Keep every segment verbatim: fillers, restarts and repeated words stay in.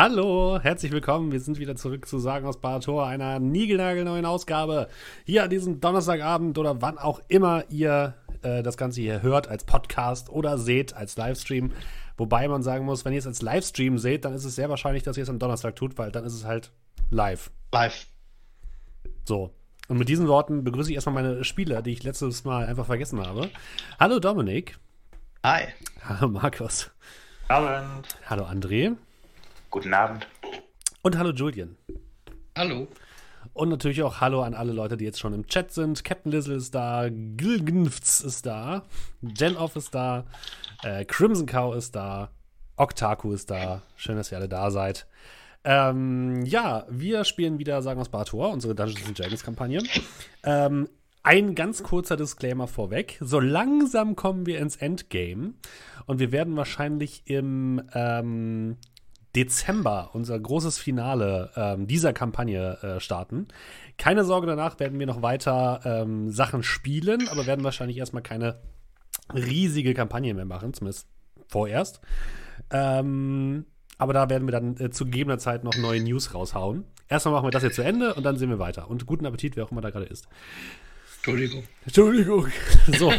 Hallo, herzlich willkommen. Wir sind wieder zurück zu Sagen aus Barator, einer niegelnagelneuen Ausgabe. Hier an diesem Donnerstagabend oder wann auch immer ihr äh, das Ganze hier hört, als Podcast oder seht als Livestream. Wobei man sagen muss, wenn ihr es als Livestream seht, dann ist es sehr wahrscheinlich, dass ihr es am Donnerstag tut, weil dann ist es halt live. Live. So. Und mit diesen Worten begrüße ich erstmal meine Spieler, die ich letztes Mal einfach vergessen habe. Hallo Dominik. Hi. Hallo Markus. Abend. Hallo André. Guten Abend. Und hallo Julian. Hallo. Und natürlich auch Hallo an alle Leute, die jetzt schon im Chat sind. Captain Lizzle ist da, Gilgnfz ist da, Gen-Off ist da, äh, Crimson Cow ist da, Oktaku ist da. Schön, dass ihr alle da seid. Ähm, ja, wir spielen wieder Sagen aus Barator, unsere Dungeons and Dragons Kampagne. Ähm, ein ganz kurzer Disclaimer vorweg. So langsam kommen wir ins Endgame und wir werden wahrscheinlich im ähm, Dezember unser großes Finale ähm, dieser Kampagne äh, starten. Keine Sorge, danach werden wir noch weiter ähm, Sachen spielen, aber werden wahrscheinlich erstmal keine riesige Kampagne mehr machen, zumindest vorerst. Ähm, aber da werden wir dann äh, zu gegebener Zeit noch neue News raushauen. Erstmal machen wir das jetzt zu Ende und dann sehen wir weiter. Und guten Appetit, wer auch immer da gerade ist. Entschuldigung. Entschuldigung. So.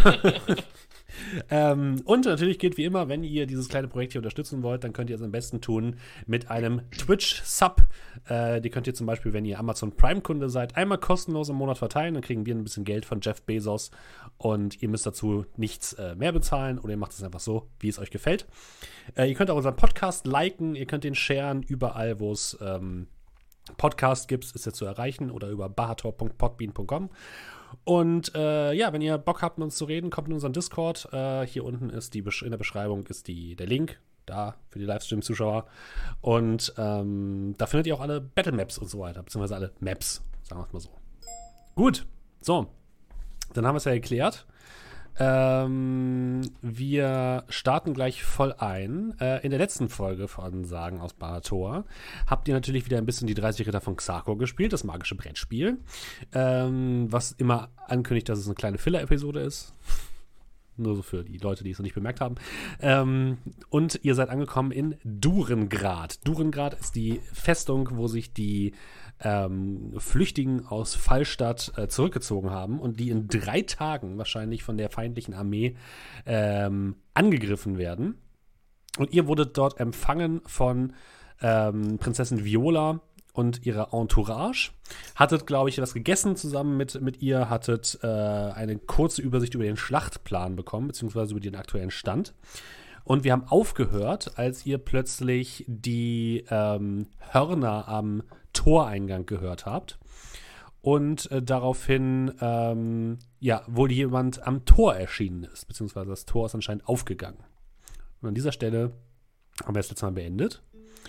ähm, und natürlich gilt wie immer, wenn ihr dieses kleine Projekt hier unterstützen wollt, dann könnt ihr es am besten tun mit einem Twitch-Sub. Äh, die könnt ihr zum Beispiel, wenn ihr Amazon Prime-Kunde seid, einmal kostenlos im Monat verteilen. Dann kriegen wir ein bisschen Geld von Jeff Bezos und ihr müsst dazu nichts äh, mehr bezahlen oder ihr macht es einfach so, wie es euch gefällt. Äh, ihr könnt auch unseren Podcast liken, ihr könnt den sharen, überall, wo es ähm, Podcast gibt, ist er zu erreichen oder über barator punkt podbean punkt com. Und äh, ja, wenn ihr Bock habt, mit uns zu reden, kommt in unseren Discord. Äh, hier unten ist die Besch- in der Beschreibung ist die, der Link da für die Livestream-Zuschauer. Und ähm, da findet ihr auch alle Battle-Maps und so weiter, beziehungsweise alle Maps, sagen wir es mal so. Gut, so, dann haben wir es ja geklärt. Ähm, wir starten gleich voll ein. Äh, in der letzten Folge von Sagen aus Barator habt ihr natürlich wieder ein bisschen die dreißig Ritter von Xarkor gespielt, das magische Brettspiel, ähm, was immer ankündigt, dass es eine kleine Filler-Episode ist. Nur so für die Leute, die es noch nicht bemerkt haben. Ähm, und ihr seid angekommen in Durengrad. Durengrad ist die Festung, wo sich die ähm, Flüchtigen aus Fallstadt äh, zurückgezogen haben und die in drei Tagen wahrscheinlich von der feindlichen Armee ähm, angegriffen werden. Und ihr wurdet dort empfangen von ähm, Prinzessin Viola und ihrer Entourage. Hattet, glaube ich, was gegessen zusammen mit, mit ihr, hattet äh, eine kurze Übersicht über den Schlachtplan bekommen, beziehungsweise über den aktuellen Stand. Und wir haben aufgehört, als ihr plötzlich die ähm, Hörner am Toreingang gehört habt. Und äh, daraufhin, ähm, ja, wohl jemand am Tor erschienen ist, beziehungsweise das Tor ist anscheinend aufgegangen. Und an dieser Stelle haben wir das letzte Mal beendet.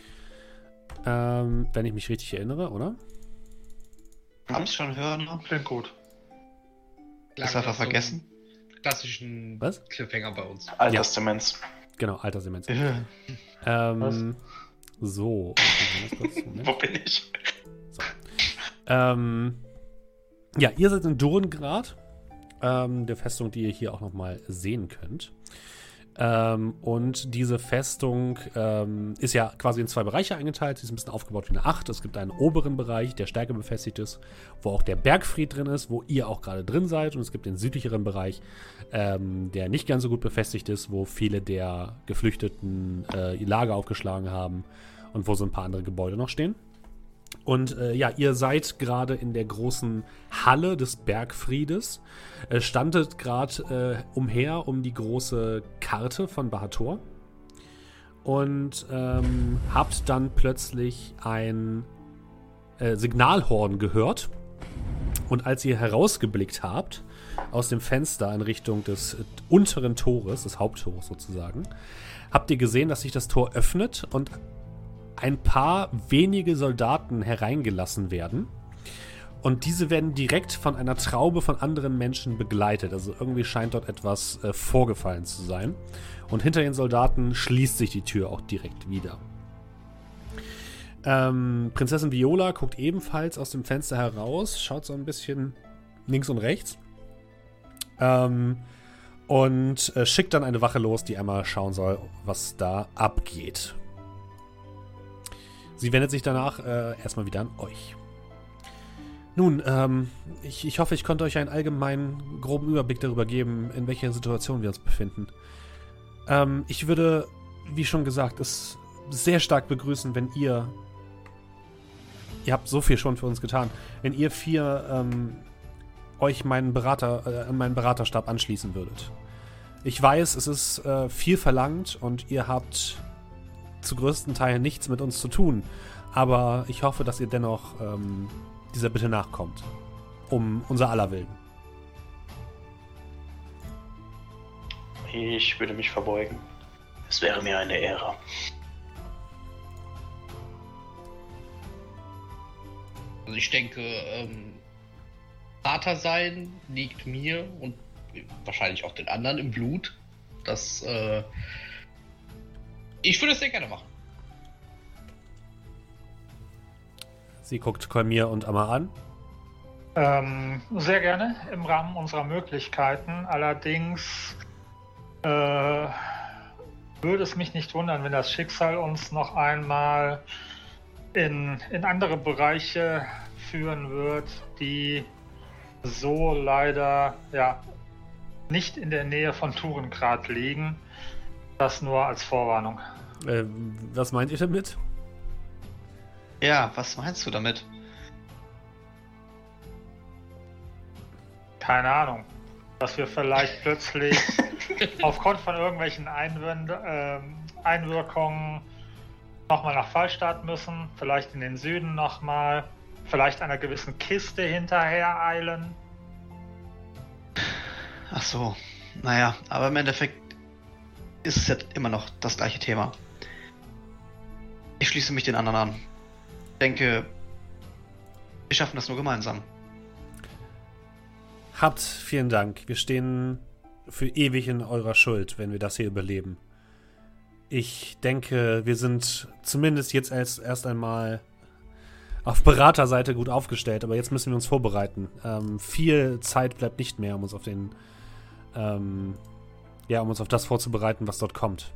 Ähm, wenn ich mich richtig erinnere, oder? Hab's schon hören. Klingt gut. Ist einfach vergessen. Klassischen Was? Cliffhanger bei uns. Altersdemenz. Genau, Altersdemenz. Ja. Ähm, so. Wo bin ich? So. Ähm, ja, ihr seid in Durengrad, ähm, der Festung, die ihr hier auch nochmal sehen könnt. Ähm, und diese Festung ähm, ist ja quasi in zwei Bereiche eingeteilt. Sie ist ein bisschen aufgebaut wie eine Acht. Es gibt einen oberen Bereich, der stärker befestigt ist, wo auch der Bergfried drin ist, wo ihr auch gerade drin seid. Und es gibt den südlicheren Bereich, ähm, der nicht ganz so gut befestigt ist, wo viele der Geflüchteten äh, ihr Lager aufgeschlagen haben und wo so ein paar andere Gebäude noch stehen. Und äh, ja, ihr seid gerade in der großen Halle des Bergfriedes, äh, standet gerade äh, umher um die große Karte von Barator und ähm, habt dann plötzlich ein äh, Signalhorn gehört. Und als ihr herausgeblickt habt, aus dem Fenster in Richtung des äh, unteren Tores, des Haupttores sozusagen, habt ihr gesehen, dass sich das Tor öffnet und ein paar wenige Soldaten hereingelassen werden. Und diese werden direkt von einer Traube von anderen Menschen begleitet. Also irgendwie scheint dort etwas äh, vorgefallen zu sein. Und hinter den Soldaten schließt sich die Tür auch direkt wieder. Ähm, Prinzessin Viola guckt ebenfalls aus dem Fenster heraus, schaut so ein bisschen links und rechts. Ähm, und äh, schickt dann eine Wache los, die einmal schauen soll, was da abgeht. Sie wendet sich danach äh, erstmal wieder an euch. Nun, ähm, ich, ich hoffe, ich konnte euch einen allgemeinen, groben Überblick darüber geben, in welcher Situation wir uns befinden. Ähm, ich würde, wie schon gesagt, es sehr stark begrüßen, wenn ihr, ihr habt so viel schon für uns getan, wenn ihr vier ähm, euch meinen Berater, äh, an meinen Beraterstab anschließen würdet. Ich weiß, es ist äh, viel verlangt und ihr habt zu größten Teilen nichts mit uns zu tun, aber ich hoffe, dass ihr dennoch ähm, dieser Bitte nachkommt. Um unser aller Willen. Ich würde mich verbeugen. Es wäre mir eine Ehre. Also ich denke, ähm, Vater sein liegt mir und wahrscheinlich auch den anderen im Blut. Das, äh, ich würde es sehr gerne machen. Sie guckt Kolmir und Amma an. Ähm, sehr gerne, im Rahmen unserer Möglichkeiten. Allerdings äh, würde es mich nicht wundern, wenn das Schicksal uns noch einmal in, in andere Bereiche führen wird, die so leider ja, nicht in der Nähe von Turengrad liegen. Das nur als Vorwarnung. Äh, was meint ihr damit? Ja, was meinst du damit? Keine Ahnung. Dass wir vielleicht plötzlich aufgrund von irgendwelchen Einwend ähm, Einwirkungen nochmal nach Fallstadt müssen, vielleicht in den Süden nochmal, vielleicht einer gewissen Kiste hinterher eilen. Ach so, naja, aber im Endeffekt ist es ja immer noch das gleiche Thema. Ich schließe mich den anderen an. Ich denke, wir schaffen das nur gemeinsam. Habt vielen Dank. Wir stehen für ewig in eurer Schuld, wenn wir das hier überleben. Ich denke, wir sind zumindest jetzt erst, erst einmal auf Beraterseite gut aufgestellt, aber jetzt müssen wir uns vorbereiten. Ähm, viel Zeit bleibt nicht mehr, um uns auf den, ähm, ja, um uns auf das vorzubereiten, was dort kommt.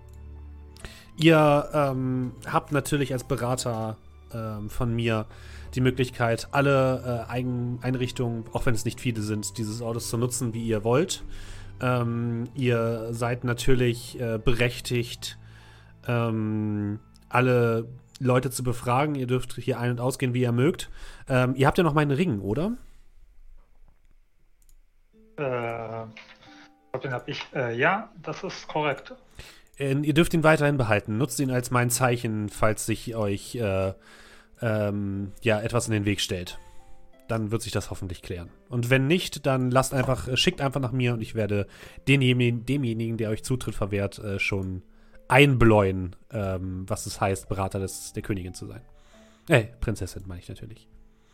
Ihr ähm, habt natürlich als Berater ähm, von mir die Möglichkeit, alle äh, Eigen Einrichtungen, auch wenn es nicht viele sind, dieses Ortes zu nutzen, wie ihr wollt. Ähm, ihr seid natürlich äh, berechtigt, ähm, alle Leute zu befragen. Ihr dürft hier ein- und ausgehen, wie ihr mögt. Ähm, ihr habt ja noch meinen Ring, oder? Äh, ich glaub, den hab ich. Äh, ja, das ist korrekt. Äh, ihr dürft ihn weiterhin behalten. Nutzt ihn als mein Zeichen, falls sich euch äh, ähm, ja, etwas in den Weg stellt. Dann wird sich das hoffentlich klären. Und wenn nicht, dann lasst einfach, schickt einfach nach mir und ich werde denjenigen, demjenigen, der euch Zutritt verwehrt, äh, schon einbläuen, ähm, was es heißt, Berater des, der Königin zu sein. Äh, Prinzessin meine ich natürlich.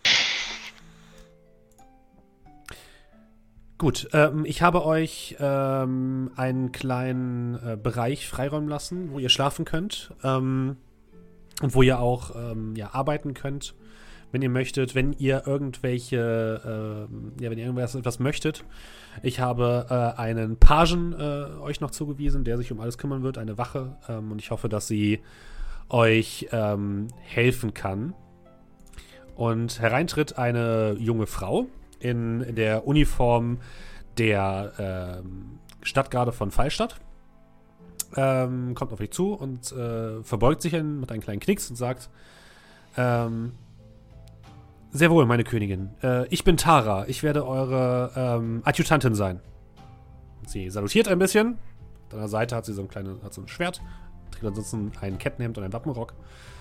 Gut, ähm, ich habe euch ähm, einen kleinen äh, Bereich freiräumen lassen, wo ihr schlafen könnt. Ähm, und wo ihr auch ähm, ja, arbeiten könnt, wenn ihr möchtet, wenn ihr irgendwelche, äh, ja, wenn ihr irgendwas etwas möchtet. Ich habe äh, einen Pagen äh, euch noch zugewiesen, der sich um alles kümmern wird, eine Wache, ähm, und ich hoffe, dass sie euch ähm, helfen kann. Und hereintritt eine junge Frau in der Uniform der ähm, Stadtgarde von Fallstadt. Ähm, kommt auf euch zu und äh, verbeugt sich hin mit einem kleinen Knicks und sagt, ähm, sehr wohl, meine Königin. Äh, ich bin Tara. Ich werde eure ähm, Adjutantin sein. Sie salutiert ein bisschen. An der Seite hat sie so ein kleines, hat so ein Schwert. Trägt ansonsten ein Kettenhemd und einen Wappenrock.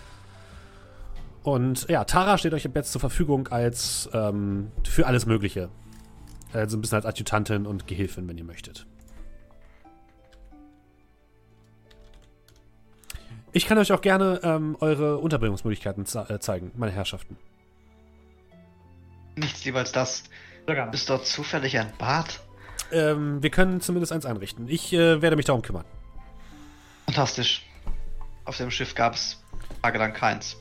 Und ja, Tara steht euch jetzt zur Verfügung als ähm, für alles Mögliche. Also ein bisschen als Adjutantin und Gehilfin, wenn ihr möchtet. Ich kann euch auch gerne ähm, eure Unterbringungsmöglichkeiten ze- äh, zeigen, meine Herrschaften. Nichts lieber als das. Sehr gerne. Ist dort zufällig ein Bad? Ähm, wir können zumindest eins einrichten. Ich äh, werde mich darum kümmern. Fantastisch. Auf dem Schiff gab es tagelang keins.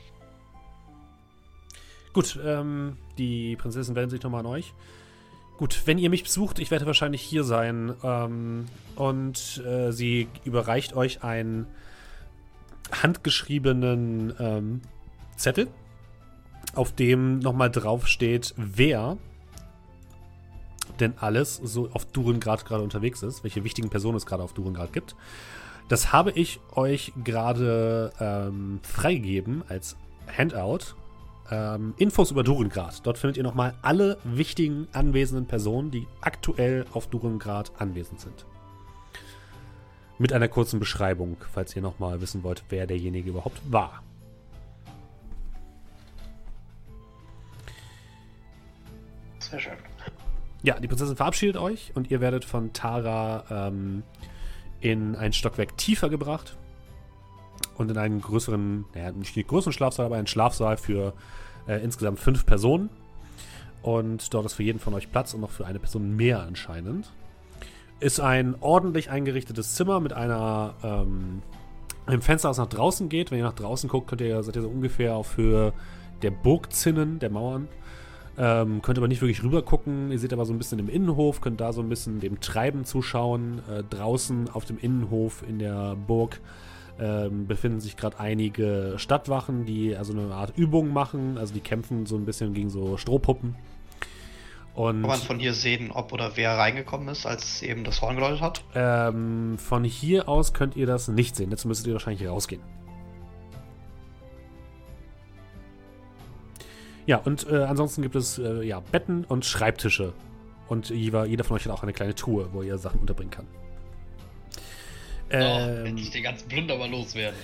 Gut, ähm, die Prinzessin wendet sich nochmal an euch. Gut, wenn ihr mich besucht, ich werde wahrscheinlich hier sein. Ähm, und äh, sie überreicht euch ein handgeschriebenen ähm, Zettel, auf dem nochmal drauf steht, wer denn alles so auf Durengrad gerade unterwegs ist, welche wichtigen Personen es gerade auf Durengrad gibt. Das habe ich euch gerade ähm, freigegeben als Handout. Ähm, Infos über Durengrad. Dort findet ihr nochmal alle wichtigen anwesenden Personen, die aktuell auf Durengrad anwesend sind. Mit einer kurzen Beschreibung, falls ihr nochmal wissen wollt, wer derjenige überhaupt war. Sehr schön. Ja, die Prinzessin verabschiedet euch und ihr werdet von Tara ähm, in ein Stockwerk tiefer gebracht und in einen größeren, naja, nicht einen größeren Schlafsaal, aber einen Schlafsaal für äh, insgesamt fünf Personen. Und dort ist für jeden von euch Platz und noch für eine Person mehr anscheinend. Ist ein ordentlich eingerichtetes Zimmer mit einer ähm, einem Fenster, das nach draußen geht. Wenn ihr nach draußen guckt, könnt ihr, seid ihr so ungefähr auf Höhe der Burgzinnen, der Mauern. Ähm, könnt aber nicht wirklich rüber gucken. Ihr seht aber so ein bisschen im Innenhof, könnt da so ein bisschen dem Treiben zuschauen. Äh, draußen auf dem Innenhof in der Burg ähm, befinden sich gerade einige Stadtwachen, die also eine Art Übung machen. Also die kämpfen so ein bisschen gegen so Strohpuppen. Und Kann man von hier sehen, ob oder wer reingekommen ist, als eben das Horn geläutet hat? ähm, von hier aus könnt ihr das nicht sehen. Jetzt müsstet ihr wahrscheinlich rausgehen. Ja, und äh, ansonsten gibt es äh, ja, Betten und Schreibtische. Und jeder, jeder von euch hat auch eine kleine Truhe, wo ihr Sachen unterbringen kann. Oh, Ähm, endlich den ganzen Plunder mal loswerden.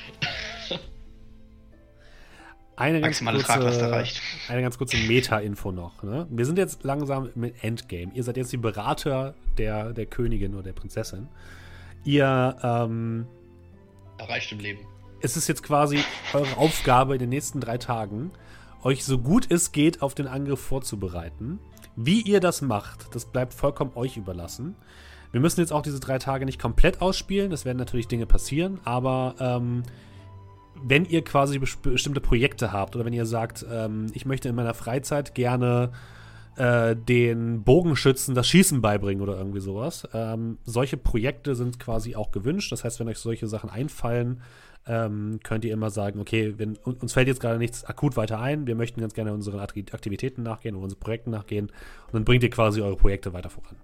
eine, ganz Maximale Traglast kurze, erreicht. eine ganz kurze Meta-Info noch. Ne? Wir sind jetzt langsam mit Endgame. Ihr seid jetzt die Berater der, der Königin oder der Prinzessin. Ihr, ähm, Erreicht im Leben. es ist jetzt quasi eure Aufgabe in den nächsten drei Tagen, euch so gut es geht auf den Angriff vorzubereiten. Wie ihr das macht, das bleibt vollkommen euch überlassen. Wir müssen jetzt auch diese drei Tage nicht komplett ausspielen. Es werden natürlich Dinge passieren, aber ähm, wenn ihr quasi bes- bestimmte Projekte habt oder wenn ihr sagt, ähm, ich möchte in meiner Freizeit gerne äh, den Bogenschützen das Schießen beibringen oder irgendwie sowas, ähm, solche Projekte sind quasi auch gewünscht. Das heißt, wenn euch solche Sachen einfallen, ähm, könnt ihr immer sagen, okay, wenn, uns fällt jetzt gerade nichts akut weiter ein, wir möchten ganz gerne unseren Aktivitäten nachgehen oder unseren Projekten nachgehen und dann bringt ihr quasi eure Projekte weiter voran.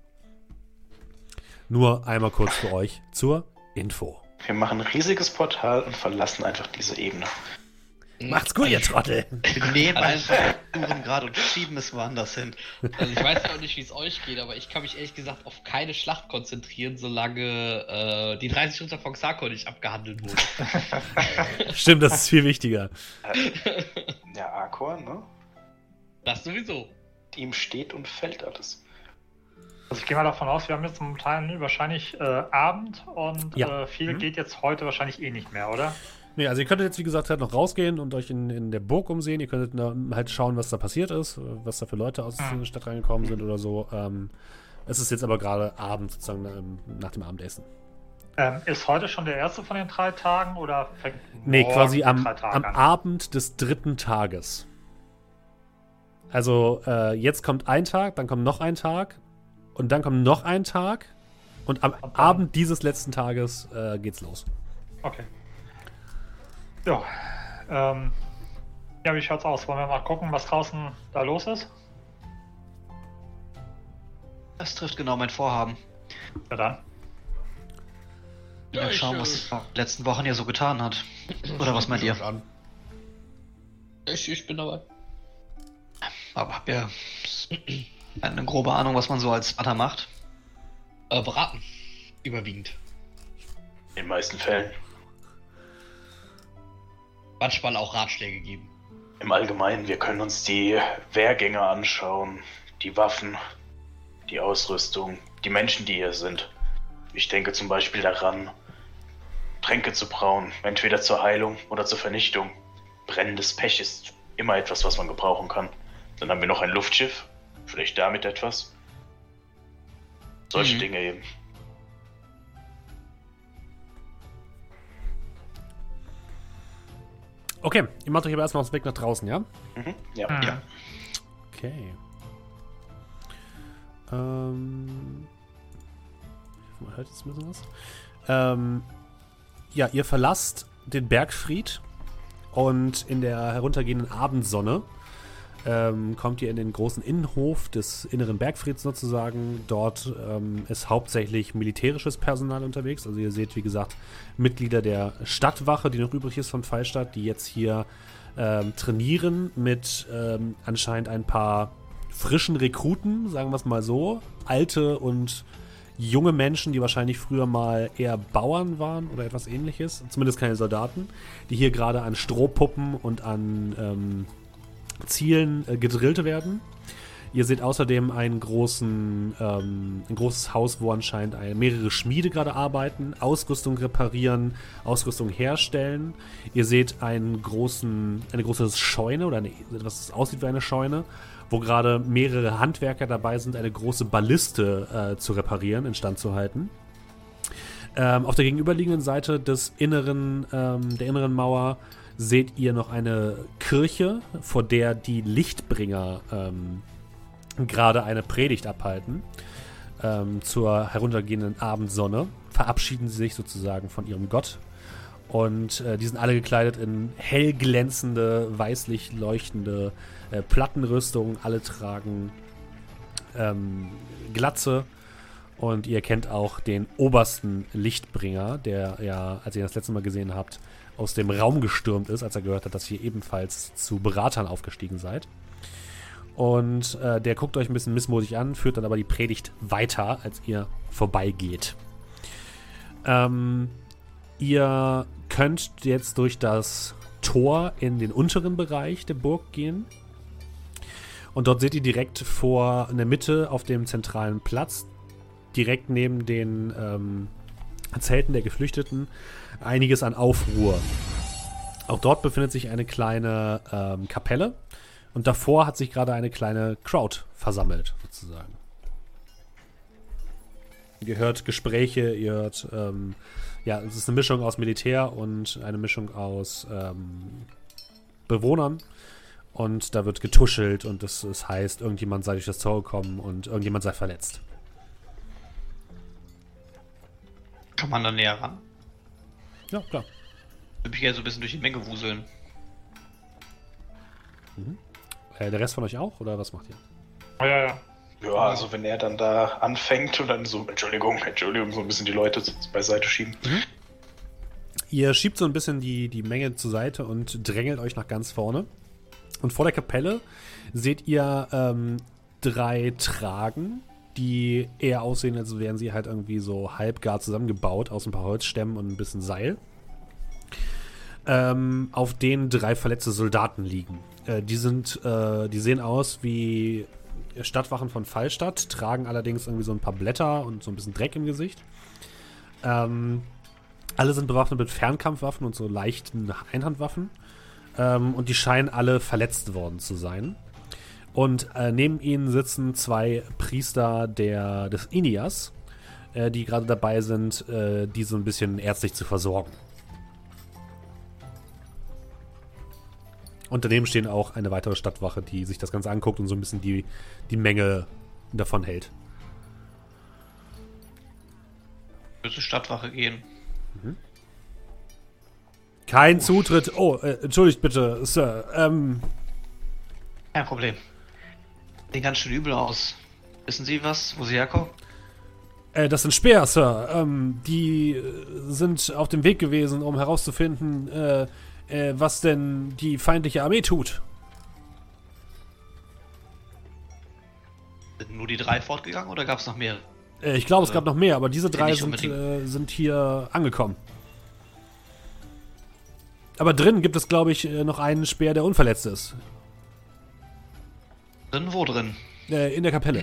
Nur einmal kurz für euch zur Info. Wir machen ein riesiges Portal und verlassen einfach diese Ebene. Macht's gut, ihr Trottel! Wir nehmen einfach Durengrad und schieben es woanders hin. Also ich weiß ja auch nicht, wie es euch geht, aber ich kann mich ehrlich gesagt auf keine Schlacht konzentrieren, solange äh, die dreißig Ritter von Xarkor nicht abgehandelt wurden. Stimmt, das ist viel wichtiger. Der Arkor, ne? Das sowieso. Ihm steht und fällt alles. Also ich gehe mal davon aus, wir haben jetzt momentan wahrscheinlich äh, Abend und Ja. äh, viel Mhm. geht jetzt heute wahrscheinlich eh nicht mehr, oder? Nee, also ihr könntet jetzt, wie gesagt, halt noch rausgehen und euch in, in der Burg umsehen. Ihr könntet na, halt schauen, was da passiert ist, was da für Leute aus Mhm. der Stadt reingekommen sind oder so. Ähm, es ist jetzt aber gerade Abend, sozusagen ähm, nach dem Abendessen. Ähm, ist heute schon der erste von den drei Tagen oder fängt Nee, morgen quasi die am, drei Tage am an? Abend des dritten Tages. Also äh, jetzt kommt ein Tag, dann kommt noch ein Tag und dann kommt noch ein Tag und am Und dann- Abend dieses letzten Tages äh, geht's los. Okay. Ja. Ähm, ja, wie schaut's aus? Wollen wir mal gucken, was draußen da los ist? Das trifft genau mein Vorhaben. Ja dann. Ja, Ja, ich, schauen, äh, was es in den letzten Wochen hier so getan hat. Oder was meint ihr? An. Ich, ich bin dabei. Aber habt ihr eine grobe Ahnung, was man so als Vater macht? Äh, beraten. Überwiegend. In den meisten Fällen. Manchmal auch Ratschläge geben. Im Allgemeinen, wir können uns die Wehrgänge anschauen, die Waffen, die Ausrüstung, die Menschen, die hier sind. Ich denke zum Beispiel daran, Tränke zu brauen, entweder zur Heilung oder zur Vernichtung. Brennendes Pech ist immer etwas, was man gebrauchen kann. Dann haben wir noch ein Luftschiff, vielleicht damit etwas. Solche Mhm. Dinge eben. Okay, ihr macht euch aber erstmal auf den Weg nach draußen, ja? Mhm. Ja. Mhm. Ja. Okay. Ähm. Ich hoffe, man hört jetzt ein bisschen was. Ähm. Ja, ihr verlasst den Bergfried und in der heruntergehenden Abendsonne ähm, kommt ihr in den großen Innenhof des inneren Bergfrieds sozusagen. Dort ähm, ist hauptsächlich militärisches Personal unterwegs. Also ihr seht, wie gesagt, Mitglieder der Stadtwache, die noch übrig ist von Fallstadt, die jetzt hier ähm, trainieren mit ähm, anscheinend ein paar frischen Rekruten, sagen wir es mal so. Alte und junge Menschen, die wahrscheinlich früher mal eher Bauern waren oder etwas ähnliches. Zumindest keine Soldaten, die hier gerade an Strohpuppen und an ähm, Zielen äh, gedrillt werden. Ihr seht außerdem einen großen, ähm, ein großes Haus, wo anscheinend ein, mehrere Schmiede gerade arbeiten, Ausrüstung reparieren, Ausrüstung herstellen. Ihr seht einen großen, eine große Scheune oder eine, etwas, das aussieht wie eine Scheune, wo gerade mehrere Handwerker dabei sind, eine große Balliste äh, zu reparieren, instand zu halten. Ähm, auf der gegenüberliegenden Seite des inneren, ähm, der inneren Mauer seht ihr noch eine Kirche, vor der die Lichtbringer ähm, gerade eine Predigt abhalten. Ähm, zur heruntergehenden Abendsonne verabschieden sie sich sozusagen von ihrem Gott. Und äh, die sind alle gekleidet in hell glänzende, weißlich leuchtende äh, Plattenrüstungen. Alle tragen ähm, Glatze. Und ihr kennt auch den obersten Lichtbringer, der ja, als ihr das letzte Mal gesehen habt, aus dem Raum gestürmt ist, als er gehört hat, dass ihr ebenfalls zu Beratern aufgestiegen seid. Und äh, der guckt euch ein bisschen missmutig an, führt dann aber die Predigt weiter, als ihr vorbeigeht. Ähm, ihr könnt jetzt durch das Tor in den unteren Bereich der Burg gehen. Und dort seht ihr direkt vor in der Mitte auf dem zentralen Platz, direkt neben den ähm, Zelten der Geflüchteten, einiges an Aufruhr. Auch dort befindet sich eine kleine ähm, Kapelle und davor hat sich gerade eine kleine Crowd versammelt, sozusagen. Ihr hört Gespräche, ihr hört, ähm, ja, es ist eine Mischung aus Militär und eine Mischung aus ähm, Bewohnern und da wird getuschelt und es, es heißt, irgendjemand sei durch das Tor gekommen und irgendjemand sei verletzt. Kann man da näher ran? Ja, klar. Würde mich gerne so ein bisschen durch die Menge wuseln. Mhm. Äh, der Rest von euch auch, oder was macht ihr? Ja, ja. Ja, also wenn er dann da anfängt und dann so, Entschuldigung, Entschuldigung, so ein bisschen die Leute beiseite schieben. Mhm. Ihr schiebt so ein bisschen die, die Menge zur Seite und drängelt euch nach ganz vorne. Und vor der Kapelle seht ihr ähm, drei Tragen, die eher aussehen, als wären sie halt irgendwie so halbgar zusammengebaut aus ein paar Holzstämmen und ein bisschen Seil. Ähm, auf denen drei verletzte Soldaten liegen. Äh, die sind, äh, die sehen aus wie Stadtwachen von Fallstadt, tragen allerdings irgendwie so ein paar Blätter und so ein bisschen Dreck im Gesicht. Ähm, alle sind bewaffnet mit Fernkampfwaffen und so leichten Einhandwaffen. Ähm, und die scheinen alle verletzt worden zu sein. Und äh, neben ihnen sitzen zwei Priester der, des Inias, äh, die gerade dabei sind, äh, die so ein bisschen ärztlich zu versorgen. Und daneben stehen auch eine weitere Stadtwache, die sich das Ganze anguckt und so ein bisschen die, die Menge davon hält. Ich würde zur Stadtwache gehen. Mhm. Kein Zutritt. Oh, äh, entschuldigt bitte, Sir. Ähm. Kein Problem. Sehen ganz schön übel aus. Wissen Sie was, wo Sie herkommen? Äh, das sind Speer, Sir. Ähm, die äh, sind auf dem Weg gewesen, um herauszufinden, äh, äh, was denn die feindliche Armee tut. Sind nur die drei fortgegangen oder gab es noch mehr? Äh, ich glaube, es gab noch mehr, aber diese drei nicht sind, äh, sind hier angekommen. Aber drin gibt es, glaube ich, noch einen Speer, der unverletzt ist. Drin wo drin? Äh, in der Kapelle.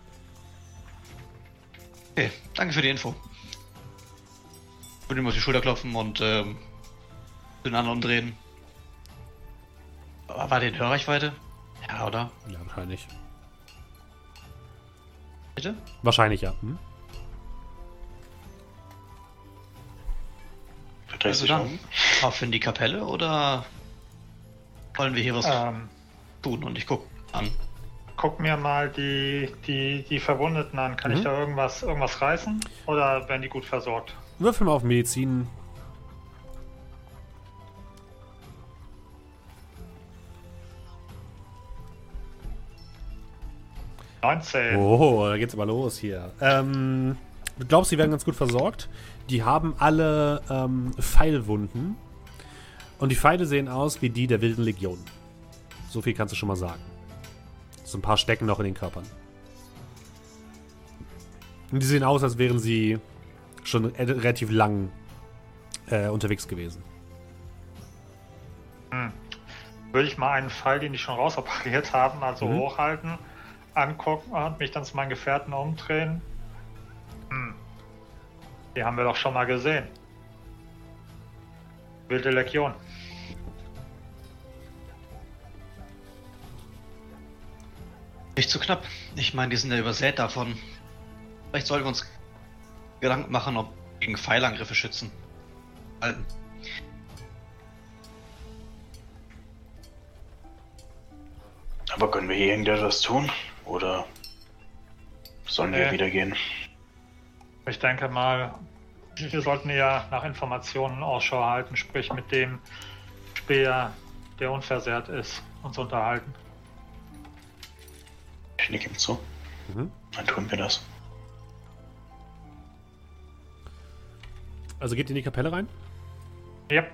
Okay, danke für die Info. Ich würde ihm auf die Schulter klopfen und ähm, den anderen drehen. Aber war der in Hörreichweite? Ja, oder? Ja, wahrscheinlich. Bitte? Wahrscheinlich, ja. Hm? Also dann, auf in die Kapelle oder wollen wir hier was Ähm, tun? Und ich guck an. guck mir mal die, die, die Verwundeten an. Kann Mhm. ich da irgendwas, irgendwas reißen? Oder werden die gut versorgt? Würfel mal auf Medizin. neunzehn. Oh, da geht's aber los hier. Ähm, du glaubst, sie werden ganz gut versorgt. Die haben alle ähm, Pfeilwunden. Und die Pfeile sehen aus wie die der wilden Legion. So viel kannst du schon mal sagen. So ein paar stecken noch in den Körpern. Und die sehen aus, als wären sie schon relativ lang äh, unterwegs gewesen. Hm. Würde ich mal einen Pfeil, den die schon rausoperiert haben, also Mhm. hochhalten, angucken und mich dann zu meinen Gefährten umdrehen. Hm. Die haben wir doch schon mal gesehen. Wilde Legion. Nicht zu knapp. Ich meine, die sind ja übersät davon. Vielleicht sollten wir uns Gedanken machen, ob wir gegen Pfeilangriffe schützen. Halten. Aber können wir hier irgendetwas tun? Oder sollen wir Nee. wieder gehen? Ich denke mal, wir sollten eher nach Informationen Ausschau halten, sprich mit dem Speer, der unversehrt ist, uns unterhalten. Ich nicke ihm zu. Mhm. Dann tun wir das. Also geht in die Kapelle rein. Ja,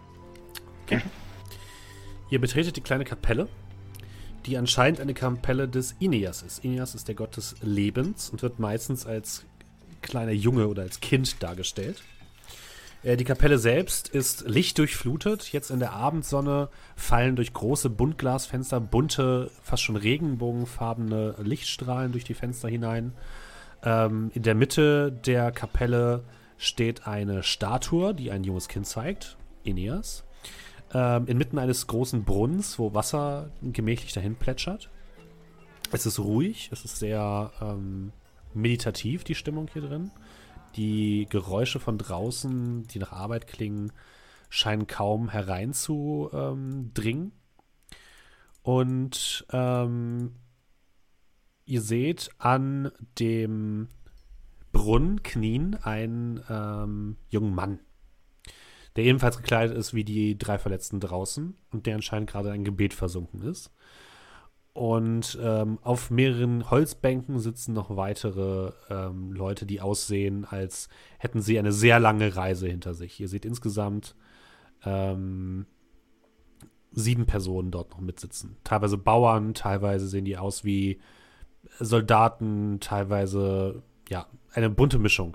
Ihr betretet die kleine Kapelle, die anscheinend eine Kapelle des Ineas ist. Ineas ist der Gott des Lebens und wird meistens als kleiner Junge oder als Kind dargestellt. Äh, die Kapelle selbst ist lichtdurchflutet. Jetzt in der Abendsonne fallen durch große Buntglasfenster bunte, fast schon regenbogenfarbene Lichtstrahlen durch die Fenster hinein. Ähm, in der Mitte der Kapelle steht eine Statue, die ein junges Kind zeigt, Ineas. Ähm, inmitten eines großen Brunnens, wo Wasser gemächlich dahin plätschert. Es ist ruhig, es ist sehr ähm, meditativ, die Stimmung hier drin. Die Geräusche von draußen, die nach Arbeit klingen, scheinen kaum hereinzudringen. Ähm, Und ähm, ihr seht an dem Brunnen knien einen ähm, jungen Mann, der ebenfalls gekleidet ist wie die drei Verletzten draußen und der anscheinend gerade in ein Gebet versunken ist. Und ähm, auf mehreren Holzbänken sitzen noch weitere ähm, Leute, die aussehen, als hätten sie eine sehr lange Reise hinter sich. Ihr seht insgesamt ähm, sieben Personen dort noch mitsitzen. Teilweise Bauern, teilweise sehen die aus wie Soldaten, teilweise, ja, eine bunte Mischung.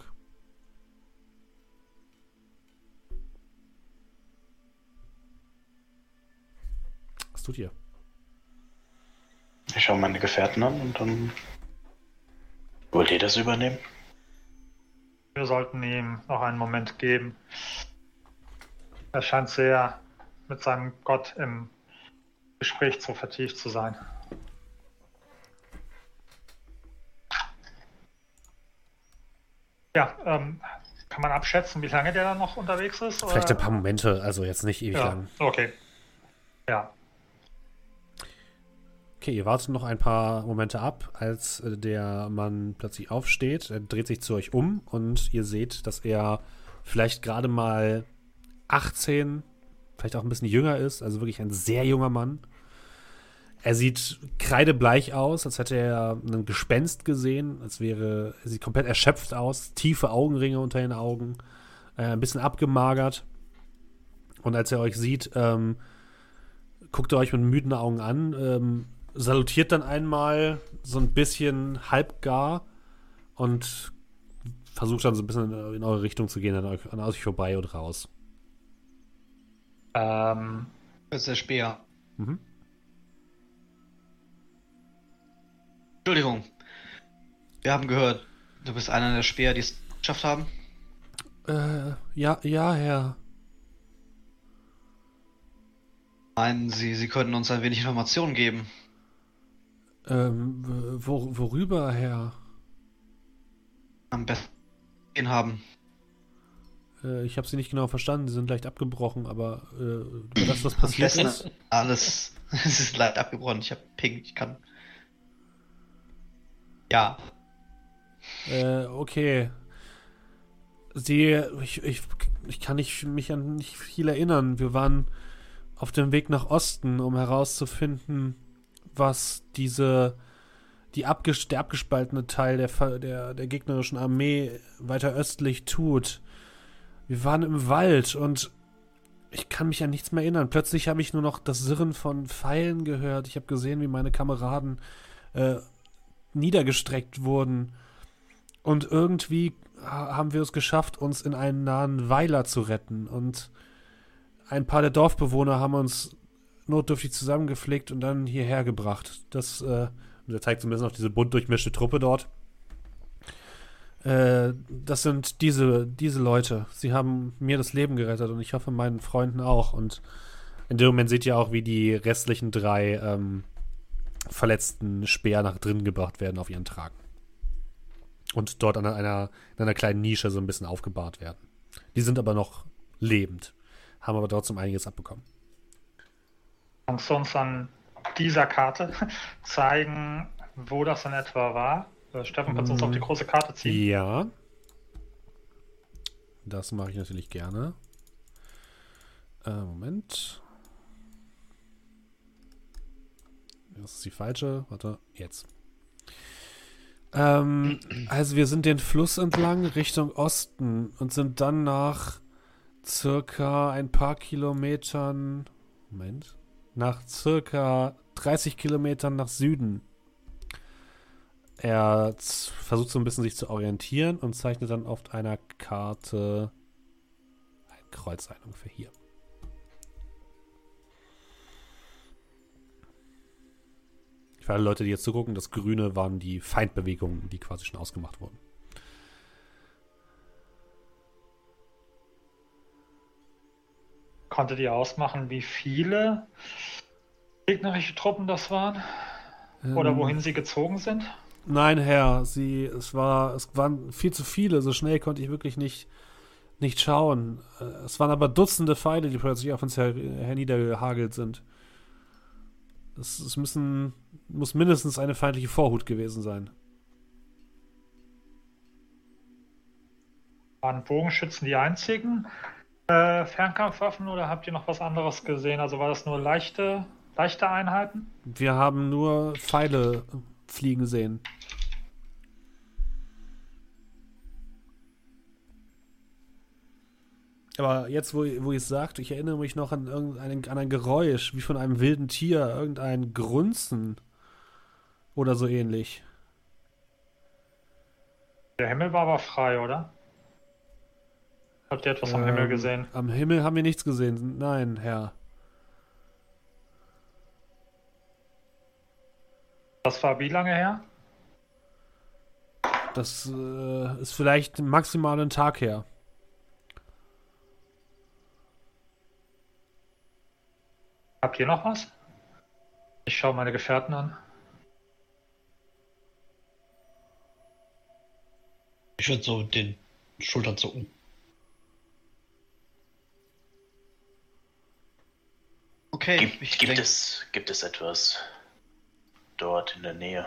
Was tut ihr? Ich schaue meine Gefährten an und dann wollt ihr das übernehmen? wir sollten ihm noch einen Moment geben. Er scheint sehr mit seinem Gott im Gespräch zu vertieft zu sein. Ja, ähm, kann man abschätzen, wie lange der dann noch unterwegs ist? Oder? Vielleicht ein paar Momente, also jetzt nicht ewig Ja, lang. okay. Ja. Okay, ihr wartet noch ein paar Momente ab, als äh, der Mann plötzlich aufsteht. Er dreht sich zu euch um und ihr seht, dass er vielleicht gerade mal achtzehn, vielleicht auch ein bisschen jünger ist. Also wirklich ein sehr junger Mann. Er sieht kreidebleich aus, als hätte er ein Gespenst gesehen. Als wäre, er sieht komplett erschöpft aus. Tiefe Augenringe unter den Augen. Äh, ein bisschen abgemagert. Und als er euch sieht, ähm, guckt er euch mit müden Augen an, ähm, salutiert dann einmal so ein bisschen halbgar und versucht dann so ein bisschen in eure Richtung zu gehen, an euch, an euch vorbei und raus. Ähm, Das ist der Speer. Mhm. Entschuldigung. Wir haben gehört, du bist einer der Speer, die es geschafft haben. Äh, ja, ja, Herr. Meinen Sie, Sie könnten uns ein wenig Informationen geben? Ähm, wo, worüber, Herr? Am besten ihn haben. Äh, ich habe Sie nicht genau verstanden, Sie sind leicht abgebrochen, aber äh, über das, was Am passiert besten ist. alles. Es ist leicht abgebrochen. Ich habe Ping, ich kann. Ja. Äh, okay. Sie, ich, ich, ich kann nicht, mich an nicht viel erinnern. Wir waren auf dem Weg nach Osten, um herauszufinden, was diese, die abges der abgespaltene Teil der, der, der gegnerischen Armee weiter östlich tut. Wir waren im Wald und ich kann mich an nichts mehr erinnern. Plötzlich habe ich nur noch das Sirren von Pfeilen gehört. Ich habe gesehen, wie meine Kameraden äh, niedergestreckt wurden. Und irgendwie haben wir es geschafft, uns in einen nahen Weiler zu retten. Und ein paar der Dorfbewohner haben uns notdürftig zusammengeflickt und dann hierher gebracht. Das, äh, der zeigt zumindest noch diese bunt durchmischte Truppe dort. Äh, das sind diese, diese Leute. Sie haben mir das Leben gerettet und ich hoffe meinen Freunden auch. Und in dem Moment seht ihr auch, wie die restlichen drei ähm, verletzten Speer nach drinnen gebracht werden auf ihren Tragen. Und dort an einer, in einer kleinen Nische so ein bisschen aufgebahrt werden. Die sind aber noch lebend, haben aber trotzdem einiges abbekommen. Kannst du uns an dieser Karte zeigen, wo das in etwa war? Äh, Steffen, kannst du uns auf die große Karte ziehen? Ja. Das mache ich natürlich gerne. Äh, Moment. Das ist die falsche. Warte, jetzt. Ähm, also wir sind den Fluss entlang Richtung Osten und sind dann nach circa ein paar Kilometern, Moment, nach circa dreißig Kilometern nach Süden. Er z- versucht so ein bisschen sich zu orientieren und zeichnet dann auf einer Karte ein Kreuz ein, ungefähr hier. Für alle Leute, die jetzt zugucken, das Grüne waren die Feindbewegungen, die quasi schon ausgemacht wurden. Konntet ihr ausmachen, wie viele gegnerische Truppen das waren? Oder Ähm, wohin sie gezogen sind? Nein, Herr, sie, es war, es waren viel zu viele, so schnell konnte ich wirklich nicht, nicht schauen. Äh, Es waren aber Dutzende Pfeile, die plötzlich auf uns her, herniedergehagelt sind. Es, es müssen, muss mindestens eine feindliche Vorhut gewesen sein. Waren Bogenschützen die einzigen äh, Fernkampfwaffen oder habt ihr noch was anderes gesehen? Also war das nur leichte, leichte Einheiten? Wir haben nur Pfeile fliegen sehen. Aber jetzt, wo, wo ihr es sagt, ich erinnere mich noch an, irgendein, an ein Geräusch, wie von einem wilden Tier, irgendein Grunzen oder so ähnlich. Der Himmel war aber frei, oder? Habt ihr etwas am Himmel Ähm, gesehen? Am Himmel haben wir nichts gesehen. Nein, Herr. Das war wie lange her? Das äh, ist vielleicht maximal ein Tag her. Habt ihr noch was? Ich schaue meine Gefährten an. Ich würde so den Schultern zucken. Okay, Gibt, ich gibt, denke, es, gibt es etwas dort in der Nähe?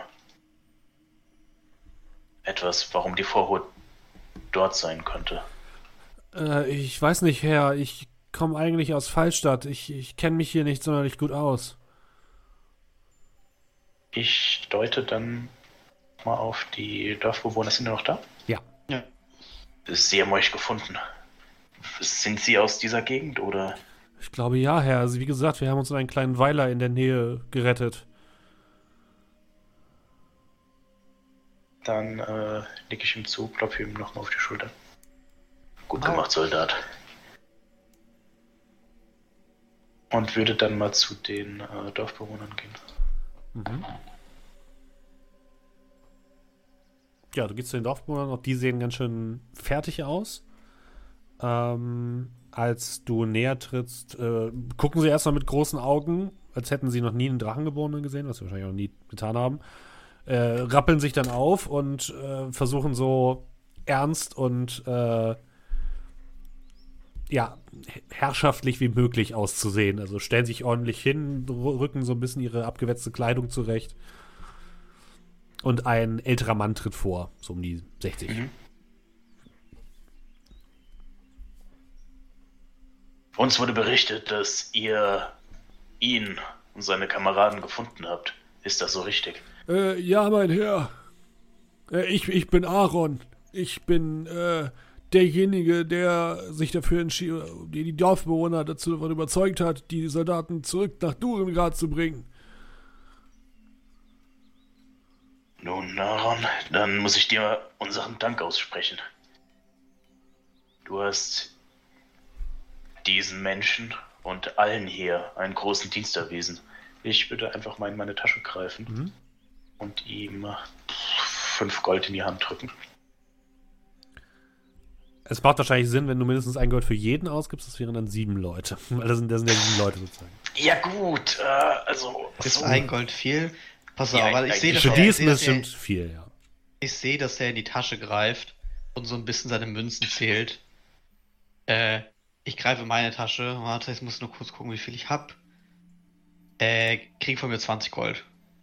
Etwas, warum die Vorhut dort sein könnte? Äh, ich weiß nicht, Herr. Ich komme eigentlich aus Fallstadt. Ich, ich kenne mich hier nicht sonderlich gut aus. Ich deute dann mal auf die Dorfbewohner. Sind die noch da? Ja. ja. Sie haben euch gefunden. Sind sie aus dieser Gegend oder? Ich glaube ja, Herr. Also wie gesagt, wir haben uns in einen kleinen Weiler in der Nähe gerettet. Dann äh, nicke ich ihm zu, klopfe ihm nochmal auf die Schulter. Gut Ah. gemacht, Soldat. Und würde dann mal zu den äh, Dorfbewohnern gehen. Mhm. Ja, du gehst zu den Dorfbewohnern und die sehen ganz schön fertig aus. Ähm, als du näher trittst, äh, gucken sie erstmal mit großen Augen, als hätten sie noch nie einen Drachengeborenen gesehen, was sie wahrscheinlich auch noch nie getan haben. Äh, rappeln sich dann auf und äh, versuchen so ernst und äh, ja, herrschaftlich wie möglich auszusehen. Also stellen sich ordentlich hin, rücken so ein bisschen ihre abgewetzte Kleidung zurecht. Und ein älterer Mann tritt vor, so um die sechzig. Mhm. Uns wurde berichtet, dass ihr ihn und seine Kameraden gefunden habt. Ist das so richtig? Äh, ja, mein Herr. Äh, ich, ich bin Aaron. Ich bin äh, derjenige, der sich dafür entschieden, die die Dorfbewohner dazu davon überzeugt hat, die Soldaten zurück nach Durengrad zu bringen. Nun, Aaron, dann muss ich dir unseren Dank aussprechen. Du hast diesen Menschen und allen hier einen großen Dienst erwiesen. Ich würde einfach mal in meine Tasche greifen Mhm. und ihm fünf Gold in die Hand drücken. Es macht wahrscheinlich Sinn, wenn du mindestens ein Gold für jeden ausgibst, das wären dann sieben Leute. Weil das sind, das sind ja sieben Leute sozusagen. Ja gut, äh, also... Ist so- ein Gold viel? Pass auf, Ja, weil ich sehe das Für ja, die ich ist sehe, dass er, bestimmt viel, ja. ich sehe, dass er in die Tasche greift und so ein bisschen seine Münzen zählt. Äh, ich greife in meine Tasche. Warte, ich muss nur kurz gucken, wie viel ich hab. Äh, krieg von mir zwanzig Gold.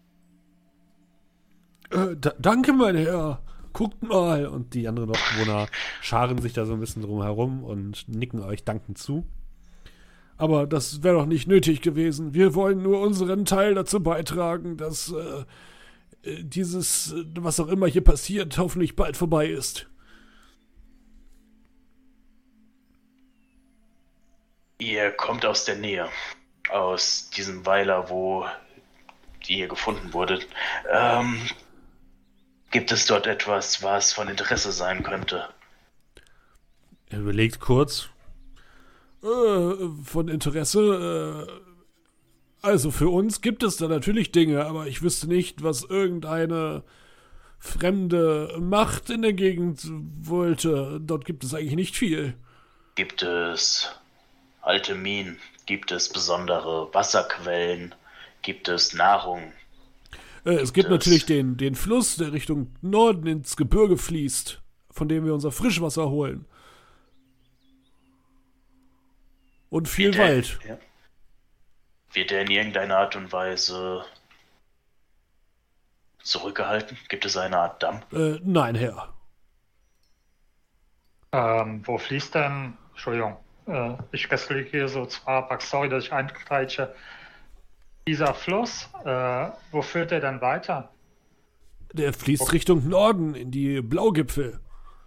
Äh, da, danke, mein Herr. Guckt mal. Und die anderen Dorfbewohner scharen sich da so ein bisschen drum herum und nicken euch dankend zu. Aber das wäre doch nicht nötig gewesen. Wir wollen nur unseren Teil dazu beitragen, dass äh, äh, dieses, äh, was auch immer hier passiert, hoffentlich bald vorbei ist. Ihr kommt aus der Nähe, aus diesem Weiler, wo die hier gefunden wurde. Ähm, gibt es dort etwas, was von Interesse sein könnte? Er überlegt kurz. Äh, von Interesse, äh, also für uns gibt es da natürlich Dinge, aber ich wüsste nicht, was irgendeine fremde Macht in der Gegend wollte. Dort gibt es eigentlich nicht viel. Gibt es alte Minen? Gibt es besondere Wasserquellen? Gibt es Nahrung? Äh, es gibt es- natürlich den, den Fluss, der Richtung Norden ins Gebirge fließt, von dem wir unser Frischwasser holen. Und viel Wird er- Wald. Ja. Wird er in irgendeiner Art und Weise zurückgehalten? Gibt es eine Art Damm? Äh, nein, Herr. Ähm, wo fließt denn, Entschuldigung, äh, ich gestikuliere hier so zwar, sorry, dass ich eingreiche, dieser Fluss, äh, wo führt der dann weiter? Der fließt Richtung Norden in die Blaugipfel.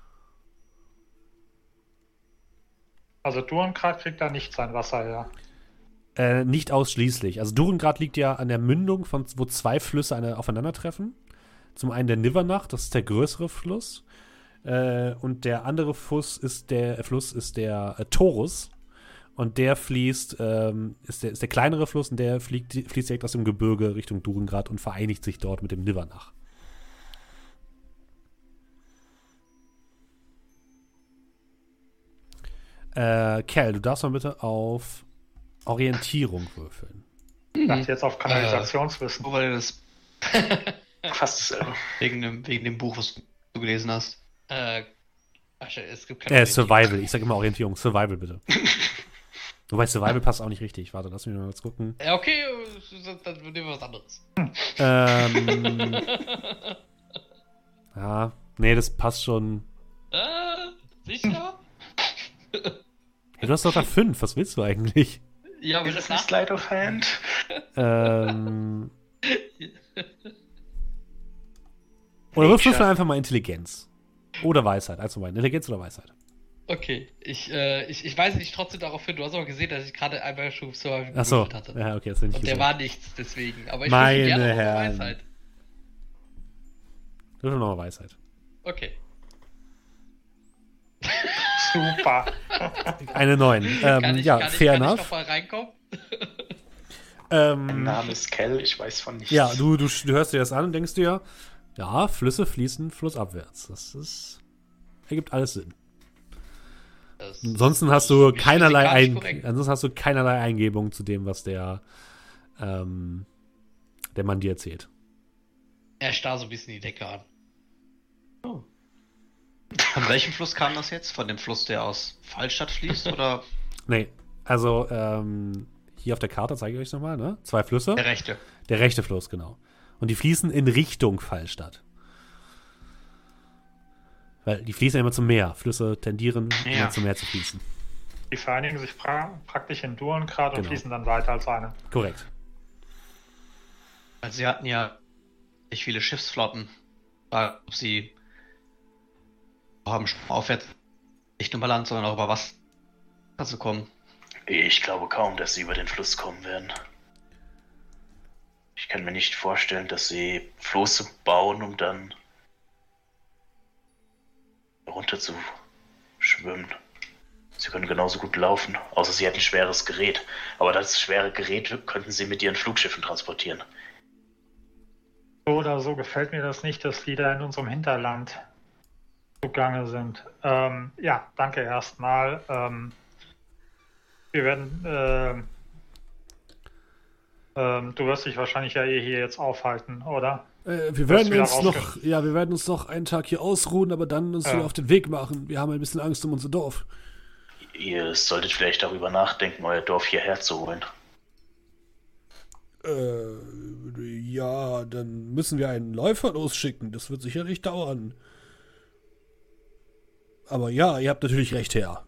Also Durengrad kriegt da nicht sein Wasser her. Äh, nicht ausschließlich. Also Durengrad liegt ja an der Mündung, von, wo zwei Flüsse eine, aufeinandertreffen. Zum einen der Nivernach, das ist der größere Fluss. Äh, und der andere Fluss ist der, äh, Fluss ist der äh, Taurus. Und der fließt, ähm, ist, der, ist der kleinere Fluss und der fliegt, fließt direkt aus dem Gebirge Richtung Durengrad und vereinigt sich dort mit dem Nivernach. Äh, Kerl, du darfst mal bitte auf Orientierung würfeln. Ich dachte jetzt auf Kanalisationswissen. Nur weil du das Fast dasselbe. wegen dem, wegen dem Buch, was du gelesen hast. Äh, ach, es gibt keine Äh, Survival. Ich sag immer Orientierung. Survival, bitte. Wobei Survival passt auch nicht richtig. Warte, lass mich mal kurz gucken. Ja, okay, äh, dann nehmen wir was anderes. Ähm. Ja, nee, das passt schon. Äh, sicher? Ja, du hast doch da fünf. Was willst du eigentlich? Ja, aber Ist das das nicht Slide of Hand? Ähm. Oder würfel Nature. einfach mal Intelligenz. Oder Weisheit. Also mal Intelligenz oder Weisheit. Okay, ich, äh, ich, ich weise dich trotzdem darauf hin. Du hast aber gesehen, dass ich gerade einmal schon so Achso. gewürfelt hatte. Ja, okay, das bin ich Und der gesehen. war nichts, deswegen. Aber ich Meine würfel gerne auf Herren. Weisheit. Würfel nochmal Weisheit. Okay. Super. Eine neun. Ähm, Kann ich, ja, kann ich, fair kann ich enough. noch mal reinkommen? Mein Ähm, Name ist Kell, ich weiß von nichts. ja, du, du, du hörst dir das an und denkst dir, ja, Flüsse fließen flussabwärts. Das ist, ergibt alles Sinn. Das Ansonsten hast du ist keinerlei, physikalisch Ein, korrekt. ansonsten hast du keinerlei Eingebung zu dem, was der, ähm, der Mann dir erzählt. Er starr so ein bisschen die Decke an. Von welchem Fluss kam das jetzt? Von dem Fluss, der aus Fallstadt fließt? Oder Nee, also ähm, hier auf der Karte zeige ich euch nochmal, ne? Zwei Flüsse. der rechte? Der rechte Fluss, genau. Und die fließen in Richtung Fallstadt. Weil die fließen ja immer zum Meer. Flüsse tendieren, Ja. immer zum Meer zu fließen. Die vereinigen sich pra praktisch in Durengrad und Genau. fließen dann weiter als eine. Korrekt. Also sie hatten ja nicht viele Schiffsflotten. Ob sie haben schon aufwärts nicht nur über Land, sondern auch über Wasser zu kommen. Ich glaube kaum, dass sie über den Fluss kommen werden. Ich kann mir nicht vorstellen, dass sie Flosse bauen, um dann runter zu schwimmen. Sie können genauso gut laufen, außer sie hätten schweres Gerät. Aber das schwere Gerät könnten sie mit ihren Flugschiffen transportieren. So oder so gefällt mir das nicht, dass die da in unserem Hinterland zugange sind. Ähm, ja, danke erstmal. Ähm, wir werden, äh, ähm, du wirst dich wahrscheinlich ja eh hier jetzt aufhalten, oder? Äh, wir Du werden wirst uns wieder noch, ja, wir werden uns noch einen Tag hier ausruhen, aber dann uns Ja. wieder auf den Weg machen. Wir haben ein bisschen Angst um unser Dorf. Ihr solltet vielleicht darüber nachdenken, euer Dorf hierher zu holen. Äh, ja, dann müssen wir einen Läufer losschicken. Das wird sicherlich dauern. Aber ja, ihr habt natürlich recht, Herr.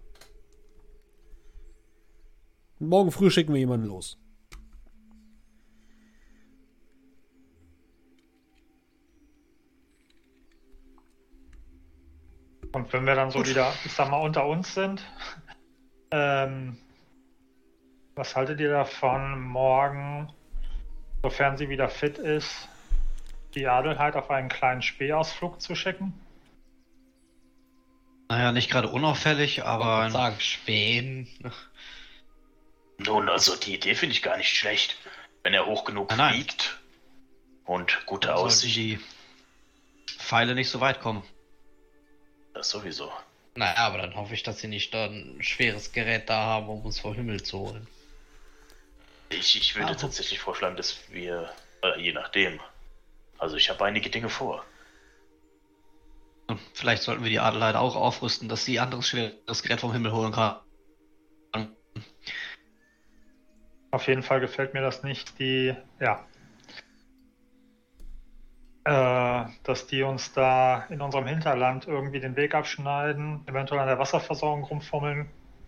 Morgen früh schicken wir jemanden los. Und wenn wir dann so wieder, ich sag mal, unter uns sind, ähm, was haltet ihr davon, morgen, sofern sie wieder fit ist, die Adelheid auf einen kleinen Spähausflug zu schicken? Naja, nicht gerade unauffällig, Ich aber würde sagen, Spähen. Nun, also die Idee finde ich gar nicht schlecht. Wenn er hoch genug Nein, nein. fliegt und gute dann sollten Aussicht, die Pfeile nicht so weit kommen. das sowieso. Naja, aber dann hoffe ich, dass sie nicht dann ein schweres Gerät da haben, um uns vom Himmel zu holen. Ich, ich würde Ah, wo- tatsächlich vorschlagen, dass wir, äh, je nachdem, also ich habe einige Dinge vor. Und vielleicht sollten wir die Adelheid auch aufrüsten, dass sie anderes schweres Gerät vom Himmel holen kann. Auf jeden Fall gefällt mir das nicht, die, ja, äh, dass die uns da in unserem Hinterland irgendwie den Weg abschneiden, eventuell an der Wasserversorgung rumfummeln.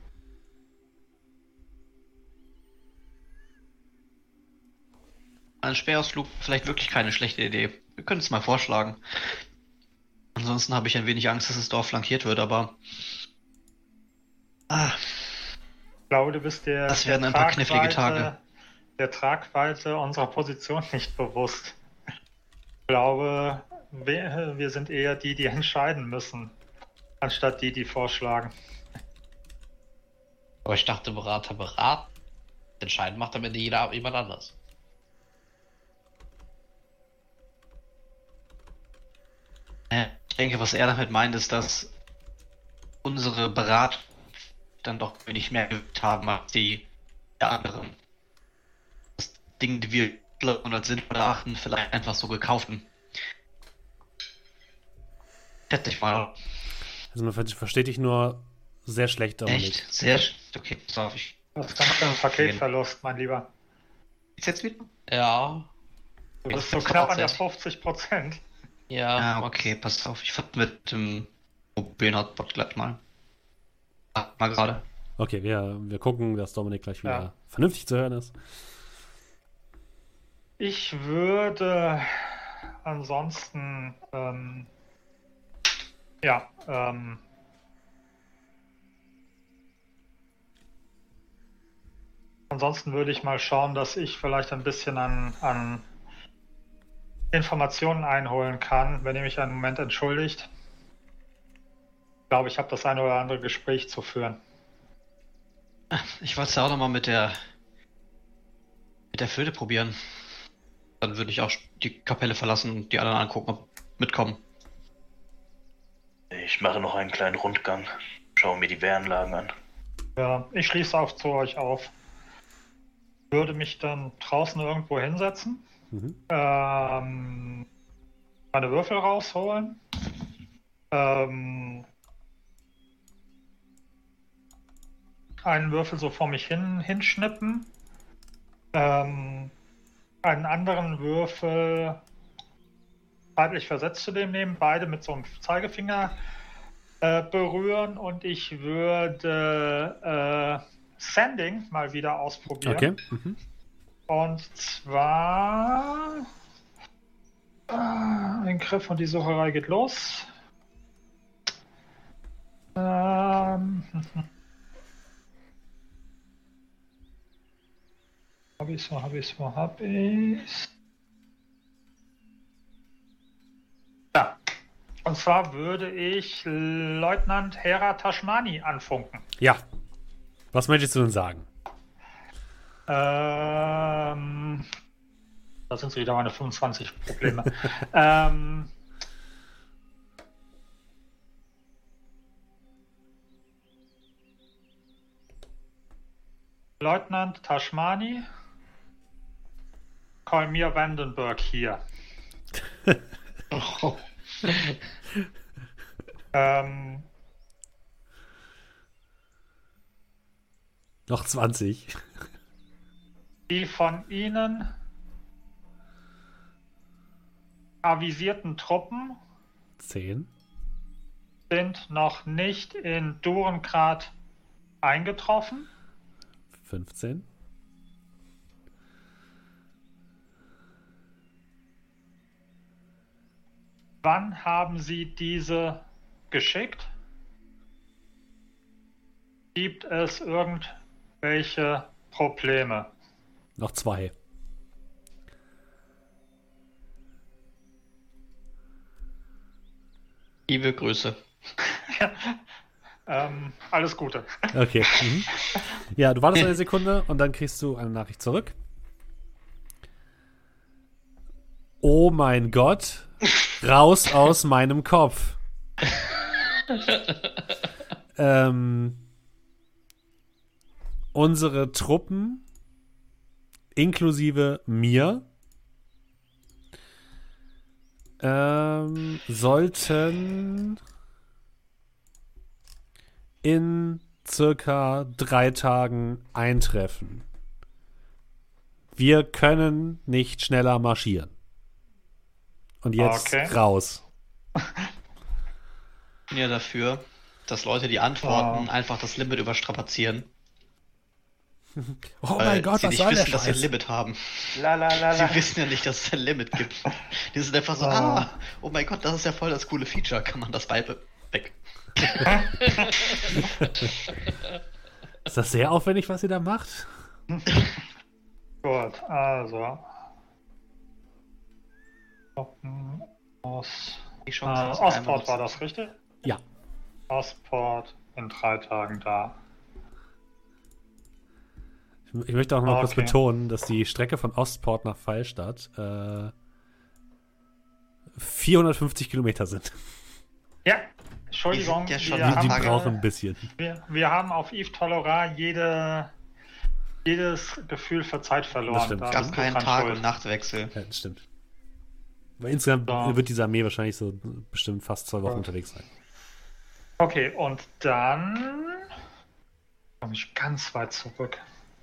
Ein Spähausflug vielleicht wirklich keine schlechte Idee. Wir können es mal vorschlagen. Ansonsten habe ich ein wenig Angst, dass das Dorf flankiert wird, aber ah, Ich glaube, du bist der, Das der werden ein paar knifflige Tage. der Tragweite unserer Position nicht bewusst. Ich glaube, wir, wir sind eher die, die entscheiden müssen, anstatt die, die vorschlagen. Aber ich dachte, Berater beraten. Entscheiden macht am Ende jeder jemand anders. äh, ich denke, was er damit meint, ist, dass unsere Berater dann doch wenig mehr gewirkt haben als die der anderen. Das Ding, die wir glauben als sinnvoll erachten, vielleicht einfach so gekauften. Schätze ich mal. Also man ver- versteht dich nur sehr schlecht, Dominik. Echt? Sehr sch- Okay, pass auf, ich. Was ist das für ein Paketverlust, mein Lieber? Ist jetzt wieder? Ja, Du bist so knapp an der fünfzig Prozent. ja. Ja, okay, pass auf, ich fahr mit dem mobilen Hotspot gleich mal. Ah, mal gerade. Okay, wir, wir gucken, dass Dominik gleich wieder Ja. vernünftig zu hören ist. Ich würde ansonsten, ähm, ja, ähm, ansonsten würde ich mal schauen, dass ich vielleicht ein bisschen an, an Informationen einholen kann, wenn ihr mich einen Moment entschuldigt. Ich glaube, ich habe das eine oder andere Gespräch zu führen. Ich wollte es ja auch nochmal mit der mit der Flöte probieren. Dann würde ich auch die Kapelle verlassen und die anderen angucken, ob mitkommen. Ich mache noch einen kleinen Rundgang, schaue mir die Wehranlagen an. Ja, ich schließe auch zu euch auf. Würde mich dann draußen irgendwo hinsetzen, Mhm. ähm, meine Würfel rausholen, ähm, einen Würfel so vor mich hin hinschnippen, ähm, einen anderen Würfel zeitlich versetzt zu dem nehmen, beide mit so einem Zeigefinger äh, berühren und ich würde äh, Sanding mal wieder ausprobieren. Okay. Mhm. Und zwar äh, ein Griff und die Sucherei geht los. Ähm, hab ich's, wo hab ich's, wo hab ich's? Ja. Und zwar würde ich Leutnant Hera Tashmani anfunken. Ja. Was möchtest du denn sagen? Ähm, das sind wieder meine fünfundzwanzig Probleme. ähm, Leutnant Tashmani, Kolmir Vandenberg hier. Oh. ähm, Noch zwanzig. Die von Ihnen avisierten Truppen zehn. sind noch nicht in Durengrad eingetroffen. fünfzehn. Wann haben Sie diese geschickt? Gibt es irgendwelche Probleme? Noch zwei. Liebe Grüße. ähm, alles Gute. Okay. Mhm. Ja, du wartest eine Sekunde und dann kriegst du eine Nachricht zurück. Oh mein Gott. Raus aus meinem Kopf. ähm, unsere Truppen inklusive mir ähm, sollten in circa drei Tagen eintreffen. Wir können nicht schneller marschieren. Und jetzt Okay. raus. Ich bin ja dafür, dass Leute, die antworten, Oh. einfach das Limit überstrapazieren. Oh weil mein Gott, sie was nicht soll der wissen, dass sie ein Scheiß? Limit haben. La, la, la, Sie la. wissen ja nicht, dass es ein Limit gibt. Die sind einfach so, Oh. ah, oh mein Gott, das ist ja voll das coole Feature. Kann man das Vibe weg? Ist das sehr aufwendig, was ihr da macht? Gut, also. Aus, Die äh, Chance muss man einmal Ostport war nutzen. das, richtig? Ja. Ostport in drei Tagen da. Ich, ich möchte auch noch mal kurz Okay. betonen, dass die Strecke von Ostport nach Fallstadt äh, vierhundertfünfzig Kilometer sind. Ja, Entschuldigung. Die sind ja schon wir, Die, die haben, brauchen ein bisschen. wir, wir haben auf Yves Tolera jede, jedes Gefühl für Zeit verloren. Das stimmt. Da Es gab bist du keinen dran Tag- schuld. und Nachtwechsel. Ja, das stimmt. Aber insgesamt So. wird diese Armee wahrscheinlich so bestimmt fast zwei Wochen Ja. unterwegs sein. Okay, und dann komme ich ganz weit zurück.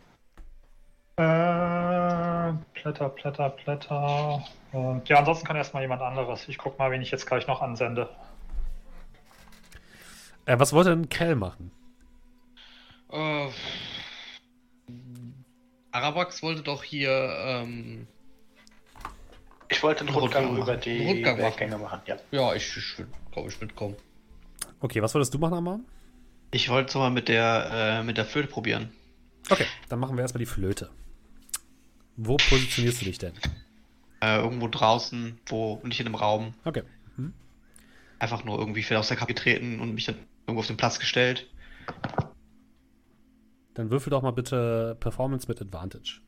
Äh, Blätter, Blätter, Blätter. Und ja, ansonsten kann erstmal jemand anderes. Ich guck mal, wen ich jetzt gleich noch ansende. Äh, was wollte denn Kell machen? Äh, Arabax wollte doch hier ähm, Ich wollte einen Einen Rundgang Rundgang über machen. die Rundgang machen. Werkgänge machen, ja. ja, ich, ich will, glaube ich, mitkommen. Okay, was wolltest du machen, Amar? Ich wollte es mal mit der, äh, mit der Flöte probieren. Okay, dann machen wir erstmal die Flöte. Wo positionierst du dich denn? Äh, irgendwo draußen, wo nicht in einem Raum. Okay. Hm. Einfach nur irgendwie vielleicht aus der Kappe getreten und mich dann irgendwo auf den Platz gestellt. Dann würfel doch mal bitte Performance mit Advantage.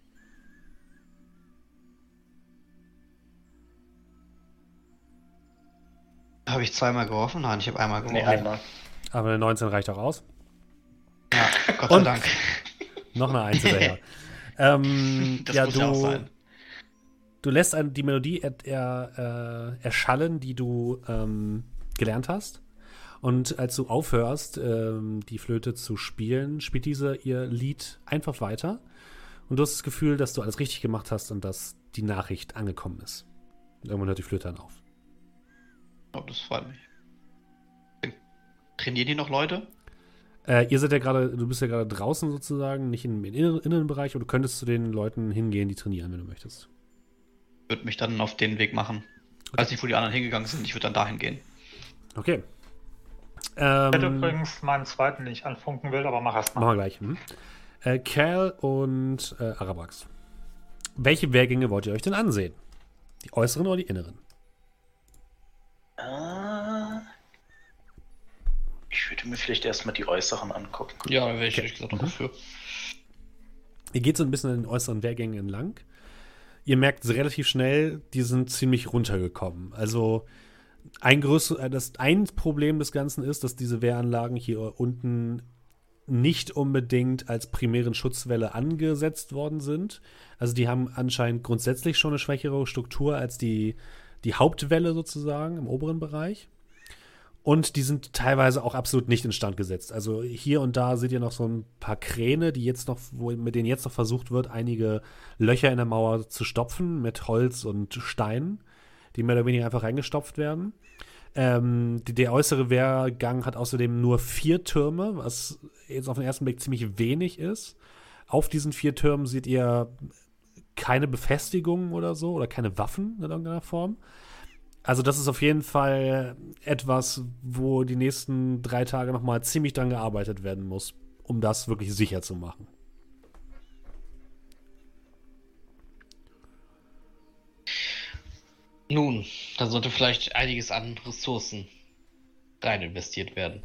Habe ich zweimal geworfen? Nein, ich habe einmal geworfen. Nee, einmal. Aber eine neunzehn reicht auch aus. Ja, Gott Und- sei Dank. Noch eine eins hinterher. ähm, Das ja, muss du, ja auch sein. du lässt ein, die Melodie er, er, äh, erschallen, die du ähm, gelernt hast. Und als du aufhörst, ähm, die Flöte zu spielen, spielt diese ihr Lied einfach weiter. Und du hast das Gefühl, dass du alles richtig gemacht hast und dass die Nachricht angekommen ist. Und irgendwann hört die Flöte dann auf. Oh, das freut mich. Trainieren die noch Leute? Äh, ihr seid ja gerade, du bist ja gerade draußen sozusagen, nicht im Innen Innenbereich, aber du könntest zu den Leuten hingehen, die trainieren, wenn du möchtest. Ich würde mich dann auf den Weg machen. Ich weiß nicht, wo die anderen hingegangen sind, ich würde dann dahin gehen. Okay. Ähm, ich hätte Ähm, übrigens meinen zweiten, den ich anfunken will, aber mach erst mal. Machen wir gleich. Mhm. Äh, Cal und äh, Arabrax. Welche Wehrgänge wollt ihr euch denn ansehen? Die äußeren oder die inneren? Ah, ich würde mir vielleicht erstmal die äußeren angucken. Ja, da wäre ich Okay. ehrlich gesagt Mhm. dafür. Ihr geht so ein bisschen an den äußeren Wehrgängen entlang. Ihr merkt relativ schnell, die sind ziemlich runtergekommen. Also ein, größ- äh, das, ein Problem des Ganzen ist, dass diese Wehranlagen hier unten nicht unbedingt als primären Schutzwelle angesetzt worden sind. Also die haben anscheinend grundsätzlich schon eine schwächere Struktur als die, die Hauptwelle sozusagen im oberen Bereich. Und die sind teilweise auch absolut nicht instand gesetzt. Also hier und da seht ihr noch so ein paar Kräne, die jetzt noch, wo, mit denen jetzt noch versucht wird, einige Löcher in der Mauer zu stopfen mit Holz und Steinen, die mehr oder weniger einfach reingestopft werden. Ähm, die, der äußere Wehrgang hat außerdem nur vier Türme, was jetzt auf den ersten Blick ziemlich wenig ist. Auf diesen vier Türmen seht ihr keine Befestigungen oder so oder keine Waffen in irgendeiner Form. Also das ist auf jeden Fall etwas, wo die nächsten drei Tage nochmal ziemlich dran gearbeitet werden muss, um das wirklich sicher zu machen. Nun, da sollte vielleicht einiges an Ressourcen rein investiert werden.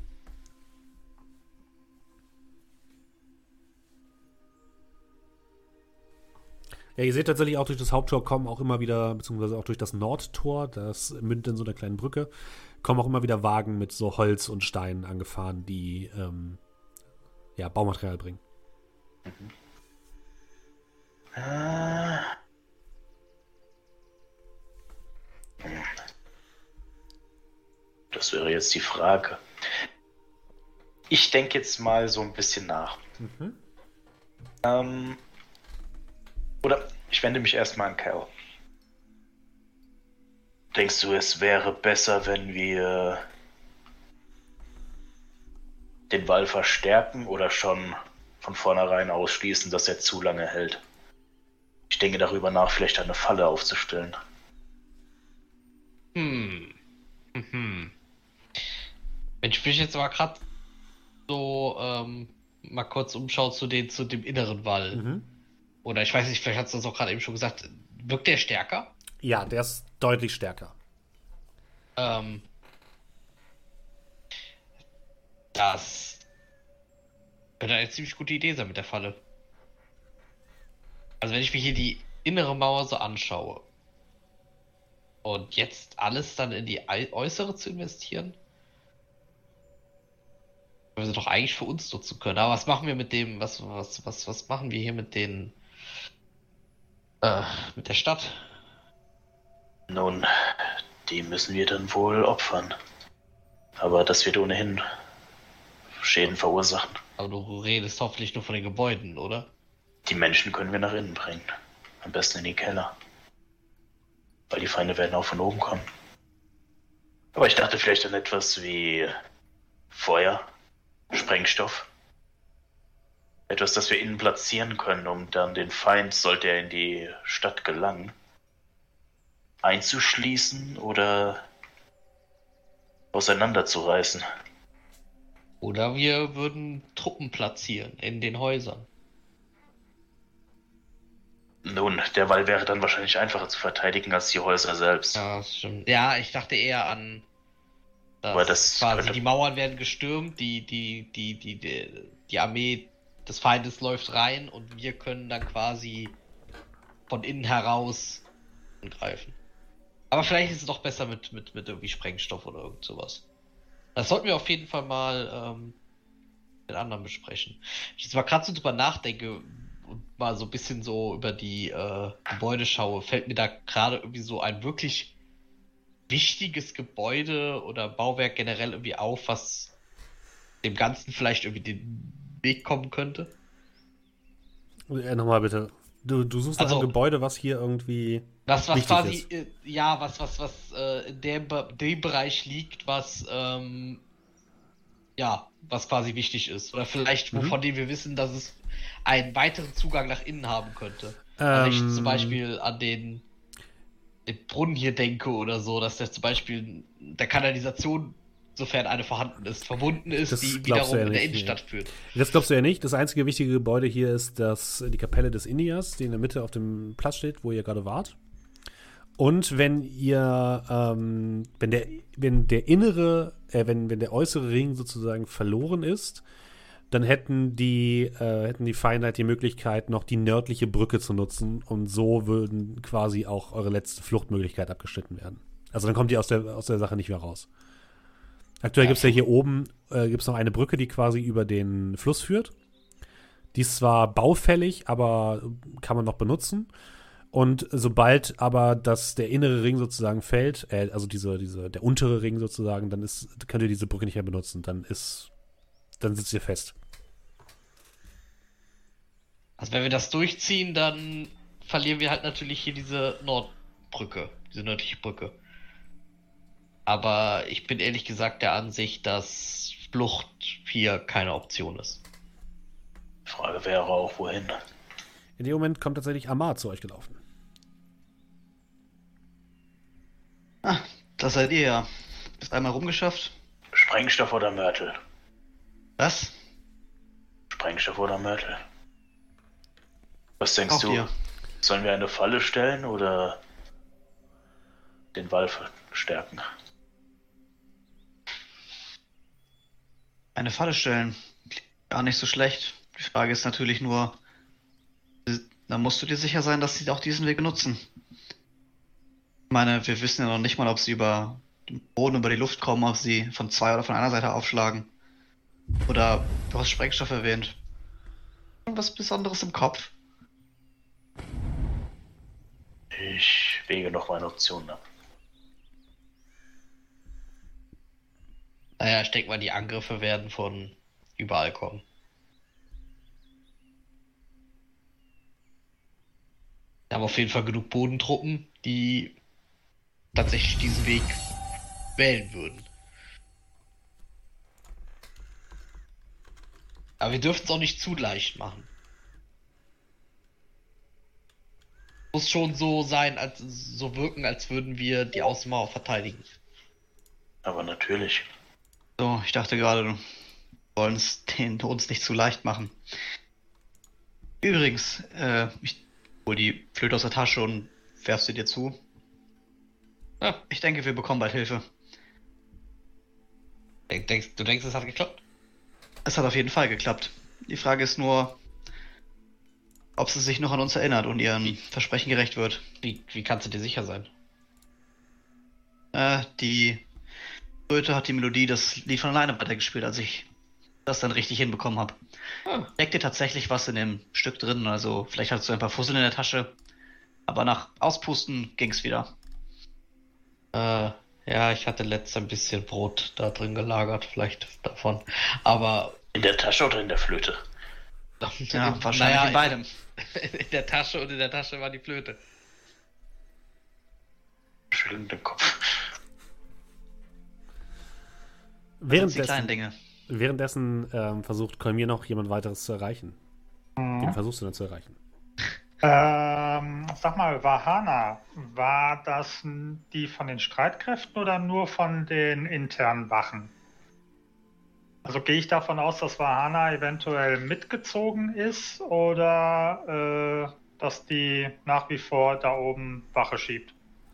Ja, ihr seht tatsächlich auch durch das Haupttor kommen auch immer wieder, beziehungsweise auch durch das Nordtor, das mündet in so einer kleinen Brücke, kommen auch immer wieder Wagen mit so Holz und Steinen angefahren, die ähm, ja, Baumaterial bringen. Mhm. Ah. Das wäre jetzt die Frage. Ich denke jetzt mal so ein bisschen nach. Mhm. Ähm, oder ich wende mich erstmal an Cal. Denkst du, es wäre besser, wenn wir den Wall verstärken oder schon von vornherein ausschließen, dass er zu lange hält? Ich denke darüber nach, vielleicht eine Falle aufzustellen. Hm. Mhm. Wenn ich mich jetzt aber gerade so ähm, mal kurz umschaue zu, den, zu dem inneren Wall. Mhm. Oder ich weiß nicht, vielleicht hast du das auch gerade eben schon gesagt. Wirkt der stärker? Ja, der ist deutlich stärker. Ähm, das könnte eine ziemlich gute Idee sein mit der Falle. Also wenn ich mir hier die innere Mauer so anschaue und jetzt alles dann in die äußere zu investieren, wir sind doch eigentlich für uns nutzen können. Aber was machen wir mit dem, was, was, was, was machen wir hier mit den, äh, mit der Stadt? Nun, die müssen wir dann wohl opfern. Aber das wird ohnehin Schäden verursachen. Aber du redest hoffentlich nur von den Gebäuden, oder? Die Menschen können wir nach innen bringen. Am besten in die Keller. Weil die Feinde werden auch von oben kommen. Aber ich dachte vielleicht an etwas wie Feuer, Sprengstoff. Etwas, das wir innen platzieren können, um dann den Feind, sollte er in die Stadt gelangen, einzuschließen oder auseinanderzureißen. Oder wir würden Truppen platzieren in den Häusern. Nun, der Wall wäre dann wahrscheinlich einfacher zu verteidigen als die Häuser selbst. Ja, das stimmt. Ja, ich dachte eher an, dass Aber das quasi könnte- die Mauern werden gestürmt, die, die, die, die, die, die Armee des Feindes läuft rein und wir können dann quasi von innen heraus angreifen. Aber vielleicht ist es doch besser mit, mit, mit irgendwie Sprengstoff oder irgend sowas. Das sollten wir auf jeden Fall mal ähm, mit anderen besprechen. Wenn ich jetzt mal gerade so drüber nachdenke und mal so ein bisschen so über die äh, Gebäude schaue, fällt mir da gerade irgendwie so ein wirklich wichtiges Gebäude oder Bauwerk generell irgendwie auf, was dem Ganzen vielleicht irgendwie den Weg kommen könnte. Äh, nochmal bitte. Du, du suchst nach Also- einem Gebäude, was hier irgendwie Was, was wichtig quasi, ist. äh, ja, was, was, was äh, in dem, Be- dem Bereich liegt, was ähm, ja, was quasi wichtig ist. Oder vielleicht, Mhm. von dem wir wissen, dass es einen weiteren Zugang nach innen haben könnte. Wenn ich zum Ähm, Beispiel an den, den Brunnen hier denke oder so, dass der zum Beispiel der Kanalisation, sofern eine vorhanden ist, verbunden ist, Das die glaubst du wiederum ja in der nicht, Innenstadt führt. Das glaubst du ja nicht. Das einzige wichtige Gebäude hier ist das, die Kapelle des Inias, die in der Mitte auf dem Platz steht, wo ihr gerade wart. Und wenn ihr, ähm, wenn der, wenn der innere, äh, wenn, wenn der äußere Ring sozusagen verloren ist, dann hätten die, äh, hätten die Feinde halt die Möglichkeit, noch die nördliche Brücke zu nutzen und so würden quasi auch eure letzte Fluchtmöglichkeit abgeschnitten werden. Also dann kommt ihr aus der, aus der Sache nicht mehr raus. Aktuell Ja. gibt es ja hier oben äh, gibt's noch eine Brücke, die quasi über den Fluss führt. Die ist zwar baufällig, aber kann man noch benutzen. Und sobald aber das, der innere Ring sozusagen fällt, äh, also diese, diese, der untere Ring sozusagen, dann ist, könnt ihr diese Brücke nicht mehr benutzen. Dann ist, dann sitzt ihr fest. Also wenn wir das durchziehen, dann verlieren wir halt natürlich hier diese Nordbrücke, diese nördliche Brücke. Aber ich bin ehrlich gesagt der Ansicht, dass Flucht hier keine Option ist. Die Frage wäre auch, wohin? In dem Moment kommt tatsächlich Amar zu euch gelaufen. Ah, das seid ihr ja. Ist einmal rumgeschafft. Sprengstoff oder Mörtel? Was? Sprengstoff oder Mörtel? Was denkst Auch du? hier. Sollen wir eine Falle stellen oder den Wall verstärken? Eine Falle stellen. Gar nicht so schlecht. Die Frage ist natürlich nur, da musst du dir sicher sein, dass sie auch diesen Weg nutzen. Ich meine, wir wissen ja noch nicht mal, ob sie über den Boden, über die Luft kommen, ob sie von zwei oder von einer Seite aufschlagen. Oder du hast Sprengstoff erwähnt. Irgendwas Besonderes im Kopf? Ich wege noch meine Optionen ab. Naja, ich denke mal, die Angriffe werden von überall kommen. Wir haben auf jeden Fall genug Bodentruppen, die tatsächlich diesen Weg wählen würden. Aber wir dürfen es auch nicht zu leicht machen. Muss schon so sein, als so wirken, als würden wir die Außenmauer verteidigen. Aber natürlich. So, ich dachte gerade, du wollen es den uns nicht zu leicht machen. Übrigens, äh, ich hol die Flöte aus der Tasche und werf sie dir zu. Ja. Ich denke, wir bekommen bald Hilfe. Denk, denkst, du denkst, es hat geklappt? Es hat auf jeden Fall geklappt. Die Frage ist nur, ob sie sich noch an uns erinnert und ihren Versprechen gerecht wird. Wie, wie kannst du dir sicher sein? Äh, die Flöte hat die Melodie das Lied von alleine weitergespielt, als ich das dann richtig hinbekommen habe. Ah. Steckt dir tatsächlich was in dem Stück drin, also vielleicht hast du ein paar Fussel in der Tasche, aber nach Auspusten ging's wieder. Äh, ja, ich hatte letztes ein bisschen Brot da drin gelagert, vielleicht davon. Aber In der Tasche oder in der Flöte? Ja, wahrscheinlich naja, in beidem. In der Tasche und in der Tasche war die Flöte. Schütteln den Kopf. Das sind die kleinen Währenddessen, Dinge. währenddessen ähm, versucht Kolmir noch jemand weiteres zu erreichen. Wen Mhm. versuchst du denn zu erreichen? Ähm, sag mal, Vahana, war das n- die von den Streitkräften oder nur von den internen Wachen? Also gehe ich davon aus, dass Vahana eventuell mitgezogen ist oder äh, dass die nach wie vor da oben Wache schiebt?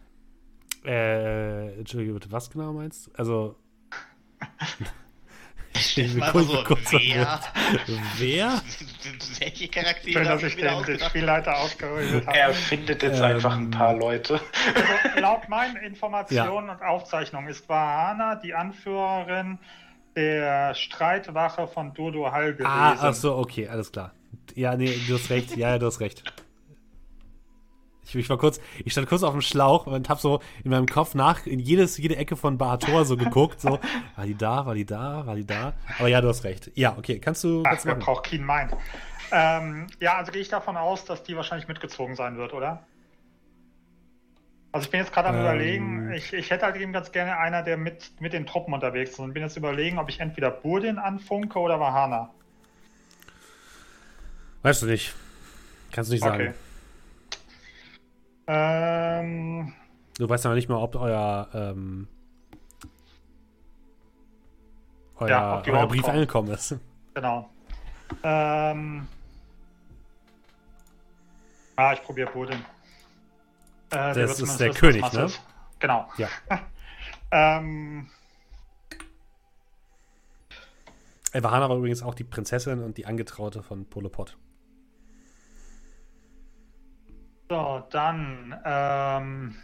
Äh, Entschuldige bitte, was genau meinst du? Also. Ich bin Mal kurz, so, kurz wer? Wer? Welche Charaktere Schön, dass hab ich wieder den, den ausgedacht? Spielleiter ausgeredet Er habe. findet jetzt Ähm. einfach ein paar Leute. Also, laut meinen Informationen und Aufzeichnungen ist Vahana die Anführerin der Streitwache von Dodo Hall gewesen. Ah, ach so, okay, alles klar. Ja, nee, du hast recht. Ja, ja, du hast recht. Ich, ich war kurz, ich stand kurz auf dem Schlauch und hab so in meinem Kopf nach in jedes, jede Ecke von Bahator so geguckt, so, war die da, war die da, war die da? Aber ja, du hast recht. Ja, okay, kannst du, Ach, kannst du wer machen. braucht Keen Mind? Ähm, ja, also gehe ich davon aus, dass die wahrscheinlich mitgezogen sein wird, oder? Also ich bin jetzt gerade am Ähm. überlegen, ich, ich hätte halt eben ganz gerne einer, der mit, mit den Truppen unterwegs ist. Und bin jetzt überlegen, ob ich entweder Burdin anfunke oder Vahana. Weißt du nicht. Kannst du nicht sagen. Okay. Ähm, Du weißt aber nicht mal, ob euer, ähm, euer, Ja, ob die euer überhaupt Brief kommen. angekommen ist. genau. Ähm, ah, ich probiere Burdin. Äh, der Das wird ist zumindest der wissen, König, was ne? Masse ist. Genau. Ja. ähm, Elvahana war übrigens auch die Prinzessin und die Angetraute von Polopod. so, dann ähm,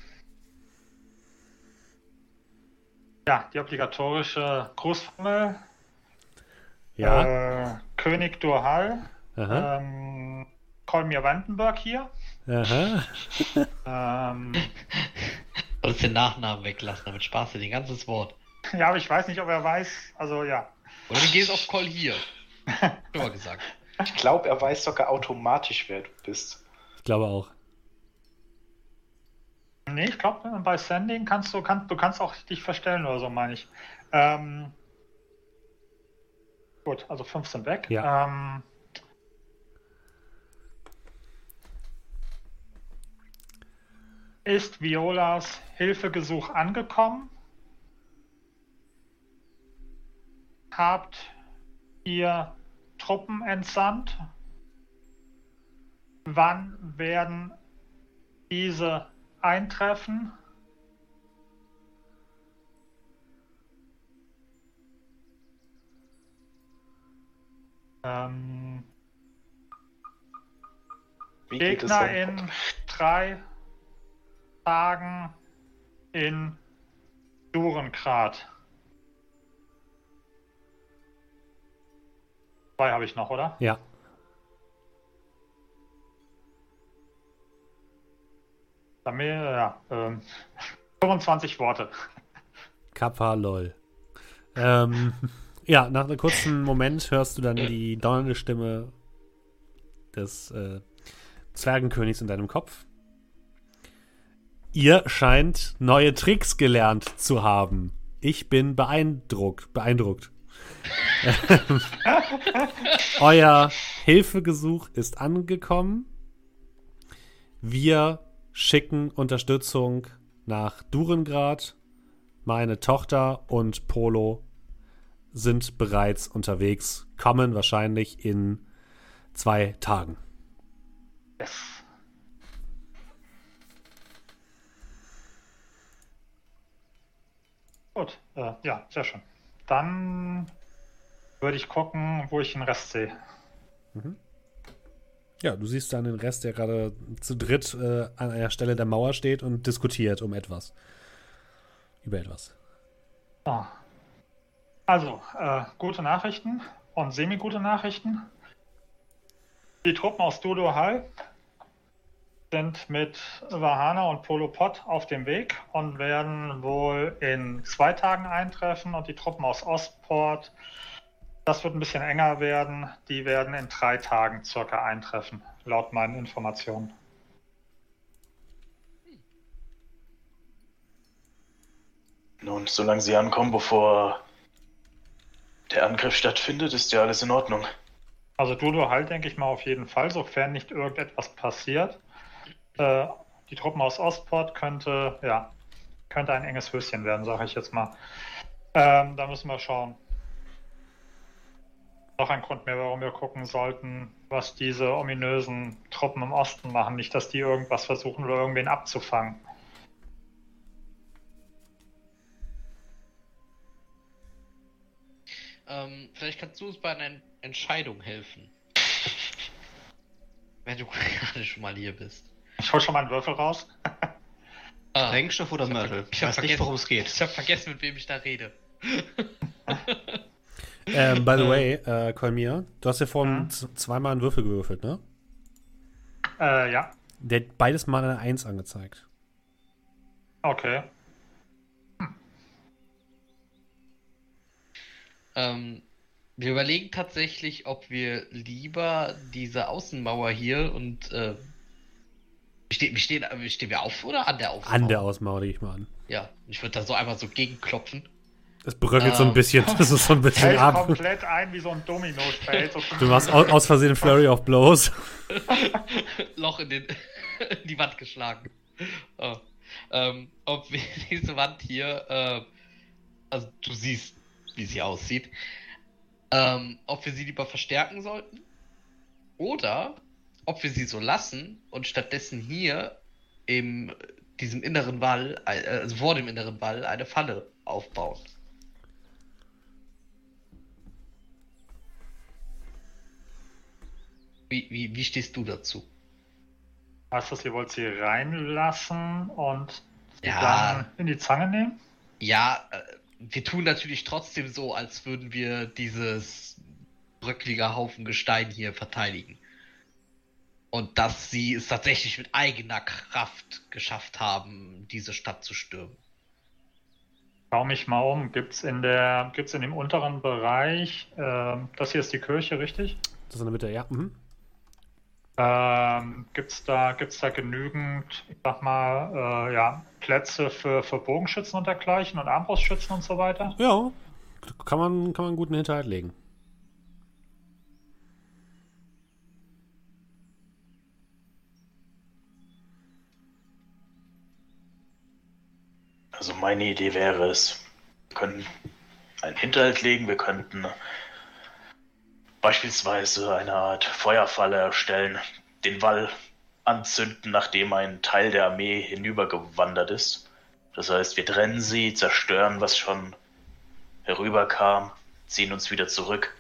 ja, die obligatorische Grußformel. Ja. Äh, König Durhal. Aha. Ähm, Kolmir Vandenberg hier. Aha. Ähm, Sollst den Nachnamen weglassen, damit sparst du dir ein ganzes Wort. ja, aber ich weiß nicht, ob er weiß. Also ja. Oder du gehst auf Call hier. Schon mal gesagt. Ich glaube, er weiß sogar automatisch, wer du bist. Ich glaube auch. Nee, ich glaube, bei Sending kannst du, kannst, du kannst auch dich verstellen oder so, meine ich. Ähm, gut, also fünf sind weg. Ja. Ähm, ist Violas Hilfegesuch angekommen? Habt ihr Truppen entsandt? Wann werden diese eintreffen? Ähm, Wie geht es Gegner denn? in drei Tagen in Durengrad. Zwei habe ich noch, oder? Ja. Damit, ja, ähm, fünfundzwanzig Worte. Kappa lol. Ähm, ja, nach einem kurzen Moment hörst du dann die donnernde Stimme des äh, Zwergenkönigs in deinem Kopf. Ihr scheint neue Tricks gelernt zu haben. Ich bin beeindruckt. Beeindruckt. Euer Hilfegesuch ist angekommen. Wir schicken Unterstützung nach Durengrad. Meine Tochter und Polo sind bereits unterwegs, kommen wahrscheinlich in zwei Tagen. Yes. Gut, äh, ja, sehr schön. Dann würde ich gucken, wo ich den Rest sehe. Ja, du siehst dann den Rest, der gerade zu dritt äh, an einer Stelle der Mauer steht und diskutiert um etwas. Über etwas. So. Also, äh, gute Nachrichten und semi-gute Nachrichten. Die Truppen aus Dudo Hall sind mit Vahana und Polopod auf dem Weg und werden wohl in zwei Tagen eintreffen. Und die Truppen aus Ostport, das wird ein bisschen enger werden, die werden in drei Tagen circa eintreffen, laut meinen Informationen. Nun, solange sie ankommen, bevor der Angriff stattfindet, ist ja alles in Ordnung. Also Dudo Hall denke ich mal auf jeden Fall, sofern nicht irgendetwas passiert. Äh, die Truppen aus Ostport könnte, ja, könnte ein enges Höschen werden, sage ich jetzt mal. Ähm, da müssen wir schauen. Noch ein Grund mehr, warum wir gucken sollten, was diese ominösen Truppen im Osten machen. Nicht, dass die irgendwas versuchen oder irgendwen abzufangen. Ähm, vielleicht kannst du uns bei einer Entscheidung helfen. Wenn du gerade schon mal hier bist. Ich hol schon mal einen Würfel raus. Ah, Sprengstoff oder Mörtel? ich Ich hab weiß nicht, vergessen- worum es geht. ich hab vergessen, mit wem ich da rede. Ähm, by the way, äh, Kolmir, du hast ja vorhin Mhm. z- zweimal einen Würfel gewürfelt, ne? Äh, ja, Der hat beides mal eine eins angezeigt. okay. Ähm, wir überlegen tatsächlich, ob wir lieber diese Außenmauer hier und äh, stehen, wir, stehen, wir stehen wir auf oder an der Ausmauer? An der Ausmauer, nehme ich mal an. Ja, ich würde da so einmal so gegenklopfen. Es bröckelt so ein Ähm. bisschen, das ist so ein bisschen Fällt ab. komplett ein wie so ein Domino-Spiel. So Du machst aus, aus Versehen Flurry of Blows. Loch in, den, in die Wand geschlagen. Oh. Ähm, ob wir diese Wand hier, äh, also du siehst, wie sie aussieht, ähm, ob wir sie lieber verstärken sollten oder ob wir sie so lassen und stattdessen hier im diesem inneren Wall, äh, also vor dem inneren Wall, eine Falle aufbauen. Wie, wie, wie stehst du dazu? Heißt das, ihr wollt sie reinlassen und sie Ja. dann in die Zange nehmen? Ja, äh, wir tun natürlich trotzdem so, als würden wir dieses bröcklige Haufen Gestein hier verteidigen. Und dass sie es tatsächlich mit eigener Kraft geschafft haben, diese Stadt zu stürmen. Schau mich mal um. Gibt's in der, gibt's in dem unteren Bereich, ähm, das hier ist die Kirche, richtig? Das ist in der Mitte, ja. Mhm. Ähm, gibt's da, gibt's da genügend, ich sag mal, äh, ja, Plätze für, für Bogenschützen und dergleichen und Armbrustschützen und so weiter? Ja, kann man, kann man gut in den Hinterhalt legen. Also meine Idee wäre es, wir könnten einen Hinterhalt legen, wir könnten beispielsweise eine Art Feuerfalle erstellen, den Wall anzünden, nachdem ein Teil der Armee hinübergewandert ist. Das heißt, wir trennen sie, zerstören, was schon herüberkam, ziehen uns wieder zurück.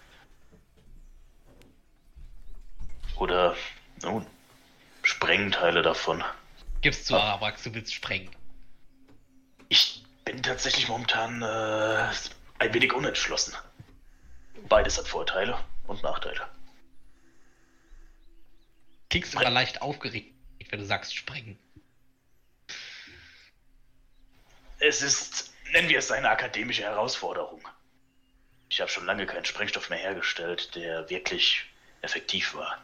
Oder, nun, sprengen Teile davon. Gibst du, Arabrax, du willst sprengen. Ich bin tatsächlich momentan äh, ein wenig unentschlossen. Beides hat Vorteile und Nachteile. Klingst immer leicht aufgeregt, wenn du sagst sprengen. Es ist, nennen wir es, eine akademische Herausforderung. Ich habe schon lange keinen Sprengstoff mehr hergestellt, der wirklich effektiv war.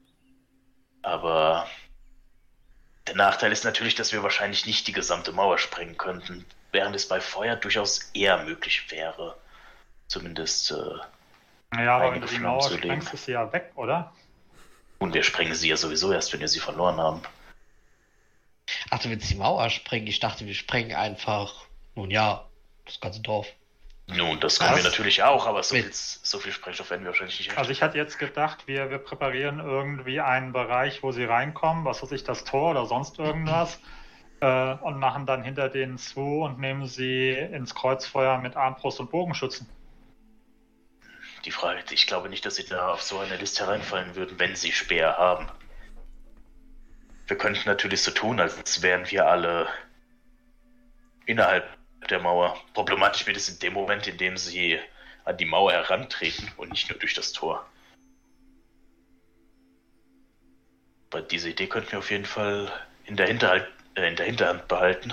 Aber der Nachteil ist natürlich, dass wir wahrscheinlich nicht die gesamte Mauer sprengen könnten, während es bei Feuer durchaus eher möglich wäre. Zumindest, äh, Ja, aber wenn einige du die Flammen Mauer zu legen. sprengst, ist sie ja weg, oder? Und wir sprengen sie ja sowieso erst, wenn wir sie verloren haben. Ach, du willst die Mauer sprengen? Ich dachte, wir sprengen einfach, nun ja, das ganze Dorf. Nun, das können Was? wir natürlich auch, aber so Mit- viel, so viel Sprengstoff werden wir wahrscheinlich nicht Also ich hatte jetzt gedacht, wir, wir präparieren irgendwie einen Bereich, wo sie reinkommen, was weiß ich, das Tor oder sonst irgendwas, äh, und machen dann hinter denen zu und nehmen sie ins Kreuzfeuer mit Armbrust und Bogenschützen. Die Frage, ich glaube nicht, dass sie da auf so eine Liste hereinfallen würden, wenn sie Speer haben. Wir könnten natürlich so tun, als wären wir alle innerhalb der Mauer. Problematisch wird es in dem Moment, in dem sie an die Mauer herantreten und nicht nur durch das Tor. Aber diese Idee könnten wir auf jeden Fall in der, Hinterhalt, äh, in der Hinterhand behalten.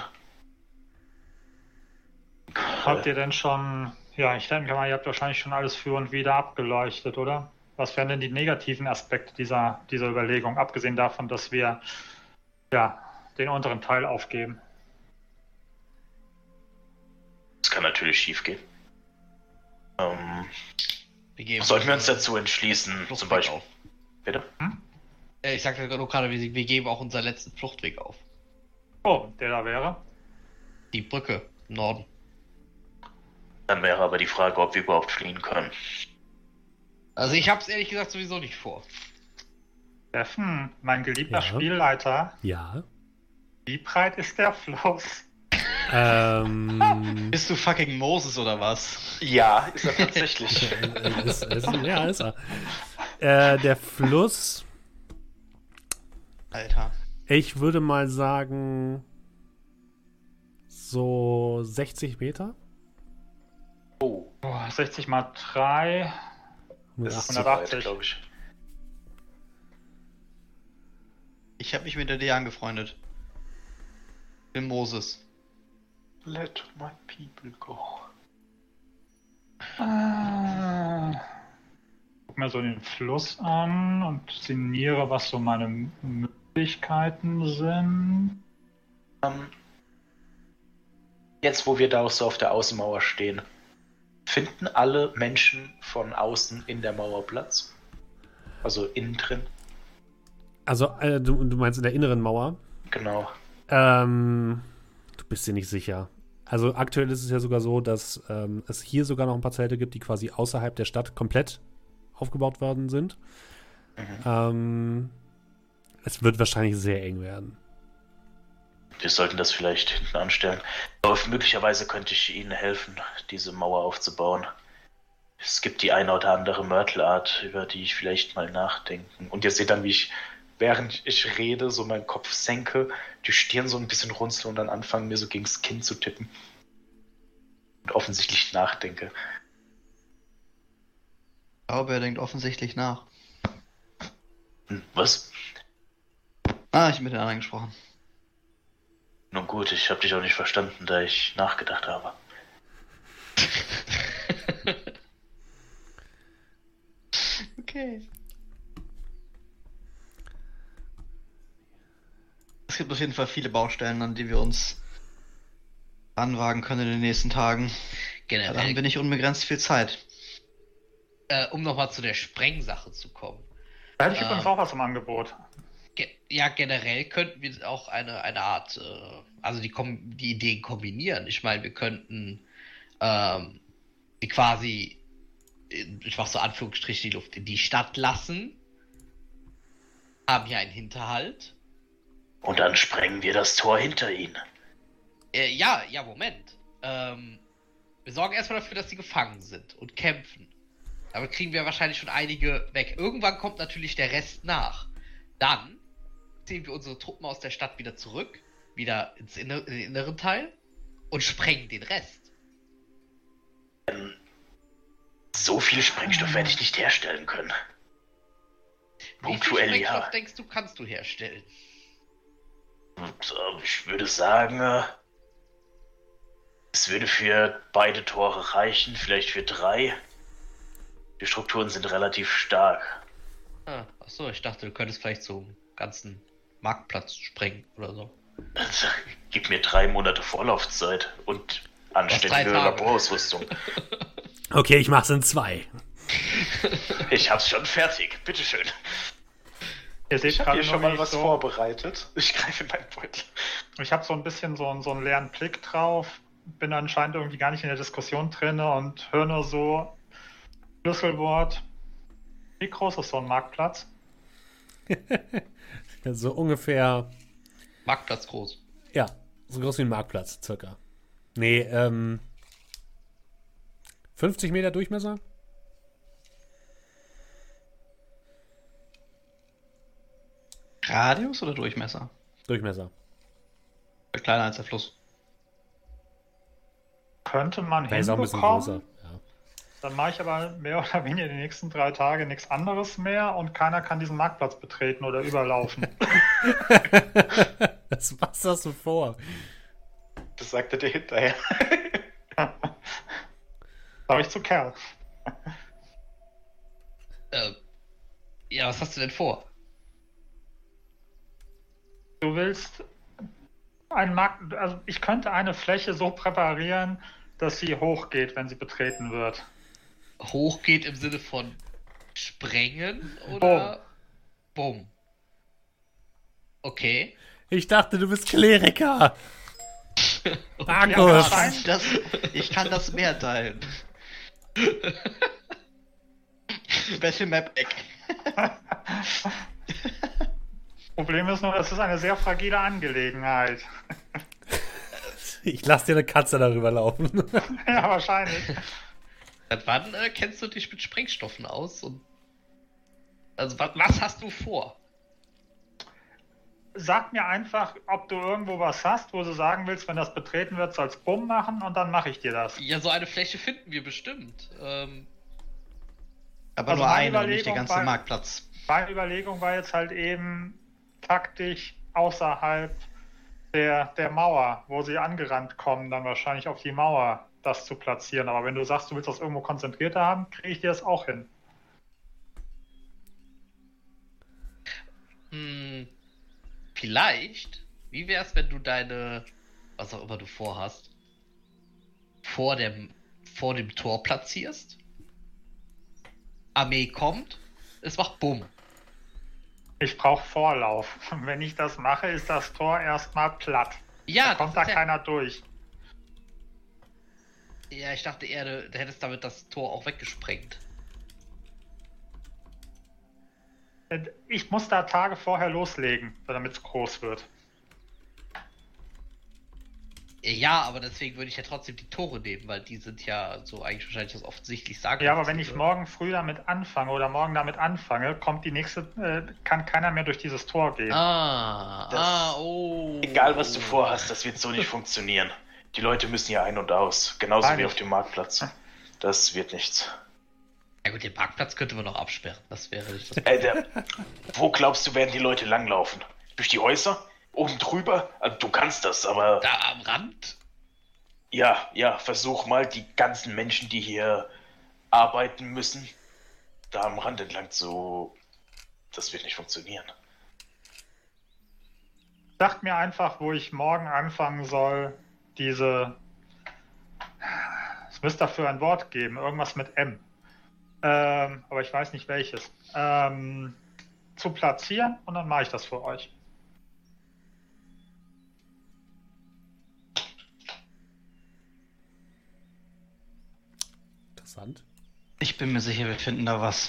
Habt ihr denn schon, ja, ich denke mal, ihr habt wahrscheinlich schon alles für und wieder abgeleuchtet, oder? Was wären denn die negativen Aspekte dieser, dieser Überlegung, abgesehen davon, dass wir ja, den unteren Teil aufgeben? Das kann natürlich schief gehen. Ähm, Wir geben sollten wir uns unsere dazu entschließen, Fluchtweg zum Beispiel... auf. Bitte? Äh, Ich sagte nur gerade, wir, wir geben auch unseren letzten Fluchtweg auf. Oh, der da wäre? Die Brücke im Norden. Dann wäre aber die Frage, ob wir überhaupt fliehen können. Also ich hab's ehrlich gesagt sowieso nicht vor. Steffen, mein geliebter Ja. Spielleiter, Ja. wie breit ist der Fluss? Ähm. Bist du fucking Moses oder was? Ja, ist er tatsächlich. ist, ist, ja, ist er. Äh, der Fluss, Alter. ich würde mal sagen, so sechzig Meter. Oh, Oh, sechzig mal drei. das ist zu hundertachtzig. weit, glaube ich. Ich habe mich mit der D angefreundet. Bin Moses. Let my people go. Ah. Guck mir so den Fluss an und sinniere, was so meine Möglichkeiten sind. Ähm, jetzt, wo wir da auch so auf der Außenmauer stehen, finden alle Menschen von außen in der Mauer Platz? Also innen drin? Also, äh, du, du meinst in der inneren Mauer? Genau. Ähm, du bist dir nicht sicher. Also aktuell ist es ja sogar so, dass ähm, es hier sogar noch ein paar Zelte gibt, die quasi außerhalb der Stadt komplett aufgebaut worden sind. Mhm. Ähm, es wird wahrscheinlich sehr eng werden. Wir sollten das vielleicht hinten anstellen. Aber möglicherweise könnte ich Ihnen helfen, diese Mauer aufzubauen. Es gibt die eine oder andere Mörtelart, über die ich vielleicht mal nachdenken. Und ihr seht dann, wie ich, während ich rede, so meinen Kopf senke, die Stirn so ein bisschen runzle und dann anfange, mir so gegen das Kinn zu tippen. Und offensichtlich nachdenke. Ich glaube, er denkt offensichtlich nach. Hm, was? Ah, ich habe mit den anderen gesprochen. Nun gut, ich habe dich auch nicht verstanden, da ich nachgedacht habe. Okay. Es gibt auf jeden Fall viele Baustellen, an die wir uns anwagen können in den nächsten Tagen. Generell, Da haben wir nicht unbegrenzt viel Zeit. äh, um nochmal zu der Sprengsache zu kommen. Da hätte ich Ähm, übrigens auch was im Angebot. Ge ja, generell könnten wir auch eine, eine Art, äh, also die, Kom die Ideen kombinieren. Ich meine, wir könnten ähm, die quasi, ich mache so Anführungsstriche die Luft, in die Stadt lassen, haben hier einen Hinterhalt. Und dann sprengen wir das Tor hinter ihnen. Äh, ja, ja, Moment. Ähm, wir sorgen erstmal dafür, dass sie gefangen sind und kämpfen. Damit kriegen wir wahrscheinlich schon einige weg. Irgendwann kommt natürlich der Rest nach. Dann ziehen wir unsere Truppen aus der Stadt wieder zurück, wieder ins Inner in den inneren Teil und sprengen den Rest. Ähm, so viel Sprengstoff werde ich nicht herstellen können. Wie viel Punktuell Sprengstoff ja. denkst du, kannst du herstellen? Und, äh, ich würde sagen, äh, es würde für beide Tore reichen, vielleicht für drei. Die Strukturen sind relativ stark. Ah, achso, ich dachte, du könntest vielleicht zum ganzen Marktplatz sprengen oder so. Also, gib mir drei Monate Vorlaufzeit und drei anständige Tage. Laborausrüstung. Okay, ich mach's in zwei. Ich hab's schon fertig, bitteschön. Ihr seht Ich habe gerade hier schon nur, mal wie was ich so, vorbereitet. Ich greife in meinen Beutel. Ich habe so ein bisschen so, so einen leeren Blick drauf, bin anscheinend irgendwie gar nicht in der Diskussion drin und höre nur so Schlüsselwort. Wie groß ist so ein Marktplatz? So ungefähr, Marktplatz groß. ja, so groß wie ein Marktplatz, circa. Nee, ähm, fünfzig Meter Durchmesser? Radius oder Durchmesser? Durchmesser. Kleiner als der Fluss. Könnte man Der ist auch ein bisschen größer. hinbekommen. Ja. Dann mache ich aber mehr oder weniger die nächsten drei Tage nichts anderes mehr und keiner kann diesen Marktplatz betreten oder überlaufen. Was, was hast du vor? Das sagte der hinterher. Sag ich zu Kerl. Äh, ja, was hast du denn vor? Du willst einen Markt, also ich könnte eine Fläche so präparieren, dass sie hochgeht, wenn sie betreten wird. Hochgeht im Sinne von sprengen oder Bumm? Okay. Ich dachte, du bist Kleriker. Ja, Markus. wahrscheinlich. Das, ich kann das Meer teilen. Special Map Eck. Problem ist nur, es ist eine sehr fragile Angelegenheit. Ich lass dir eine Katze darüber laufen. Ja, wahrscheinlich. Seit wann äh, kennst du dich mit Sprengstoffen aus? Und also wa was hast du vor? Sag mir einfach, ob du irgendwo was hast, wo du sagen willst, wenn das betreten wird, soll's Bumm machen und dann mache ich dir das. Ja, so eine Fläche finden wir bestimmt. Ähm, Aber Also nur meine eine und nicht der Überlegung ganze war- Marktplatz. Meine Überlegung war jetzt halt eben taktisch außerhalb der, der Mauer, wo sie angerannt kommen, dann wahrscheinlich auf die Mauer das zu platzieren. Aber wenn du sagst, du willst das irgendwo konzentrierter haben, kriege ich dir das auch hin. hm, vielleicht, wie wär's, wenn du deine, was auch immer du vorhast, vor dem, vor dem Tor platzierst? Armee kommt, es macht Bumm. Ich brauche Vorlauf. Wenn ich das mache, ist das Tor erstmal platt. Ja, da kommt da das ist ja- keiner durch. Ja, ich dachte eher, du, du hättest damit das Tor auch weggesprengt. Ich muss da Tage vorher loslegen, damit es groß wird. Ja, aber deswegen würde ich ja trotzdem die Tore nehmen, weil die sind ja so eigentlich wahrscheinlich das offensichtlich sagen. Ja, aber wenn ich morgen früh damit anfange oder morgen damit anfange, kommt die nächste, äh, kann keiner mehr durch dieses Tor gehen. Ah, Das- ah, oh. Egal, was du vorhast, das wird so nicht funktionieren. Die Leute müssen hier ein- und aus. Genauso Nein, wie ich- auf dem Marktplatz. Das wird nichts. Ja gut, den Parkplatz könnte man noch absperren. Das wäre nicht das Äh, der, wo glaubst du, werden die Leute langlaufen? Durch die Häuser? Oben drüber? Also, du kannst das, aber... Da am Rand? Ja, ja, versuch mal, die ganzen Menschen, die hier arbeiten müssen, da am Rand entlang zu... Das wird nicht funktionieren. Sagt mir einfach, wo ich morgen anfangen soll, diese... Es müsste dafür ein Wort geben, irgendwas mit M. Ähm, aber ich weiß nicht welches. Ähm, zu platzieren und dann mache ich das für euch. Interessant. Ich bin mir sicher, wir finden da was.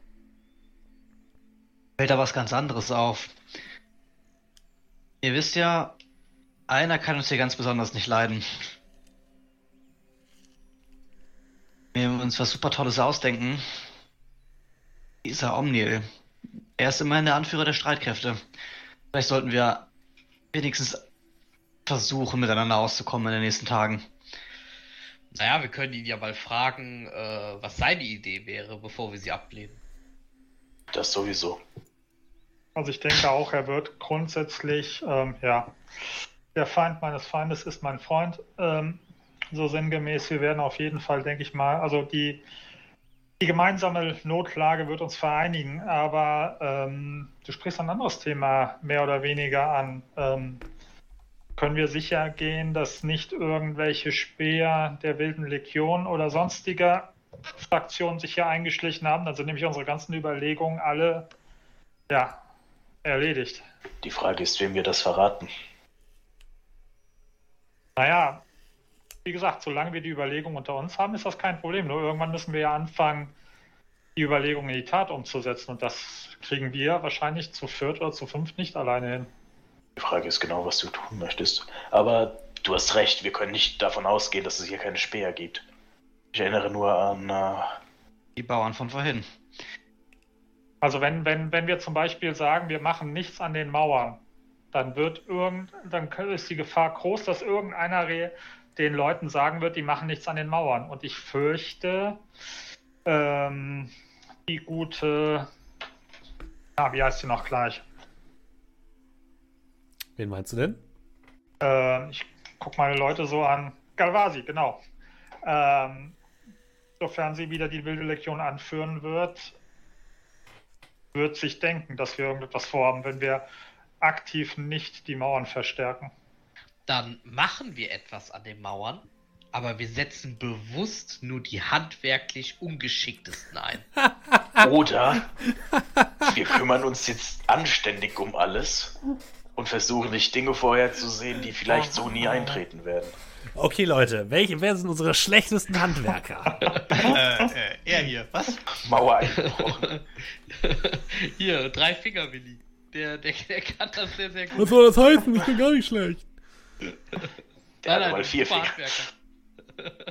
Fällt da was ganz anderes auf. Ihr wisst ja, einer kann uns hier ganz besonders nicht leiden. Wenn wir uns was super Tolles ausdenken, dieser Omniel. Er ist immerhin der Anführer der Streitkräfte. Vielleicht sollten wir wenigstens versuchen, miteinander auszukommen in den nächsten Tagen. Naja, wir können ihn ja mal fragen, äh, was seine Idee wäre, bevor wir sie ablehnen. Das sowieso. Also ich denke auch, er wird grundsätzlich, ähm, ja, der Feind meines Feindes ist mein Freund. Ähm, so sinngemäß, wir werden auf jeden Fall, denke ich mal, also die, die gemeinsame Notlage wird uns vereinigen, aber ähm, du sprichst ein anderes Thema mehr oder weniger an. Ähm, können wir sicher gehen, dass nicht irgendwelche Späher der Wilden Legion oder sonstiger Fraktionen sich hier eingeschlichen haben? Dann sind nämlich unsere ganzen Überlegungen alle, ja, erledigt. Die Frage ist, wem wir das verraten. Naja, wie gesagt, solange wir die Überlegung unter uns haben, ist das kein Problem. Nur irgendwann müssen wir ja anfangen, die Überlegungen in die Tat umzusetzen. Und das kriegen wir wahrscheinlich zu viert oder zu fünft nicht alleine hin. Die Frage ist genau, was du tun möchtest. Aber du hast recht, wir können nicht davon ausgehen, dass es hier keine Späher gibt. Ich erinnere nur an... Äh, Die Bauern von vorhin. Also wenn, wenn, wenn wir zum Beispiel sagen, wir machen nichts an den Mauern, dann wird irgend, dann ist die Gefahr groß, dass irgendeiner re- den Leuten sagen wird, die machen nichts an den Mauern. Und ich fürchte, ähm, die gute, ah, wie heißt sie noch gleich? Wen meinst du denn? Äh, ich gucke meine Leute so an. Galvasi, genau. Ähm, sofern sie wieder die Wilde Legion anführen wird, wird sich denken, dass wir irgendetwas vorhaben, wenn wir aktiv nicht die Mauern verstärken. Dann machen wir etwas an den Mauern, aber wir setzen bewusst nur die handwerklich Ungeschicktesten ein. Oder wir kümmern uns jetzt anständig um alles und versuchen nicht Dinge vorherzusehen, die vielleicht so nie eintreten werden. Okay, Leute, welche, wer sind unsere schlechtesten Handwerker? äh, äh, er hier, was? Mauer eingebrochen. Hier, drei Finger Willi. Der, der, der kann das sehr, sehr gut. Was soll das heißen? Ich bin gar nicht schlecht. Der hatte Nein, mal nein, vier super Finger. Handwerker.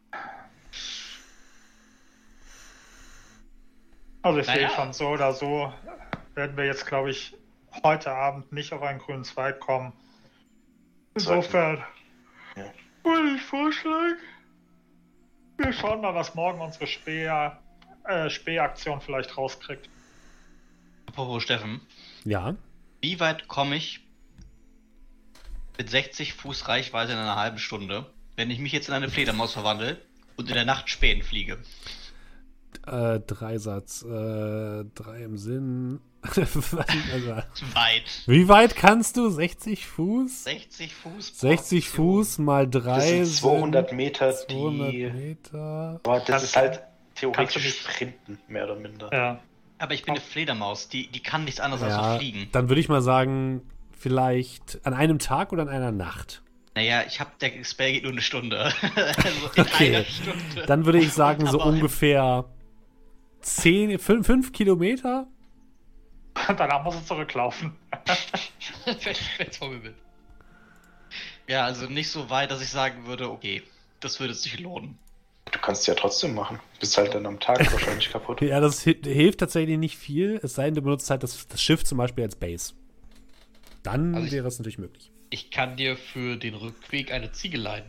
Also ich Naja. sehe schon, so oder so werden wir jetzt, glaube ich, heute Abend nicht auf einen grünen Zweig kommen. Insofern Ja. würde ich vorschlagen, wir schauen mal, was morgen unsere Späher, äh, Spähaktion vielleicht rauskriegt. Apropos Steffen, Ja. wie weit komme ich mit sechzig Fuß Reichweite in einer halben Stunde, wenn ich mich jetzt in eine Fledermaus verwandle und in der Nacht Spähen fliege? Äh, Dreisatz. Äh, drei im Sinn. Weit. Wie weit kannst du? sechzig Fuß? sechzig Fuß. sechzig Fuß mal Das drei sind zweihundert Meter, zweihundert die. Meter. Aber das Kannst ist du- halt kannst du theoretisch nicht- Sprinten, mehr oder minder. Ja. Aber ich bin eine Fledermaus, die, die kann nichts anderes als Ja, so fliegen. dann würde ich mal sagen, vielleicht an einem Tag oder an einer Nacht. Naja, ich hab, der Spell geht nur eine Stunde. Also in Okay. einer Stunde. Dann würde ich sagen, so Aber- ungefähr zehn, fünf Kilometer. Und danach muss es zurücklaufen. Wenn's vor mir will. Ja, also nicht so weit, dass ich sagen würde, okay, das würde sich lohnen. Du kannst es ja trotzdem machen. Bist halt dann am Tag wahrscheinlich kaputt. Ja, das hi- hilft tatsächlich nicht viel, es sei denn, du benutzt halt das, das Schiff zum Beispiel als Base. Dann Also ich- wäre es natürlich möglich. Ich kann dir für den Rückweg eine Ziege leihen.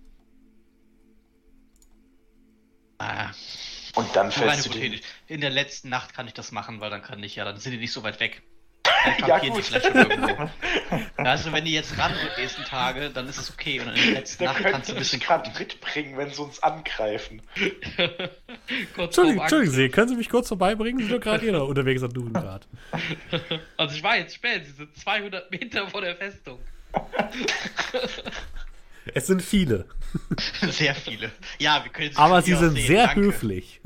Ah, Und dann rein fällst du den. hypothetisch. In der letzten Nacht kann ich das machen, weil dann kann ich ja, dann sind die nicht so weit weg. Dann Ja, kampieren die gut. vielleicht schon irgendwo. Also wenn die jetzt ran die nächsten Tage, dann ist es okay. Und in der letzten Der Nacht kannst könnte du ein bisschen mich gerade gucken. mitbringen, wenn sie uns angreifen. Kurz Entschuldigung, vorm Entschuldigung Sie, können Sie mich kurz vorbeibringen? Sie sind doch gerade hier noch unterwegs an Dudengrad. Angriff. Also ich war jetzt spät, sie sind zweihundert Meter vor der Festung. Es sind viele, Sehr viele. Ja, wir können aber von sie hier aus sind sehen. sehr Danke. höflich.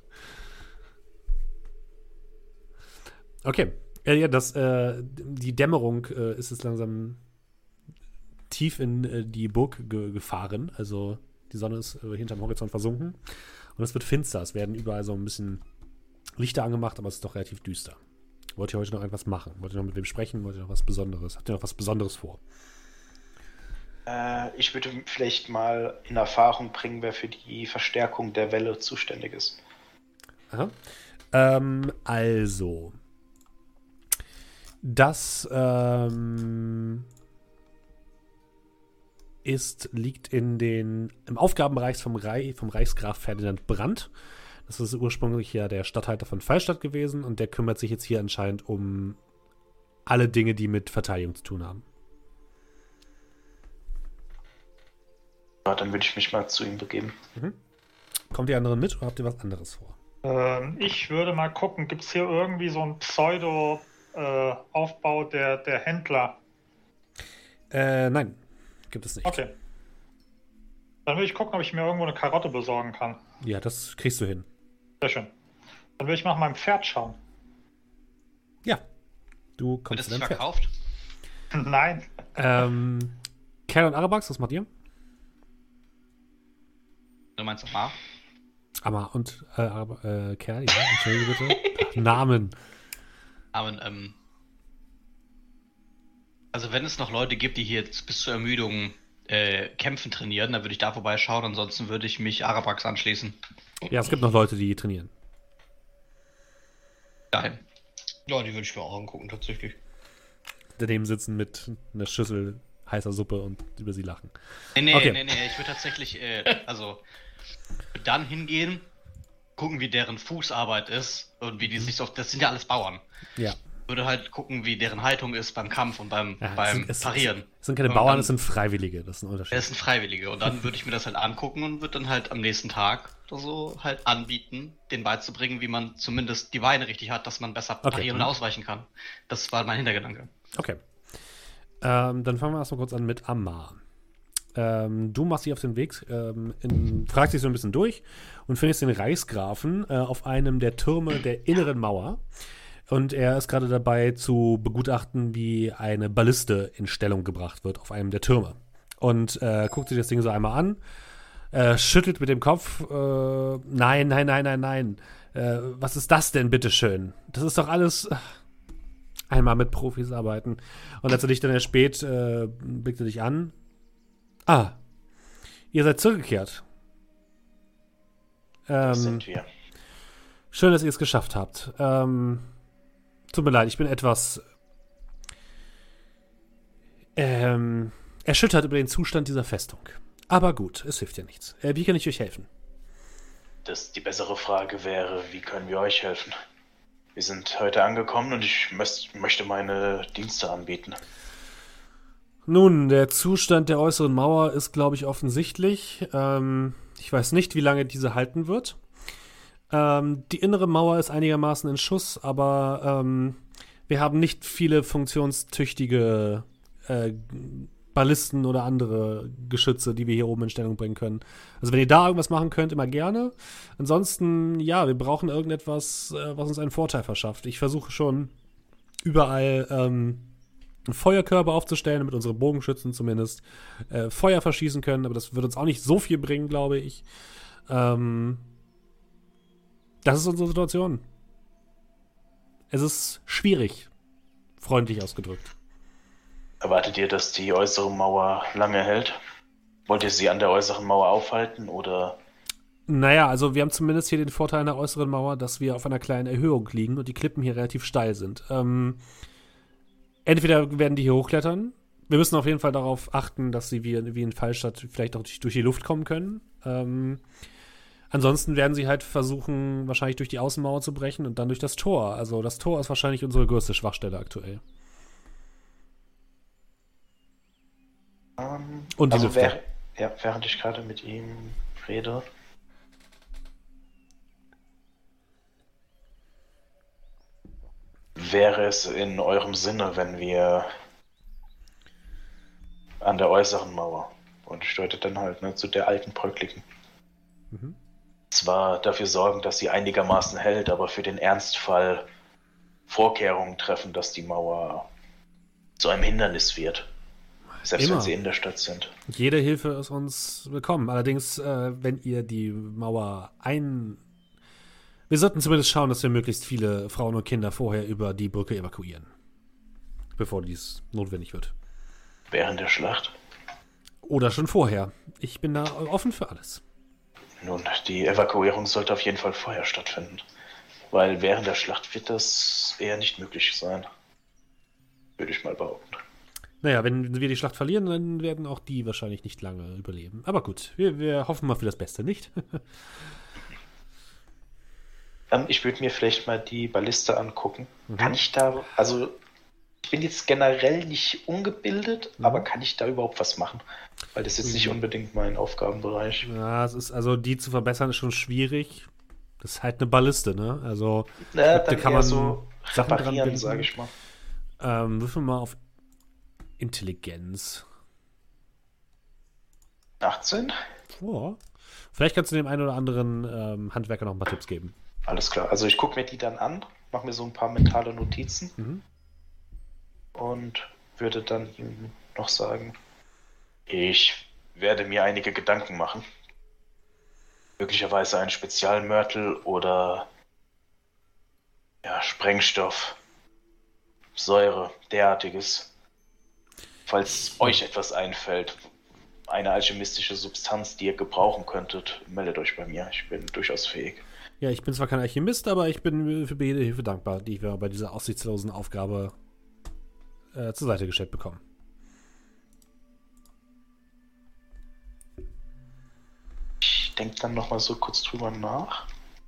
Okay, ja, ja, das, äh, die Dämmerung äh, ist jetzt langsam tief in äh, die Burg ge gefahren. Also die Sonne ist äh, hinterm Horizont versunken und es wird finster. Es werden überall so ein bisschen Lichter angemacht, aber es ist doch relativ düster. Wollt ihr heute noch etwas machen? Wollt ihr noch mit wem sprechen? Wollt ihr noch was Besonderes? Habt ihr noch was Besonderes vor? Äh, ich würde vielleicht mal in Erfahrung bringen, wer für die Verstärkung der Welle zuständig ist. Aha. Ähm, also. Das ähm, ist, liegt in den, im Aufgabenbereich vom, Reich, vom Reichsgraf Ferdinand Brandt. Das ist ursprünglich ja der Statthalter von Fallstadt gewesen und der kümmert sich jetzt hier anscheinend um alle Dinge, die mit Verteidigung zu tun haben. Ja, dann würde ich mich mal zu ihm begeben. Kommt ihr anderen mit oder habt ihr was anderes vor? Ähm, ich würde mal gucken, gibt es hier irgendwie so einen Pseudo-Aufbau der, der Händler? Äh, nein, gibt es nicht. Okay. Dann will ich gucken, ob ich mir irgendwo eine Karotte besorgen kann. Ja, das kriegst du hin. Sehr schön. Dann will ich mal nach meinem Pferd schauen. Ja, du Wird kommst das zu nicht deinem Pferd. verkauft? Nein. Ähm, Kerl und Arabax, was macht ihr? Du meinst Amar? Amar und äh, Arab- äh, Kerl, ja, entschuldige bitte. Ach, Namen. Aber, ähm. Also, wenn es noch Leute gibt, die hier jetzt bis zur Ermüdung äh, kämpfen trainieren, dann würde ich da vorbeischauen. Ansonsten würde ich mich Arabax anschließen. Ja, es gibt noch Leute, die trainieren. Dahin. Ja, die würde ich mir auch angucken, tatsächlich. Daneben sitzen mit einer Schüssel heißer Suppe und über sie lachen. Nee, nee, Okay. nee, nee, ich würde tatsächlich, äh, also, dann hingehen, gucken, wie deren Fußarbeit ist und wie die sich so, das sind ja alles Bauern. Ja. Würde halt gucken, wie deren Haltung ist beim Kampf und beim, ja beim es, sind, Parieren. es, es sind keine Und Bauern, dann- es sind Freiwillige. Das ist ein Unterschied. Das sind Freiwillige und dann würde ich mir das halt angucken und würde dann halt am nächsten Tag oder so halt anbieten, denen beizubringen, wie man zumindest die Beine richtig hat, dass man besser Okay. parieren Mhm. und ausweichen kann. Das war mein Hintergedanke. Okay. Ähm, dann fangen wir erstmal kurz an mit Amar. Ähm, du machst dich auf den Weg, ähm, in, fragst dich so ein bisschen durch und findest den Reichsgrafen äh, auf einem der Türme der inneren Mauer. Und er ist gerade dabei zu begutachten, wie eine Balliste in Stellung gebracht wird auf einem der Türme. Und äh, guckt sich das Ding so einmal an, äh, schüttelt mit dem Kopf, äh, nein, nein, nein, nein, nein. Äh, was ist das denn, bitteschön? Das ist doch alles... äh, Einmal mit Profis arbeiten. Und als er dich dann erst spät äh, blickte dich an. Ah, ihr seid zurückgekehrt. Das Ähm, sind wir. schön, dass ihr es geschafft habt. Ähm, tut mir leid, ich bin etwas ähm, erschüttert über den Zustand dieser Festung. Aber gut, es hilft ja nichts. Äh, wie kann ich euch helfen? Das, die bessere Frage wäre, wie können wir euch helfen? Wir sind heute angekommen und ich möß, möchte meine Dienste anbieten. Nun, der Zustand der äußeren Mauer ist, glaube ich, offensichtlich. Ähm, ich weiß nicht, wie lange diese halten wird. Ähm, die innere Mauer ist einigermaßen in Schuss, aber ähm, wir haben nicht viele funktionstüchtige äh, Ballisten oder andere Geschütze, die wir hier oben in Stellung bringen können. Also wenn ihr da irgendwas machen könnt, immer gerne. Ansonsten, ja, wir brauchen irgendetwas, äh, was uns einen Vorteil verschafft. Ich versuche schon überall ähm, Feuerkörper aufzustellen, damit unsere Bogenschützen zumindest äh, Feuer verschießen können, aber das wird uns auch nicht so viel bringen, glaube ich. Ähm, das ist unsere Situation. Es ist schwierig, freundlich ausgedrückt. Erwartet ihr, dass die äußere Mauer lange hält? Wollt ihr sie an der äußeren Mauer aufhalten oder? Naja, also wir haben zumindest hier den Vorteil an der äußeren Mauer, dass wir auf einer kleinen Erhöhung liegen und die Klippen hier relativ steil sind. Ähm, entweder werden die hier hochklettern. Wir müssen auf jeden Fall darauf achten, dass sie wie, wie in Fallstadt vielleicht auch durch, durch die Luft kommen können. Ähm, ansonsten werden sie halt versuchen, wahrscheinlich durch die Außenmauer zu brechen und dann durch das Tor. Also das Tor ist wahrscheinlich unsere größte Schwachstelle aktuell. Um, Und die also Lüfter. wär, ja, während ich gerade mit ihm rede. Wäre es in eurem Sinne, wenn wir an der äußeren Mauer, und ich deute dann halt ne, zu der alten Bröckligen, Mhm. zwar dafür sorgen, dass sie einigermaßen hält, aber für den Ernstfall Vorkehrungen treffen, dass die Mauer zu einem Hindernis wird. Selbst Immer. wenn sie in der Stadt sind. Jede Hilfe ist uns willkommen. Allerdings, äh, wenn ihr die Mauer ein... Wir sollten zumindest schauen, dass wir möglichst viele Frauen und Kinder vorher über die Brücke evakuieren. Bevor dies notwendig wird. Während der Schlacht. Oder schon vorher. Ich bin da offen für alles. Nun, die Evakuierung sollte auf jeden Fall vorher stattfinden. Weil während der Schlacht wird das eher nicht möglich sein. Würde ich mal behaupten. Naja, wenn wir die Schlacht verlieren, dann werden auch die wahrscheinlich nicht lange überleben. Aber gut, wir, wir hoffen mal für das Beste, nicht? Ähm, ich würde mir vielleicht mal die Balliste angucken. Mhm. Kann ich da, also ich bin jetzt generell nicht ungebildet, Mhm. aber kann ich da überhaupt was machen? Weil das ist jetzt nicht Mhm. unbedingt mein Aufgabenbereich. Ja, es ist, also die zu verbessern ist schon schwierig. Das ist halt eine Balliste, ne? Also, Ja, da dann kann eher man so Sachen dran reparieren, binden. sage ich mal. ähm, würfeln wir mal auf Intelligenz. achtzehn? Oh. Vielleicht kannst du dem einen oder anderen ähm, Handwerker noch ein paar Tipps geben. Alles klar. Also ich gucke mir die dann an, mache mir so ein paar mentale Notizen Mhm. und würde dann ihm noch sagen, ich werde mir einige Gedanken machen. Möglicherweise ein Spezialmörtel oder ja, Sprengstoff, Säure, derartiges. Falls euch etwas einfällt, eine alchemistische Substanz, die ihr gebrauchen könntet, meldet euch bei mir. Ich bin durchaus fähig. Ja, ich bin zwar kein Alchemist, aber ich bin für jede Hilfe dankbar, die wir bei dieser aussichtslosen Aufgabe äh, zur Seite gestellt bekommen. Ich denke dann nochmal so kurz drüber nach.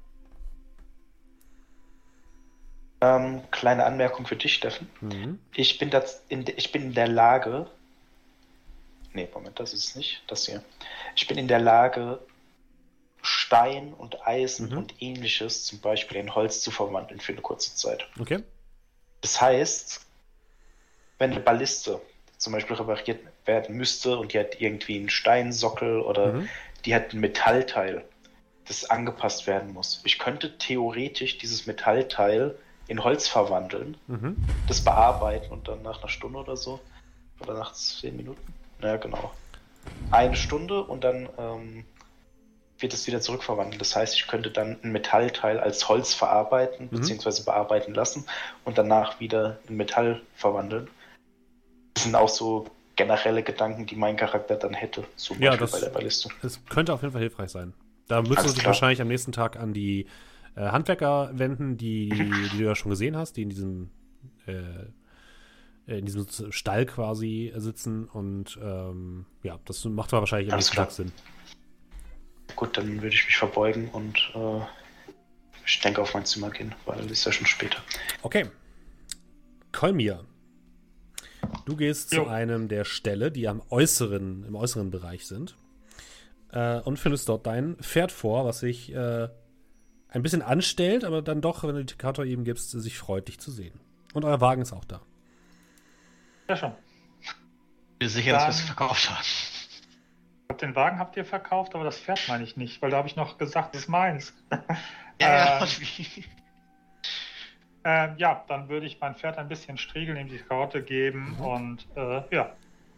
Ähm, kleine Anmerkung für dich, Steffen. Mhm. Ich bin, das in, de, ich bin in der Lage. Nee, Moment, das ist es nicht. Das hier. Ich bin in der Lage, Stein und Eisen Mhm. und ähnliches zum Beispiel in Holz zu verwandeln für eine kurze Zeit. Okay. Das heißt, wenn eine Balliste zum Beispiel repariert werden müsste und die hat irgendwie einen Steinsockel oder Mhm. die hat ein Metallteil, das angepasst werden muss. Ich könnte theoretisch dieses Metallteil in Holz verwandeln, Mhm. das bearbeiten und dann nach einer Stunde oder so, oder nach zehn Minuten, ja genau, eine Stunde und dann ähm, wird es wieder zurückverwandelt. Das heißt, ich könnte dann ein Metallteil als Holz verarbeiten, Mhm. beziehungsweise bearbeiten lassen und danach wieder in Metall verwandeln. Das sind auch so generelle Gedanken, die mein Charakter dann hätte, zum Ja, Beispiel das- bei der Balliste. Es könnte auf jeden Fall hilfreich sein. Da müsstest Alles du dich klar. wahrscheinlich am nächsten Tag an die äh, Handwerker wenden, die, die du ja schon gesehen hast, die in diesem äh, in diesem Stall quasi sitzen und ähm, ja, das macht wahrscheinlich am Alles nächsten klar. Tag Sinn. Gut, dann würde ich mich verbeugen und äh, ich denke auf mein Zimmer gehen, weil es ist ja schon später. Okay. Kolmir. Du gehst Jo. zu einem der Ställe, die am äußeren, im äußeren Bereich sind, äh, und findest dort dein Pferd vor, was sich äh, ein bisschen anstellt, aber dann doch, wenn du die Karte ihm gibst, sich freut, dich zu sehen. Und euer Wagen ist auch da. Ja, schon. Wir sind sicher, Dann- dass wir es verkauft haben. Ich glaub, den Wagen habt ihr verkauft, aber das Pferd meine ich nicht, weil da habe ich noch gesagt, das ist meins. Ja, ja. Ähm, äh, ja, dann würde ich mein Pferd ein bisschen striegeln, ihm die Karotte geben Mhm. und äh, ja.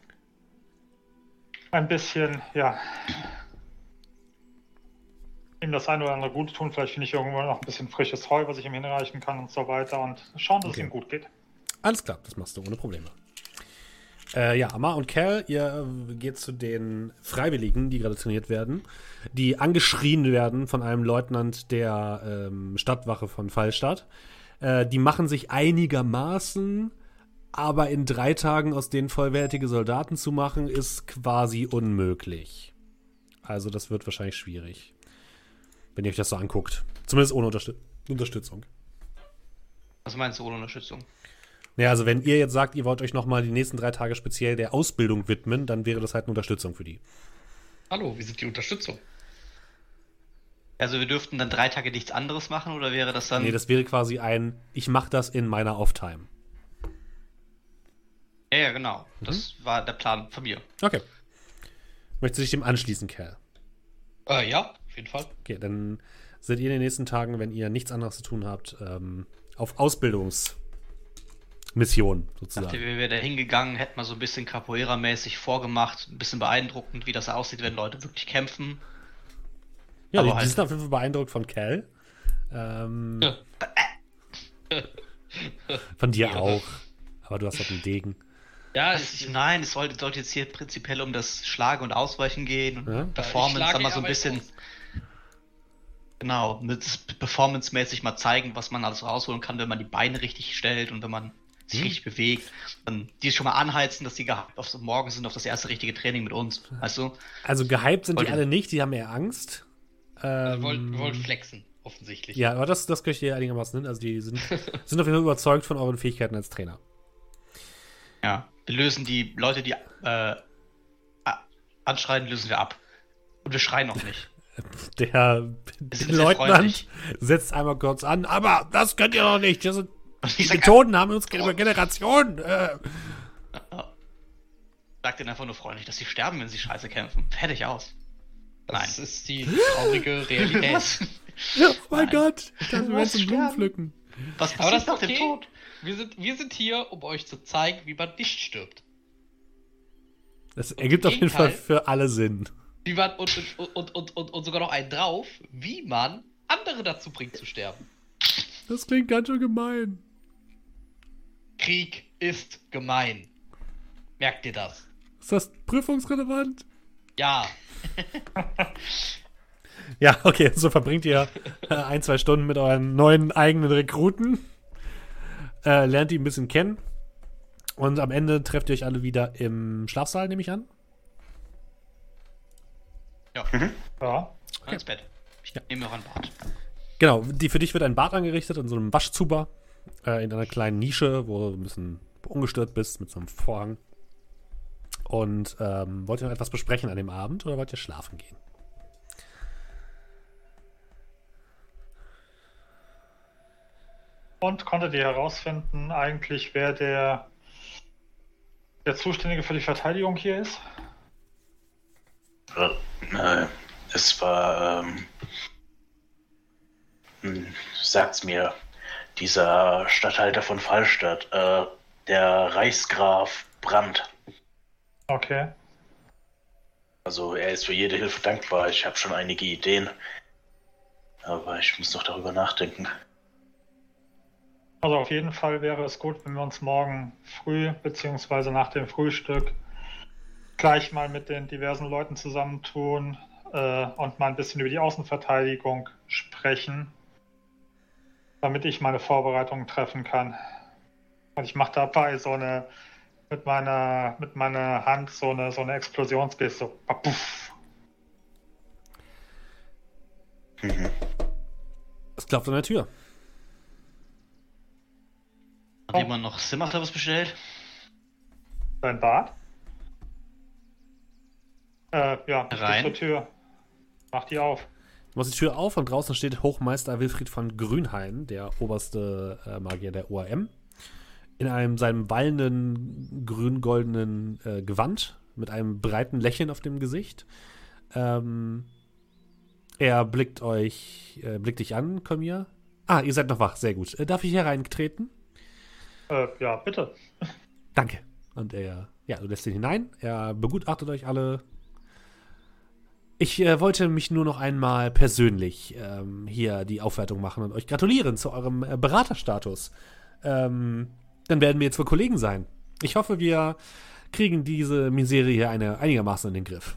Ein bisschen, ja. Ihm das eine oder andere Gute tun. Vielleicht finde ich irgendwo noch ein bisschen frisches Heu, was ich ihm hinreichen kann und so weiter. Und schauen, dass Okay. es ihm gut geht. Alles klar, das machst du ohne Probleme. Äh, ja, Amma und Cal, ihr äh, geht zu den Freiwilligen, die gerade trainiert werden, die angeschrien werden von einem Leutnant der ähm, Stadtwache von Fallstadt. Äh, die machen sich einigermaßen, aber in drei Tagen aus denen vollwertige Soldaten zu machen, ist quasi unmöglich. Also das wird wahrscheinlich schwierig, wenn ihr euch das so anguckt. Zumindest ohne Unterstüt- Unterstützung. Was meinst du ohne Unterstützung? Ja, also wenn ihr jetzt sagt, ihr wollt euch nochmal die nächsten drei Tage speziell der Ausbildung widmen, dann wäre das halt eine Unterstützung für die. Hallo, wie sind die Unterstützung? Also wir dürften dann drei Tage nichts anderes machen oder wäre das dann... Nee, das wäre quasi ein, ich mache das in meiner Off-Time. ja, ja, genau. Das war der Plan von mir. Okay. Möchtest du dich dem anschließen, Kerl? Äh, ja, auf jeden Fall. Okay, dann seid ihr in den nächsten Tagen, wenn ihr nichts anderes zu tun habt, ähm, auf Ausbildungsmission Dachte, sozusagen. wir wären da hingegangen, hätten mal so ein bisschen Capoeira-mäßig vorgemacht. Ein bisschen beeindruckend, wie das aussieht, wenn Leute wirklich kämpfen. Ja, aber die, die halt- sind auf jeden Fall beeindruckt von Cal. Ähm, Ja. von dir Ja. auch. Aber du hast doch einen Degen. Ja, Also ich, ich, nein, es sollte, sollte jetzt hier prinzipiell um das Schlagen und Ausweichen gehen und Ja. Performance, Ich schlage dann mal so ein Arbeit bisschen, aus. genau, mit Performance-mäßig mal zeigen, was man alles rausholen kann, wenn man die Beine richtig stellt und wenn man sich Hm. richtig bewegt. Dann die schon mal anheizen, dass die gehypt auf so morgen sind auf das erste richtige Training mit uns. Weißt du? Also gehypt sind die Wollte- alle nicht, die haben eher Angst. äh, Ähm, wollt, wollt flexen, offensichtlich. Ja, aber das, das kriegt ihr einigermaßen hin. Also die sind, sind auf jeden Fall überzeugt von euren Fähigkeiten als Trainer. Ja. Wir lösen die Leute, die äh, a- anschreien, lösen wir ab. Und wir schreien auch nicht. Der sind der sehr Leutnant freundlich. setzt einmal kurz an, aber das könnt ihr doch nicht. Das sind, Und die ich sag, Methoden haben uns über Generationen. Äh. sag denen einfach nur freundlich, dass sie sterben, wenn sie scheiße kämpfen. Fertig aus. Das ist die traurige Realität. Was? Oh mein Nein. Gott, ich dachte, wir werden Was zum Blumen sterben? pflücken. Was Aber das passiert ist nach dem okay. Tod? Wir sind, wir sind hier, um euch zu zeigen, wie man nicht stirbt. Das ergibt auf jeden Fall Gegenteil. für alle Sinn. Wie man und, und, und, und, und, und sogar noch einen drauf, wie man andere dazu bringt zu sterben. Das klingt ganz schön gemein. Krieg ist gemein. Merkt ihr das? Ist das prüfungsrelevant? Ja. Ja, okay, so verbringt ihr äh, ein, zwei Stunden mit euren neuen eigenen Rekruten. Äh, lernt die ein bisschen kennen. Und am Ende trefft ihr euch alle wieder im Schlafsaal, nehme ich an. Ja, Ja. ins Bett. Ich nehme mir auch ein Bad. Genau, die, für dich wird ein Bad angerichtet in so einem Waschzuber. Äh, in einer kleinen Nische, wo du ein bisschen ungestört bist mit so einem Vorhang. Und ähm, wollt ihr noch etwas besprechen an dem Abend oder wollt ihr schlafen gehen? Und konntet ihr herausfinden, eigentlich, wer der, der Zuständige für die Verteidigung hier ist? Äh, nein, es war, ähm, hm, sagt's mir, dieser Statthalter von Fallstadt, äh, der Reichsgraf Brandt. Okay. Also er ist für jede Hilfe dankbar. Ich habe schon einige Ideen, aber ich muss noch darüber nachdenken. Also auf jeden Fall wäre es gut, wenn wir uns morgen früh beziehungsweise nach dem Frühstück gleich mal mit den diversen Leuten zusammentun äh, und mal ein bisschen über die Außenverteidigung sprechen, damit ich meine Vorbereitungen treffen kann. Und ich mache dabei so eine mit meiner mit meiner Hand so eine so eine Explosionsgeste, so papuff. Mhm. Es klopft an der Tür. Hat jemand noch Zimmer oder was bestellt? Dein Bad? Äh, ja, ich Rein. geh zur Tür. Mach die auf. machst die Tür auf und draußen steht Hochmeister Wilfried von Grünhain, der oberste äh, Magier der O A M, in einem seinem wallenden grün-goldenen äh, Gewand mit einem breiten Lächeln auf dem Gesicht. Ähm, er blickt euch, äh, blickt dich an, Cormia. Ah, ihr seid noch wach, sehr gut. Äh, darf ich hier reintreten? Äh, ja, bitte. Danke. Und er, ja, du lässt ihn hinein. Er begutachtet euch alle. Ich äh, wollte mich nur noch einmal persönlich ähm, hier die Aufwertung machen und euch gratulieren zu eurem äh, Beraterstatus. Ähm, dann werden wir jetzt wohl Kollegen sein. Ich hoffe, wir kriegen diese Misere hier eine, einigermaßen in den Griff.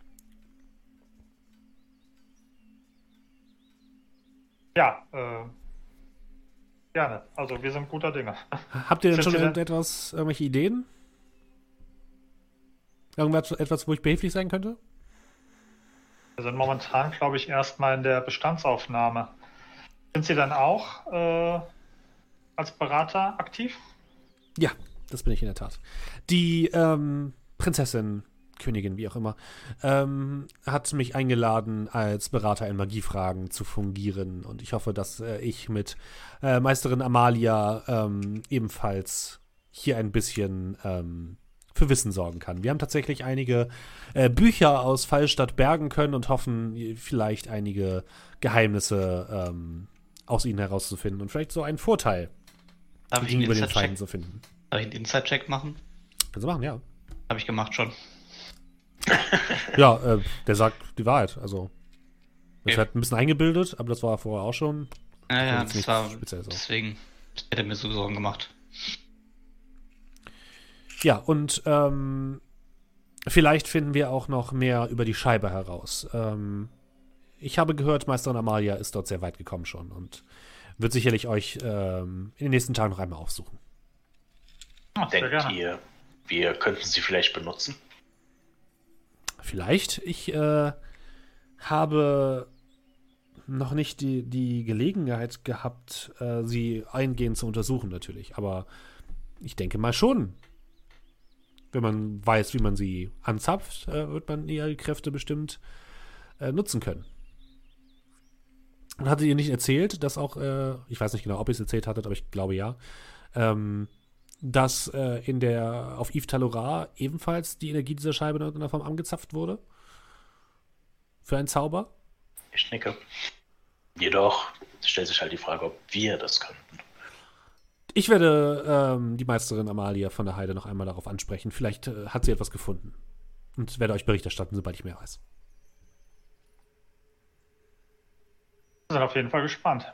Ja, äh, gerne. Also wir sind guter Dinge. Habt ihr denn Sind schon Sie denn- irgendetwas, irgendwelche Ideen? Irgendwas, etwas, wo ich behilflich sein könnte? Wir sind momentan, glaube ich, erstmal in der Bestandsaufnahme. Sind Sie dann auch äh, als Berater aktiv? Ja, das bin ich in der Tat. Die ähm, Prinzessin, Königin, wie auch immer, ähm, hat mich eingeladen, als Berater in Magiefragen zu fungieren. Und ich hoffe, dass äh, ich mit äh, Meisterin Amalia ähm, ebenfalls hier ein bisschen ähm, für Wissen sorgen kann. Wir haben tatsächlich einige äh, Bücher aus Fallstadt bergen können und hoffen, vielleicht einige Geheimnisse ähm, aus ihnen herauszufinden und vielleicht so einen Vorteil Darf ich einen gegenüber den Feinden Inside-Check zu finden. Darf ich einen Inside-Check machen? Kannst du machen, ja. Habe ich gemacht schon. Ja, äh, der sagt die Wahrheit. Also, das Okay. hat ein bisschen eingebildet, aber das war vorher auch schon. Ja, ja, jetzt das nicht war speziell so. deswegen das hätte mir so Sorgen gemacht. Ja, und ähm, vielleicht finden wir auch noch mehr über die Scheibe heraus. Ähm, ich habe gehört, Meisterin Amalia ist dort sehr weit gekommen schon und wird sicherlich euch ähm, in den nächsten Tagen noch einmal aufsuchen. Ach, sehr Denkt gerne. ihr, wir könnten sie vielleicht benutzen? Vielleicht. Ich äh, habe noch nicht die, die Gelegenheit gehabt, äh, sie eingehend zu untersuchen, natürlich. Aber ich denke mal schon. Wenn man weiß, wie man sie anzapft, äh, wird man ihre Kräfte bestimmt äh, nutzen können. Und hattet ihr nicht erzählt, dass auch, äh, ich weiß nicht genau, ob ihr es erzählt hattet, aber ich glaube ja, ähm, dass äh, in der auf Yves Talora ebenfalls die Energie dieser Scheibe in irgendeiner Form angezapft wurde? Für einen Zauber? Ich nicke. Jedoch stellt sich halt die Frage, ob wir das könnten. Ich werde ähm, die Meisterin Amalia von der Heide noch einmal darauf ansprechen. Vielleicht äh, hat sie etwas gefunden. Und werde euch Bericht erstatten, sobald ich mehr weiß. Wir sind auf jeden Fall gespannt.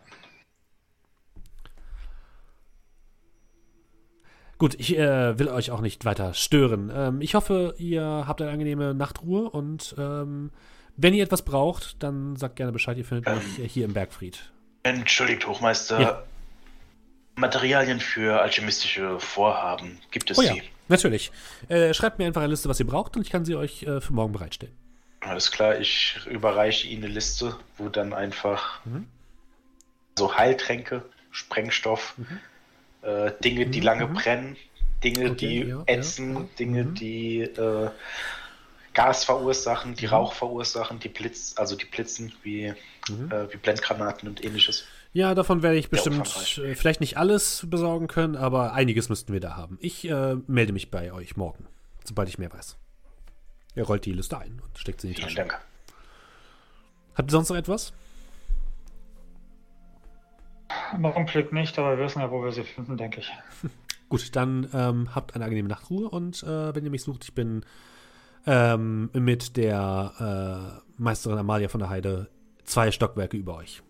Gut, ich äh, will euch auch nicht weiter stören. Ähm, ich hoffe, ihr habt eine angenehme Nachtruhe und ähm, wenn ihr etwas braucht, dann sagt gerne Bescheid. Ihr findet Ähm. mich äh, hier im Bergfried. Entschuldigt, Hochmeister. Ja. Materialien für alchemistische Vorhaben, gibt es Oh ja, sie? natürlich. Äh, schreibt mir einfach eine Liste, was ihr braucht und ich kann sie euch äh, für morgen bereitstellen. Alles klar, ich überreiche Ihnen eine Liste, wo dann einfach Mhm. so Heiltränke, Sprengstoff, äh, Dinge, die Mhm, lange mhm. brennen, Dinge, Okay, die ja, ätzen, ja, ja. Dinge, Mhm. die äh, Gas verursachen, die Mhm. Rauch verursachen, die Blitz, also die blitzen wie, Mhm. äh, wie Blendgranaten und ähnliches. Ja, davon werde ich Sehr bestimmt umfangreich. äh, vielleicht nicht alles besorgen können, aber einiges müssten wir da haben. Ich äh, melde mich bei euch morgen, sobald ich mehr weiß. Er rollt die Liste ein und steckt sie in die Vielen Tasche. Dank. Habt ihr sonst noch etwas? Im Augenblick nicht, aber wir wissen ja, wo wir sie finden, denke ich. Gut, dann ähm, habt eine angenehme Nachtruhe und äh, wenn ihr mich sucht, ich bin ähm, mit der äh, Meisterin Amalia von der Heide zwei Stockwerke über euch.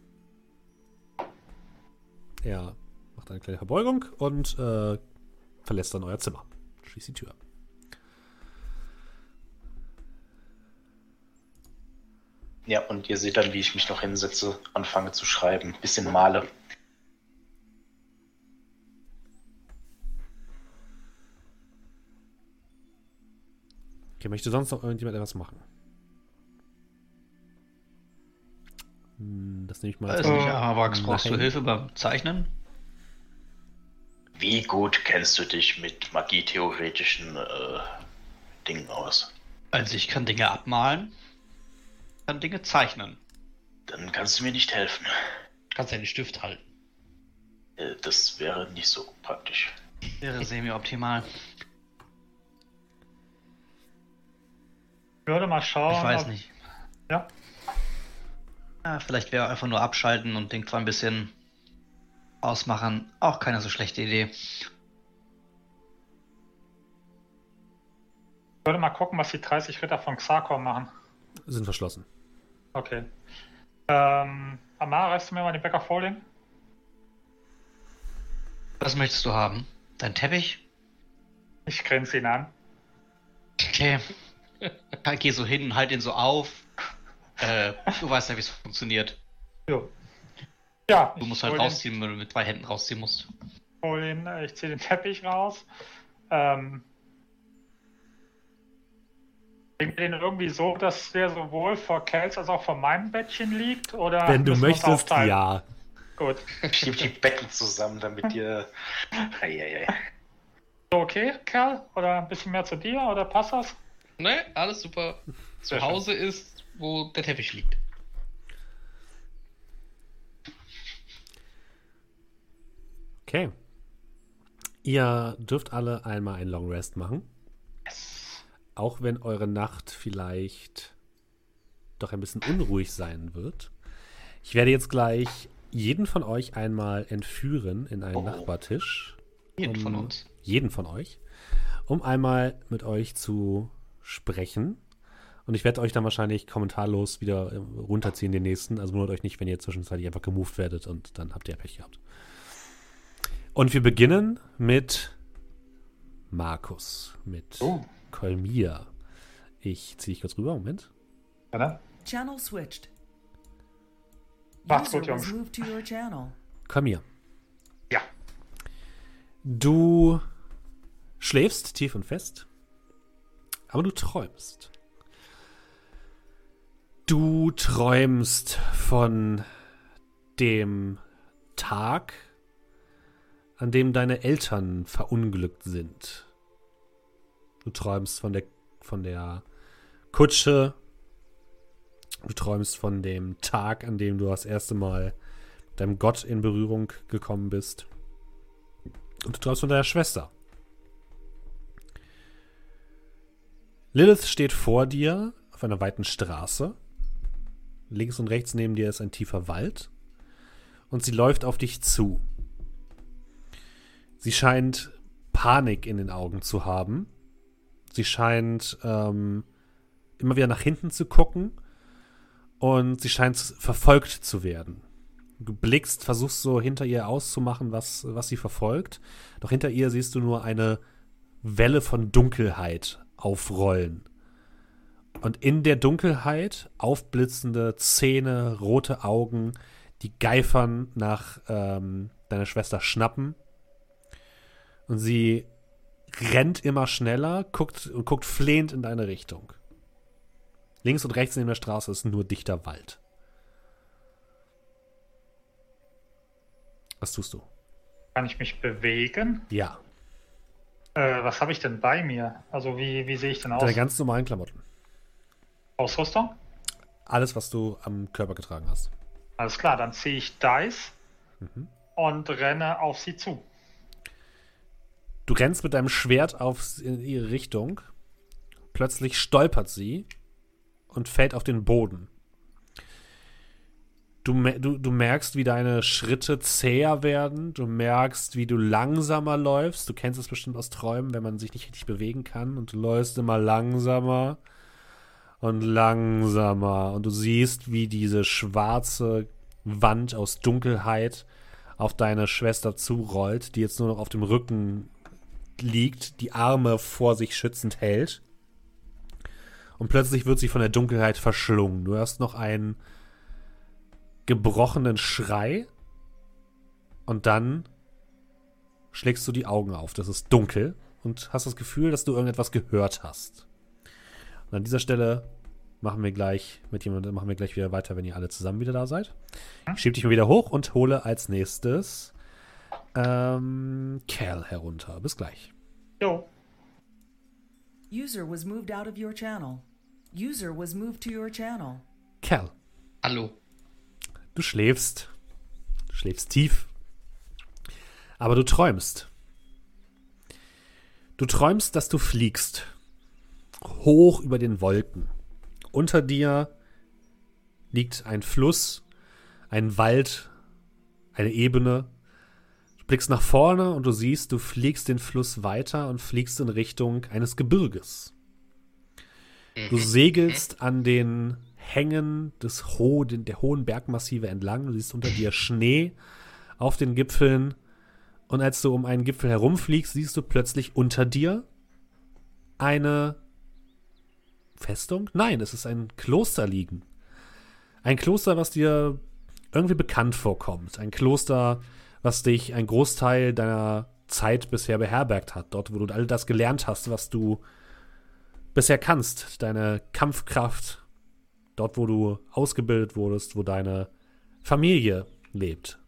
Er macht eine kleine Verbeugung und äh, verlässt dann euer Zimmer. Schließt die Tür. Ja, und ihr seht dann, wie ich mich noch hinsetze, anfange zu schreiben, bisschen male. Okay, möchte sonst noch irgendjemand etwas machen? Hm, das nehme ich mal. Weiß als- nicht, Arawax, brauchst du Nein. Hilfe beim Zeichnen? Wie gut kennst du dich mit magietheoretischen äh, Dingen aus? Also ich kann Dinge abmalen, kann Dinge zeichnen. Dann kannst du mir nicht helfen. Du kannst ja den Stift halten. Äh, Das wäre nicht so praktisch. Wäre semi-optimal. Ich würde mal schauen. Ich weiß ob- nicht. Ja. Ja, vielleicht wäre einfach nur abschalten und den zwar ein bisschen ausmachen. Auch keine so schlechte Idee. Ich würde mal gucken, was die dreißig Ritter von Xarkor machen. Sind verschlossen. Okay. Ähm, Amar, reichst du mir mal den Bäcker vorlegen? Was möchtest du haben? Dein Teppich? Ich grinse ihn an. Okay. Ich geh so hin, halt ihn so auf. Äh, du weißt ja, wie es funktioniert. Jo. Ja, Du musst ich halt hol den- rausziehen, wenn du mit zwei Händen rausziehen musst. hol den, äh, ich ziehe den Teppich raus. Ähm, legen wir den irgendwie so, dass der sowohl vor Kels als auch vor meinem Bettchen liegt? Oder Wenn du müssen wir uns möchtest, aufteilen? ja. Gut. Schieb die Betten zusammen, damit ihr. Eieiei. So, okay, Kerl? Oder ein bisschen mehr zu dir? Oder passt das? Ne, alles super. Sehr Zu Hause ist, wo der Teppich liegt. Okay. Ihr dürft alle einmal einen Long Rest machen. Auch wenn eure Nacht vielleicht doch ein bisschen unruhig sein wird. Ich werde jetzt gleich jeden von euch einmal entführen in einen Oh. Nachbartisch. Jeden um, von uns. Jeden von euch. Um einmal mit euch zu sprechen. Und ich werde euch dann wahrscheinlich kommentarlos wieder äh, runterziehen, den nächsten. Also wundert euch nicht, wenn ihr zwischenzeitlich einfach gemoved werdet und dann habt ihr Pech gehabt. Und wir beginnen mit Markus, mit Oh. Kolmir. Ich ziehe dich kurz rüber, Moment. Ja, ne? Channel switched. Macht's User gut, was Jungs. moved to your channel. Kolmir. Ja. Du schläfst tief und fest, aber du träumst. Du träumst von dem Tag, an dem deine Eltern verunglückt sind. Du träumst von der, von der Kutsche. Du träumst von dem Tag, an dem du das erste Mal mit deinem Gott in Berührung gekommen bist. Und du träumst von deiner Schwester. Lilith steht vor dir auf einer weiten Straße. Links und rechts neben dir ist ein tiefer Wald. Und sie läuft auf dich zu. Sie scheint Panik in den Augen zu haben. Sie scheint ähm, immer wieder nach hinten zu gucken. Und sie scheint verfolgt zu werden. Du blickst, versuchst so hinter ihr auszumachen, was, was sie verfolgt. Doch hinter ihr siehst du nur eine Welle von Dunkelheit aufrollen. Und in der Dunkelheit aufblitzende Zähne, rote Augen, die geifern nach ähm, deiner Schwester schnappen. Und sie rennt immer schneller, guckt und guckt flehend in deine Richtung. Links und rechts neben der Straße ist nur dichter Wald. Was tust du? Kann ich mich bewegen? Ja, Äh, was habe ich denn bei mir? Also wie, wie sehe ich denn aus? deine ganz normalen Klamotten. Ausrüstung? Alles, was du am Körper getragen hast. Alles klar, dann ziehe ich Dice Mhm. und renne auf sie zu. Du rennst mit deinem Schwert auf, in ihre Richtung. Plötzlich stolpert sie und fällt auf den Boden. Du, me- du, du merkst, wie deine Schritte zäher werden. Du merkst, wie du langsamer läufst. Du kennst es bestimmt aus Träumen, wenn man sich nicht richtig bewegen kann. Und du läufst immer langsamer und langsamer. Und du siehst, wie diese schwarze Wand aus Dunkelheit auf deine Schwester zurollt, die jetzt nur noch auf dem Rücken liegt, die Arme vor sich schützend hält. Und plötzlich wird sie von der Dunkelheit verschlungen. Du hörst noch einen gebrochenen Schrei und dann schlägst du die Augen auf. Das ist dunkel und hast das Gefühl, dass du irgendetwas gehört hast. Und an dieser Stelle machen wir gleich mit jemandem, machen wir gleich wieder weiter, wenn ihr alle zusammen wieder da seid. Ich schieb dich mal wieder hoch und hole als nächstes ähm, Cal herunter. Bis gleich. Jo. User was moved out of your channel. User was moved to your channel. Cal, Hallo. Du schläfst. Du schläfst tief. Aber du träumst. Du träumst, dass du fliegst. Hoch über den Wolken. Unter dir liegt ein Fluss, ein Wald, eine Ebene. Du blickst nach vorne und du siehst, du fliegst den Fluss weiter und fliegst in Richtung eines Gebirges. Du segelst an den Hängen des Ho- der hohen Bergmassive entlang. Du siehst unter dir Schnee auf den Gipfeln. Und als du um einen Gipfel herumfliegst, siehst du plötzlich unter dir eine Festung? Nein, es ist ein Kloster liegen. Ein Kloster, was dir irgendwie bekannt vorkommt. Ein Kloster, was dich einen Großteil deiner Zeit bisher beherbergt hat. Dort, wo du all das gelernt hast, was du bisher kannst. Deine Kampfkraft. Dort, wo du ausgebildet wurdest, wo deine Familie lebt.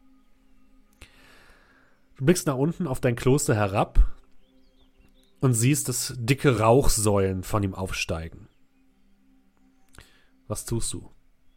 Du blickst nach unten auf dein Kloster herab und siehst, dass dicke Rauchsäulen von ihm aufsteigen. Was tust du?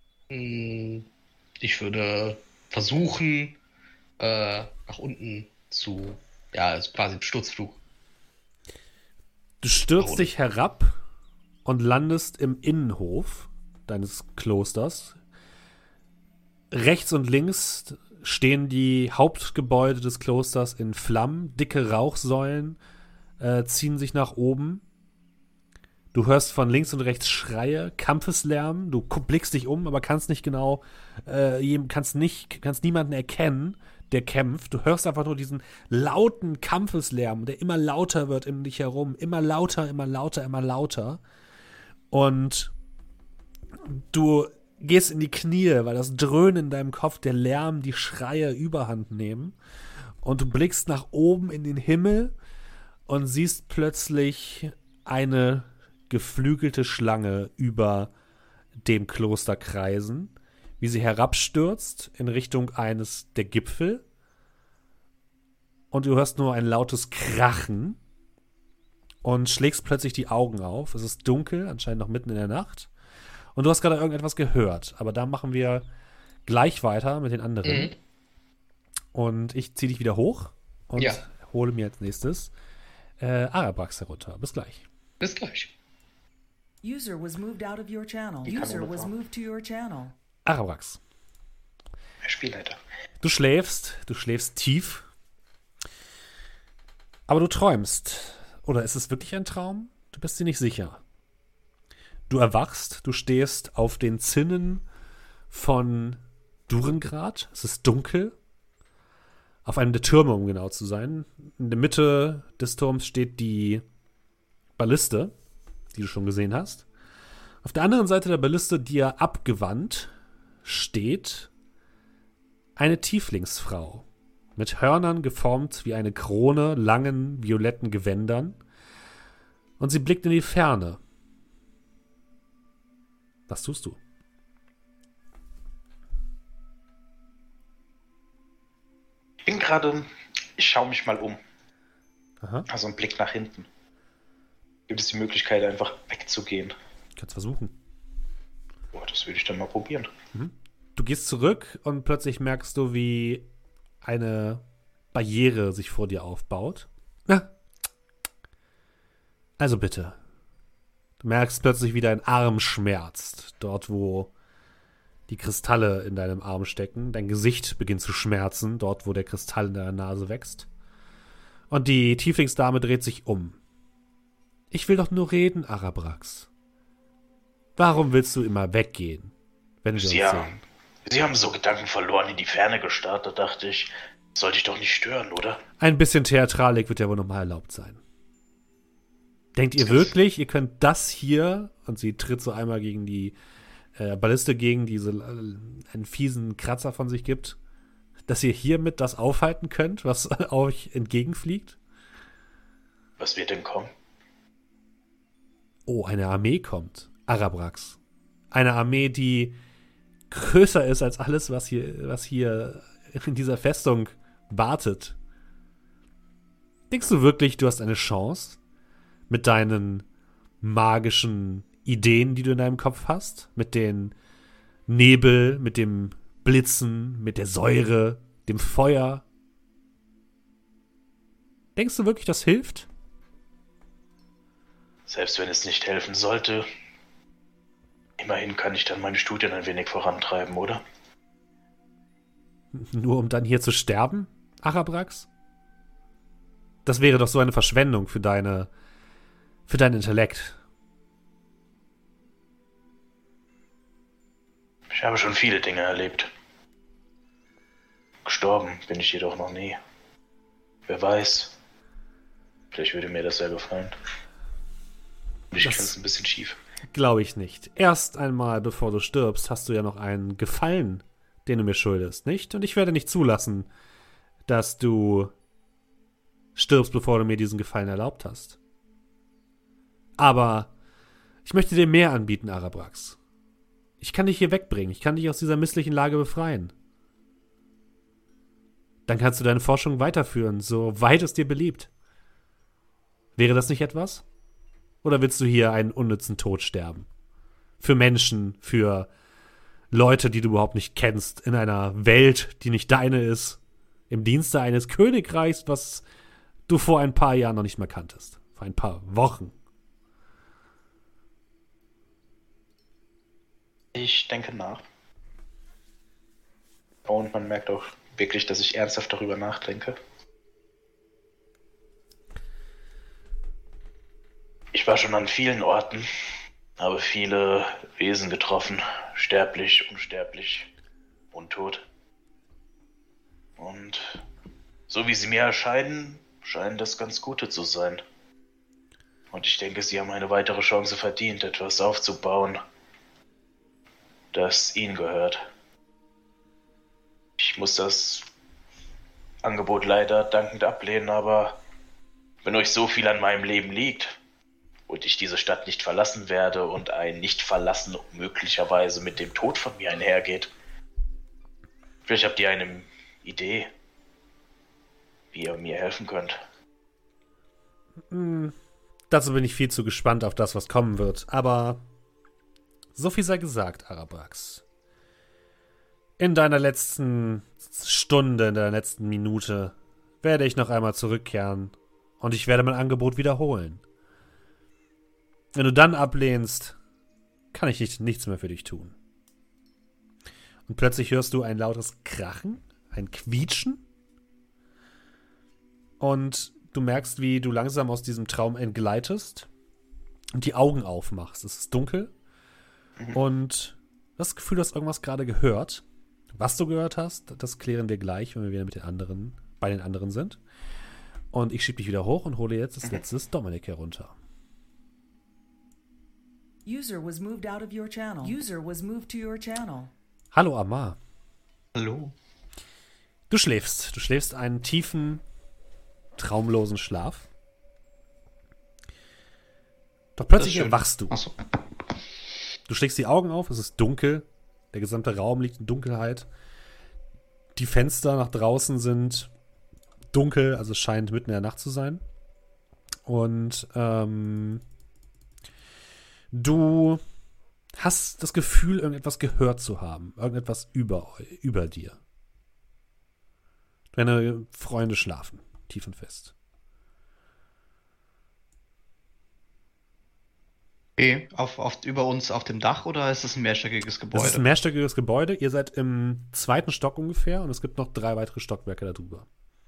Ich würde versuchen, äh, nach unten zu, ja, also quasi im Sturzflug. Du stürzt dich herab und landest im Innenhof deines Klosters. Rechts und links stehen die Hauptgebäude des Klosters in Flammen. Dicke Rauchsäulen äh, ziehen sich nach oben. Du hörst von links und rechts Schreie, Kampfeslärm. Du blickst dich um, aber kannst nicht genau, äh, kannst nicht, kannst niemanden erkennen, der kämpft. Du hörst einfach nur diesen lauten Kampfeslärm, der immer lauter wird um dich herum. Immer lauter, immer lauter, immer lauter. Und du gehst in die Knie, weil das Dröhnen in deinem Kopf, der Lärm, die Schreie überhand nehmen. Und du blickst nach oben in den Himmel und siehst plötzlich eine geflügelte Schlange über dem Kloster kreisen, wie sie herabstürzt in Richtung eines der Gipfel. Und du hörst nur ein lautes Krachen und schlägst plötzlich die Augen auf. Es ist dunkel, anscheinend noch mitten in der Nacht. Und du hast gerade irgendetwas gehört. Aber da machen wir gleich weiter mit den anderen. Mhm. Und ich ziehe dich wieder hoch und ja. hole mir als nächstes äh, Arabrax herunter. Bis gleich. Bis gleich. User was moved out of your channel. User was moved to your channel. Arabrax. Spielleiter. Du schläfst, du schläfst tief. Aber du träumst. Oder ist es wirklich ein Traum? Du bist dir nicht sicher. Du erwachst, du stehst auf den Zinnen von Durengrad. Es ist dunkel. Auf einem der Türme, um genau zu sein. In der Mitte des Turms steht die Balliste, die du schon gesehen hast. Auf der anderen Seite der Balliste, dir abgewandt, steht eine Tieflingsfrau. Mit Hörnern geformt wie eine Krone, langen, violetten Gewändern. Und sie blickt in die Ferne. Was tust du? Ich bin gerade, ich schaue mich mal um. Aha. Also ein Blick nach hinten. Gibt es die Möglichkeit, einfach wegzugehen? Kannst versuchen. Boah, das würde ich dann mal probieren. Mhm. Du gehst zurück und plötzlich merkst du, wie eine Barriere sich vor dir aufbaut. Ja. Also bitte. Du merkst plötzlich, wie dein Arm schmerzt. Dort, wo die Kristalle in deinem Arm stecken. Dein Gesicht beginnt zu schmerzen, dort, wo der Kristall in deiner Nase wächst. Und die Tieflingsdame dreht sich um. Ich will doch nur reden, Arabrax. Warum willst du immer weggehen, wenn wir Sie uns haben, sehen? Sie haben so Gedanken verloren, in die Ferne gestarrt. Da dachte ich, sollte ich doch nicht stören, oder? Ein bisschen Theatralik wird ja wohl nochmal erlaubt sein. Denkt ihr wirklich, ihr könnt das hier, und sie tritt so einmal gegen die äh, Balliste gegen, die so äh, einen fiesen Kratzer von sich gibt, dass ihr hiermit das aufhalten könnt, was euch entgegenfliegt? Was wird denn kommen? Oh, eine Armee kommt. Arabrax. Eine Armee, die größer ist als alles, was hier, was hier in dieser Festung wartet. Denkst du wirklich, du hast eine Chance mit deinen magischen Ideen, die du in deinem Kopf hast? Mit dem Nebel, mit dem Blitzen, mit der Säure, dem Feuer. Denkst du wirklich, das hilft? Selbst wenn es nicht helfen sollte, immerhin kann ich dann meine Studien ein wenig vorantreiben, oder? Nur um dann hier zu sterben, Arabrax? Das wäre doch so eine Verschwendung für deine, für deinen Intellekt. Ich habe schon viele Dinge erlebt. Gestorben bin ich jedoch noch nie. Wer weiß, vielleicht würde mir das ja gefallen. Und ich finde es ein bisschen schief. Glaube ich nicht. Erst einmal, bevor du stirbst, hast du ja noch einen Gefallen, den du mir schuldest, nicht? Und ich werde nicht zulassen, dass du stirbst, bevor du mir diesen Gefallen erlaubt hast. Aber ich möchte dir mehr anbieten, Arabrax. Ich kann dich hier wegbringen. Ich kann dich aus dieser misslichen Lage befreien. Dann kannst du deine Forschung weiterführen, so weit es dir beliebt. Wäre das nicht etwas? Oder willst du hier einen unnützen Tod sterben? Für Menschen, für Leute, die du überhaupt nicht kennst, in einer Welt, die nicht deine ist, im Dienste eines Königreichs, was du vor ein paar Jahren noch nicht mehr kanntest. Vor ein paar Wochen. Ich denke nach. Und man merkt auch wirklich, dass ich ernsthaft darüber nachdenke. Ich war schon an vielen Orten, habe viele Wesen getroffen, sterblich, unsterblich, untot. Und so wie sie mir erscheinen, scheinen das ganz gute zu sein. Und ich denke, sie haben eine weitere Chance verdient, etwas aufzubauen, das ihnen gehört. Ich muss das Angebot leider dankend ablehnen, aber wenn euch so viel an meinem Leben liegt und ich diese Stadt nicht verlassen werde und ein Nicht-Verlassen möglicherweise mit dem Tod von mir einhergeht, vielleicht habt ihr eine Idee, wie ihr mir helfen könnt. Hm, dazu bin ich viel zu gespannt auf das, was kommen wird. Aber so viel sei gesagt, Arabrax. In deiner letzten Stunde, in deiner letzten Minute werde ich noch einmal zurückkehren und ich werde mein Angebot wiederholen. Wenn du dann ablehnst, kann ich nicht, nichts mehr für dich tun. Und plötzlich hörst du ein lautes Krachen, ein Quietschen und du merkst, wie du langsam aus diesem Traum entgleitest und die Augen aufmachst. Es ist dunkel mhm. und das Gefühl, du hast irgendwas gerade gehört. Was du gehört hast, das klären wir gleich, wenn wir wieder mit den anderen, bei den anderen sind. Und ich schiebe dich wieder hoch und hole jetzt das letzte Dominik herunter. User was moved out of your channel. User was moved to your channel. Hallo Amar. Hallo. Du schläfst. Du schläfst einen tiefen, traumlosen Schlaf. Doch plötzlich erwachst du. Achso. Du schlägst die Augen auf, es ist dunkel. Der gesamte Raum liegt in Dunkelheit. Die Fenster nach draußen sind dunkel, also es scheint mitten in der Nacht zu sein. Und ähm, du hast das Gefühl, irgendetwas gehört zu haben. Irgendetwas über, über dir. Deine Freunde schlafen, tief und fest. Okay, auf, auf, über uns auf dem Dach oder ist es ein mehrstöckiges Gebäude? Es ist ein mehrstöckiges Gebäude. Ihr seid im zweiten Stock ungefähr und es gibt noch drei weitere Stockwerke darüber.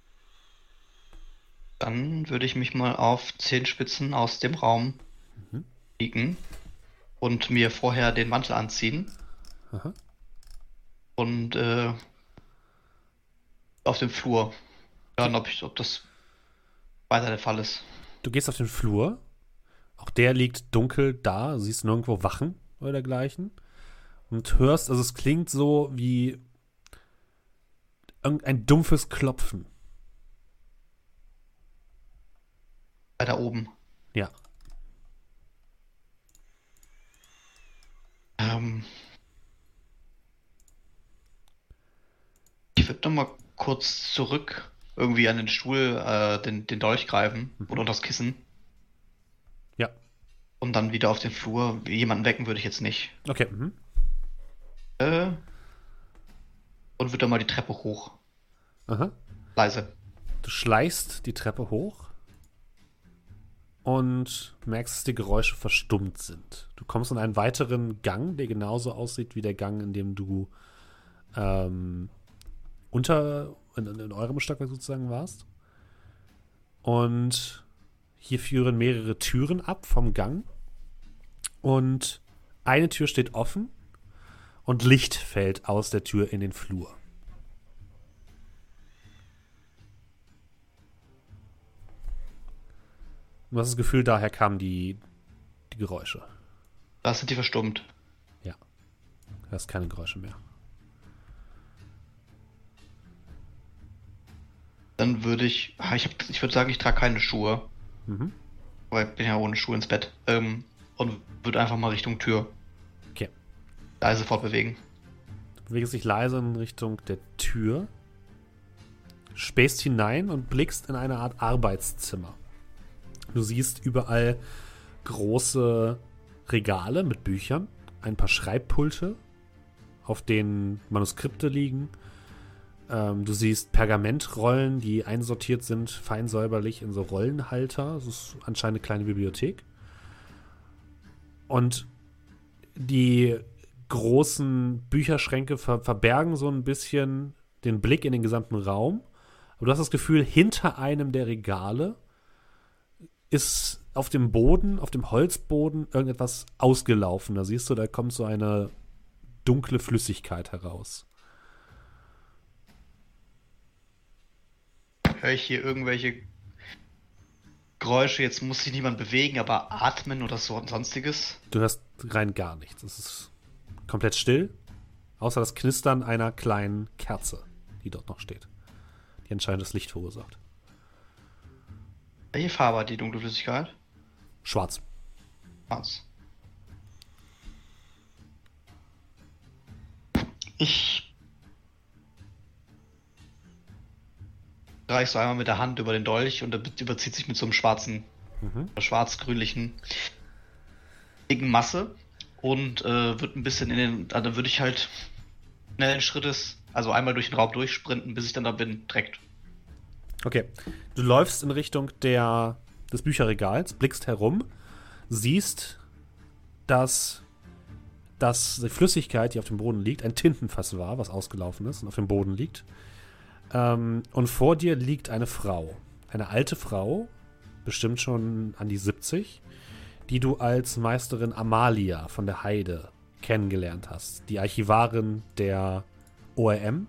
Dann würde ich mich mal auf Zehenspitzen aus dem Raum mhm. liegen und mir vorher den Mantel anziehen. Aha. Und äh, auf dem Flur hören, ob, ich, ob das weiter der Fall ist. Du gehst auf den Flur. Auch der liegt dunkel da. Du siehst nirgendwo Wachen oder dergleichen. Und hörst, also es klingt so wie irgendein dumpfes Klopfen. Weiter oben. Ja. Ähm. Ich würde noch mal kurz zurück irgendwie an den Stuhl, äh, den, den Dolch greifen mhm. oder unter das Kissen. Ja. Und dann wieder auf den Flur. Jemanden wecken würde ich jetzt nicht. Okay. Mhm. Äh, Und wird dann mal die Treppe hoch. Aha. Leise. Du schleichst die Treppe hoch und merkst, dass die Geräusche verstummt sind. Du kommst in einen weiteren Gang, der genauso aussieht wie der Gang, in dem du ähm, unter in, in eurem Stockwerk sozusagen warst. Und hier führen mehrere Türen ab vom Gang. Und eine Tür steht offen und Licht fällt aus der Tür in den Flur. Du hast das Gefühl, daher kamen die, die Geräusche. Da sind die verstummt. Ja. Du hast keine Geräusche mehr. Dann würde ich. Ich, hab, ich würde sagen, ich trage keine Schuhe. Mhm. Weil ich bin ja ohne Schuhe ins Bett. Ähm, und würde einfach mal Richtung Tür. Okay. Leise fortbewegen. Du bewegst dich leise in Richtung der Tür, spähst hinein und blickst in eine Art Arbeitszimmer. Du siehst überall große Regale mit Büchern, ein paar Schreibpulte, auf denen Manuskripte liegen. Ähm, du siehst Pergamentrollen, die einsortiert sind, fein säuberlich in so Rollenhalter. Das ist anscheinend eine kleine Bibliothek. Und die großen Bücherschränke ver- verbergen so ein bisschen den Blick in den gesamten Raum. Aber du hast das Gefühl, hinter einem der Regale ist auf dem Boden, auf dem Holzboden irgendetwas ausgelaufen. Da siehst du, da kommt so eine dunkle Flüssigkeit heraus. Höre ich hier irgendwelche Geräusche? Jetzt muss sich niemand bewegen, aber atmen oder so und sonstiges? Du hörst rein gar nichts. Es ist komplett still, außer das Knistern einer kleinen Kerze, die dort noch steht, die anscheinend das Licht verursacht. Welche Farbe hat die dunkle Flüssigkeit? Schwarz. Schwarz. Ich reich so einmal mit der Hand über den Dolch und er überzieht sich mit so einem schwarzen, Mhm. schwarz-grünlichen dicken Masse und äh, wird ein bisschen in den, also würde ich halt schnellen Schrittes, also einmal durch den Raum durchsprinten, bis ich dann da bin, direkt. Okay. Du läufst in Richtung der, des Bücherregals, blickst herum, siehst, dass, dass die Flüssigkeit, die auf dem Boden liegt, ein Tintenfass war, was ausgelaufen ist und auf dem Boden liegt. Ähm, und vor dir liegt eine Frau. Eine alte Frau, bestimmt schon an die siebzig, die du als Meisterin Amalia von der Heide kennengelernt hast. Die Archivarin der O R M.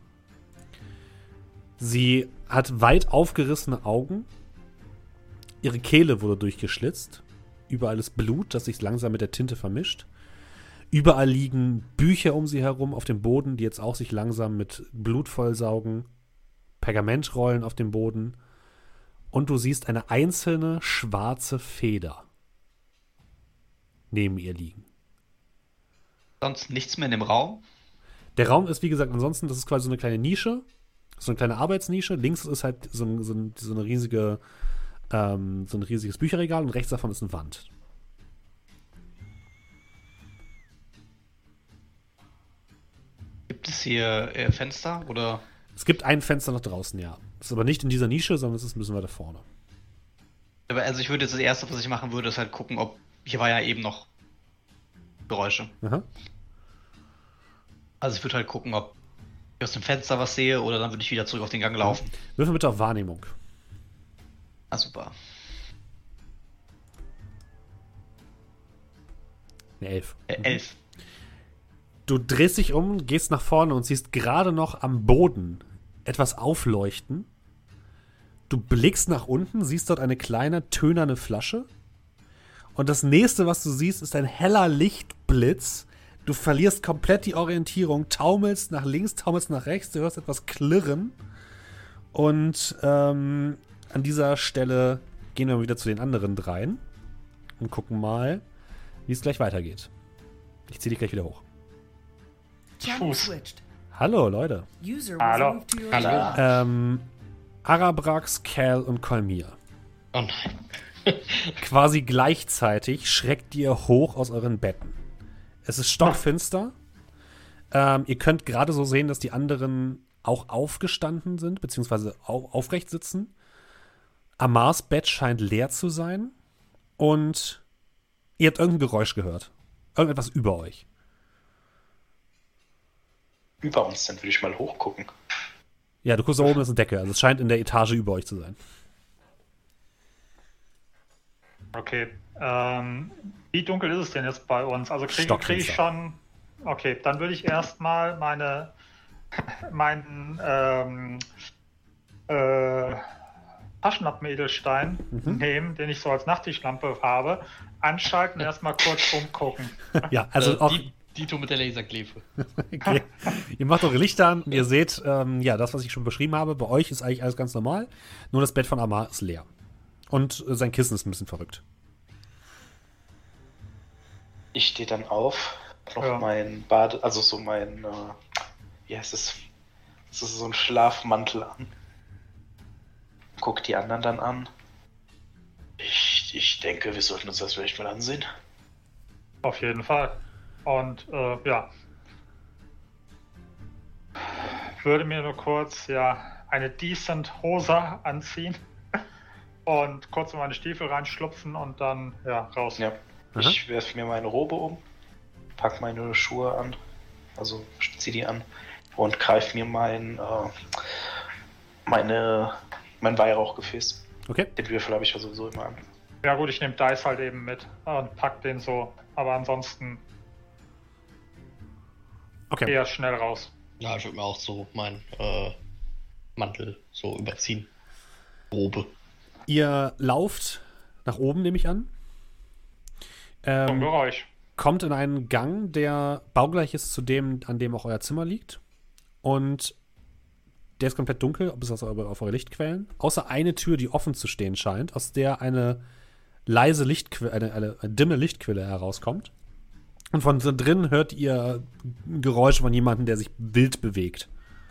Sie hat weit aufgerissene Augen. Ihre Kehle wurde durchgeschlitzt. Überall ist Blut, das sich langsam mit der Tinte vermischt. Überall liegen Bücher um sie herum auf dem Boden, die jetzt auch sich langsam mit Blut vollsaugen. Pergamentrollen auf dem Boden. Und du siehst eine einzelne schwarze Feder neben ihr liegen. Sonst nichts mehr in dem Raum. Der Raum ist, wie gesagt, ansonsten, das ist quasi so eine kleine Nische, so eine kleine Arbeitsnische. Links ist halt so, ein, so, ein, so eine riesige, ähm, so ein riesiges Bücherregal und rechts davon ist eine Wand. Gibt es hier äh, Fenster oder? Es gibt ein Fenster nach draußen, ja. Das ist aber nicht in dieser Nische, sondern es ist ein bisschen weiter vorne. Aber also ich würde jetzt das erste, was ich machen würde, ist halt gucken, ob hier war ja eben noch Geräusche. Aha. Also ich würde halt gucken, ob ich aus dem Fenster was sehe oder dann würde ich wieder zurück auf den Gang laufen. Würfel bitte auf Wahrnehmung. Ah, super. Eine Elf. Äh, elf. Du drehst dich um, gehst nach vorne und siehst gerade noch am Boden etwas aufleuchten. Du blickst nach unten, siehst dort eine kleine, tönerne Flasche. Und das nächste, was du siehst, ist ein heller Lichtblitz. Du verlierst komplett die Orientierung, taumelst nach links, taumelst nach rechts, du hörst etwas klirren. Und ähm, an dieser Stelle gehen wir wieder zu den anderen dreien und gucken mal, wie es gleich weitergeht. Ich ziehe dich gleich wieder hoch. Channel Fuß. switched. Hallo, Leute. User was Hallo. moved to your Hallo. channel. Ähm, Arabrax, Cal und Kolmir. Oh nein. Quasi gleichzeitig schreckt ihr hoch aus euren Betten. Es ist stockfinster. Ähm, ihr könnt gerade so sehen, dass die anderen auch aufgestanden sind, beziehungsweise au- aufrecht sitzen. Amars Bett scheint leer zu sein. Und ihr habt irgendein Geräusch gehört. Irgendetwas über euch. Über uns, dann würde ich mal hochgucken. Ja, du guckst da oben, ist eine Decke. Also es scheint in der Etage über euch zu sein. Okay. Ähm, wie dunkel ist es denn jetzt bei uns? Also kriege krieg ich schon. Okay, dann würde ich erstmal meine meinen ähm, äh, Taschenlampen-Edelstein Mhm. nehmen, den ich so als Nachttischlampe habe, anschalten und erstmal kurz rumgucken. Ja, also äh, auch. die, Dito mit der Laserklefe. Okay. Ihr macht eure Lichter an und ihr seht, ähm, ja, das, was ich schon beschrieben habe. Bei euch ist eigentlich alles ganz normal. Nur das Bett von Amar ist leer. Und äh, sein Kissen ist ein bisschen verrückt. Ich stehe dann auf, noch Ja. mein Bade, also so mein, äh, wie heißt es? Das ist so ein Schlafmantel an. Guck die anderen dann an. Ich, ich denke, wir sollten uns das vielleicht mal ansehen. Auf jeden Fall. Und äh, ja. Würde mir nur kurz ja eine decent Hose anziehen und kurz in meine Stiefel reinschlupfen und dann ja raus. Ja. Ich werfe mir meine Robe um, pack meine Schuhe an, also zieh die an und greife mir mein, äh, meine, mein Weihrauchgefäß. Okay. Den Würfel habe ich ja sowieso immer an. Ja gut, ich nehme Dice halt eben mit und pack den so, aber ansonsten Okay. eher schnell raus. Ja, ich würde mir auch so meinen äh, Mantel so überziehen. Robe. Ihr lauft nach oben, nehme ich an. Zum Ähm, Geräusch. kommt in einen Gang, der baugleich ist zu dem, an dem auch euer Zimmer liegt. Und der ist komplett dunkel, bis auf eure, auf eure Lichtquellen. Außer eine Tür, die offen zu stehen scheint, aus der eine leise Lichtquelle, eine, eine, eine dimme Lichtquelle herauskommt. Und von so drin hört ihr Geräusche von jemandem, der sich wild bewegt.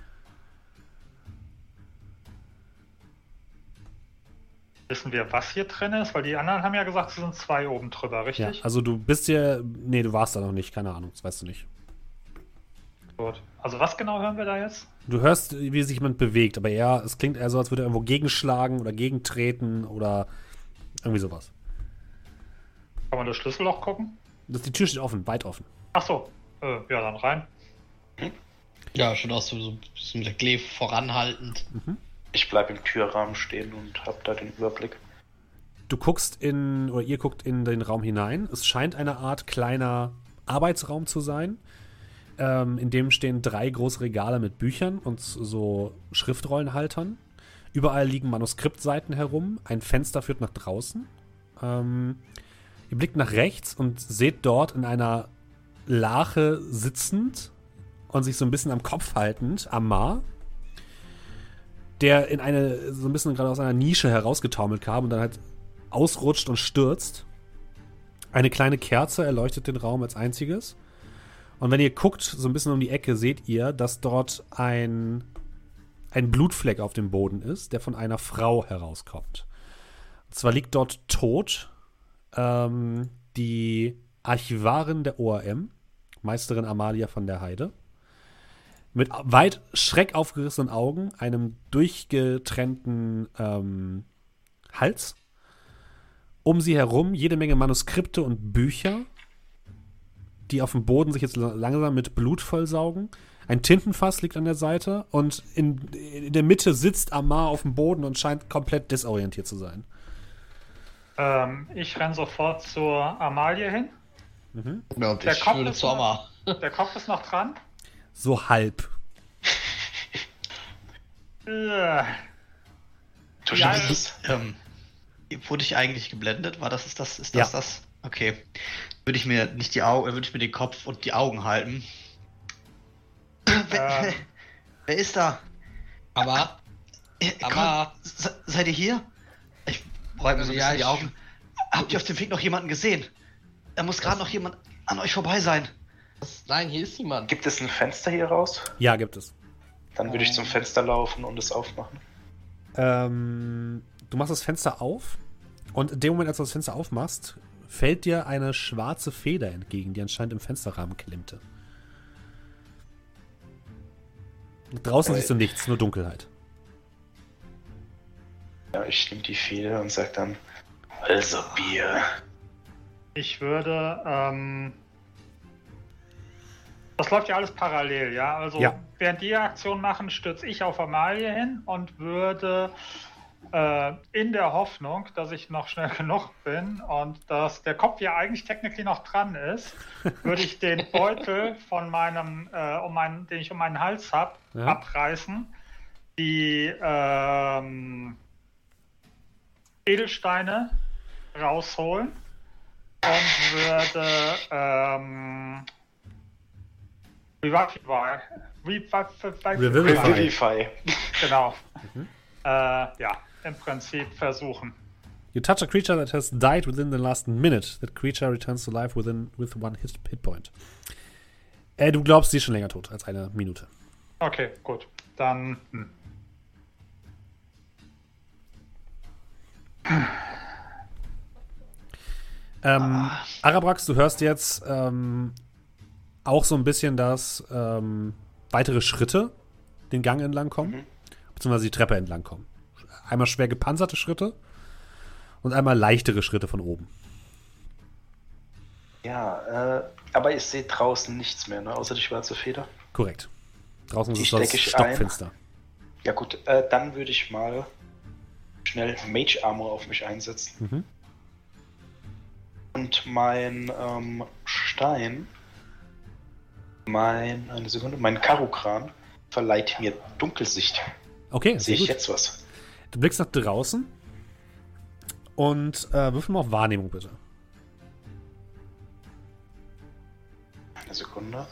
Wissen wir, was hier drin ist? Weil die anderen haben ja gesagt, es sind zwei oben drüber, Ja, richtig? also du bist ja. Nee, du warst da noch nicht, keine Ahnung, das weißt du nicht. Gut. Also was genau hören wir da jetzt? Du hörst, wie sich jemand bewegt, aber eher, es klingt eher so, als würde er irgendwo gegenschlagen oder gegentreten oder irgendwie sowas. Kann man das Schlüsselloch gucken? Das, die Tür steht offen, weit offen. Ach so. Äh, ja, dann rein. Ja, schon auch so, so, so mit der Klefe voranhaltend. Ich bleibe im Türrahmen stehen und habe da den Überblick. Du guckst in, oder ihr guckt in den Raum hinein. Es scheint eine Art kleiner Arbeitsraum zu sein. Ähm, in dem stehen drei große Regale mit Büchern und so Schriftrollenhaltern. Überall liegen Manuskriptseiten herum. Ein Fenster führt nach draußen. Ähm, ihr blickt nach rechts und seht dort in einer Lache sitzend und sich so ein bisschen am Kopf haltend Amar, der in eine, so ein bisschen gerade aus einer Nische herausgetaumelt kam und dann halt ausrutscht und stürzt. Eine kleine Kerze erleuchtet den Raum als einziges. Und wenn ihr guckt, so ein bisschen um die Ecke, seht ihr, dass dort ein, ein Blutfleck auf dem Boden ist, der von einer Frau herauskommt. Und zwar liegt dort tot ähm, die Archivarin der O A M, Meisterin Amalia von der Heide, mit weit schreckaufgerissenen Augen, einem durchgetrennten ähm, Hals. Um sie herum jede Menge Manuskripte und Bücher, die auf dem Boden sich jetzt langsam mit Blut vollsaugen. Ein Tintenfass liegt an der Seite und in, in der Mitte sitzt Amar auf dem Boden und scheint komplett desorientiert zu sein. Ähm, ich renn sofort zur Amalie hin. Ja, und Der ich Kopf würde ist zu Amma. Der Kopf ist noch dran. So halb. Äh, Du Ja, schaffst ja. es. Ähm, wurde ich eigentlich geblendet? War das, ist das, ist das Ja. das? Okay. Würde ich mir nicht die Augen, würde ich mir den Kopf und die Augen halten. wer, Ähm. wer ist da? Aber, Äh, aber, komm, se, seid ihr hier? Ich räume mir so ein Ja, bisschen die ich- Augen. Habt ihr auf dem Weg noch jemanden gesehen? Da muss gerade noch jemand an euch vorbei sein. das, nein, hier ist niemand. Gibt es ein Fenster hier raus? Ja, gibt es. Dann würde ich zum Fenster laufen und es aufmachen. Ähm, du machst das Fenster auf und in dem Moment, als du das Fenster aufmachst, fällt dir eine schwarze Feder entgegen, die anscheinend im Fensterrahmen klemmte. Draußen Aber siehst du nichts, nur Dunkelheit. Ja, ich nehme die Feder und sag dann, also Bier. Ich würde, ähm, das läuft ja alles parallel, ja? Also Ja. während die Aktion machen, stürze ich auf Amalie hin und würde äh, in der Hoffnung, dass ich noch schnell genug bin und dass der Kopf ja eigentlich technisch noch dran ist, würde ich den Beutel von meinem, äh, um meinen, den ich um meinen Hals habe, Ja. abreißen, die ähm, Edelsteine rausholen und würde ähm, Revivify. Revivify. Revivify. Revivify. Genau. Mhm. Äh, ja, im Prinzip versuchen. You touch a creature that has died within the last minute. That creature returns to life within with one hit, hit point. Äh, du glaubst, sie ist schon länger tot als eine Minute. Okay, gut. Dann. Hm. Ähm, Arabrax, du hörst jetzt ähm, auch so ein bisschen, dass ähm, weitere Schritte den Gang entlang kommen, Mhm. beziehungsweise die Treppe entlang kommen. Einmal schwer gepanzerte Schritte und einmal leichtere Schritte von oben. Ja, äh, aber ich sehe draußen nichts mehr, ne? Außer die schwarze Feder. Korrekt. Draußen ist Die es sonst stecke ich stockfinster. Ja gut, äh, dann würde ich mal schnell Mage Armor auf mich einsetzen. Mhm. Und mein ähm, Stein, mein, eine Sekunde, mein Karukran verleiht mir Dunkelsicht. Okay, sehr Sehe ich gut. jetzt was? Du blickst nach draußen und äh, würfel mal auf Wahrnehmung, bitte. Eine Sekunde.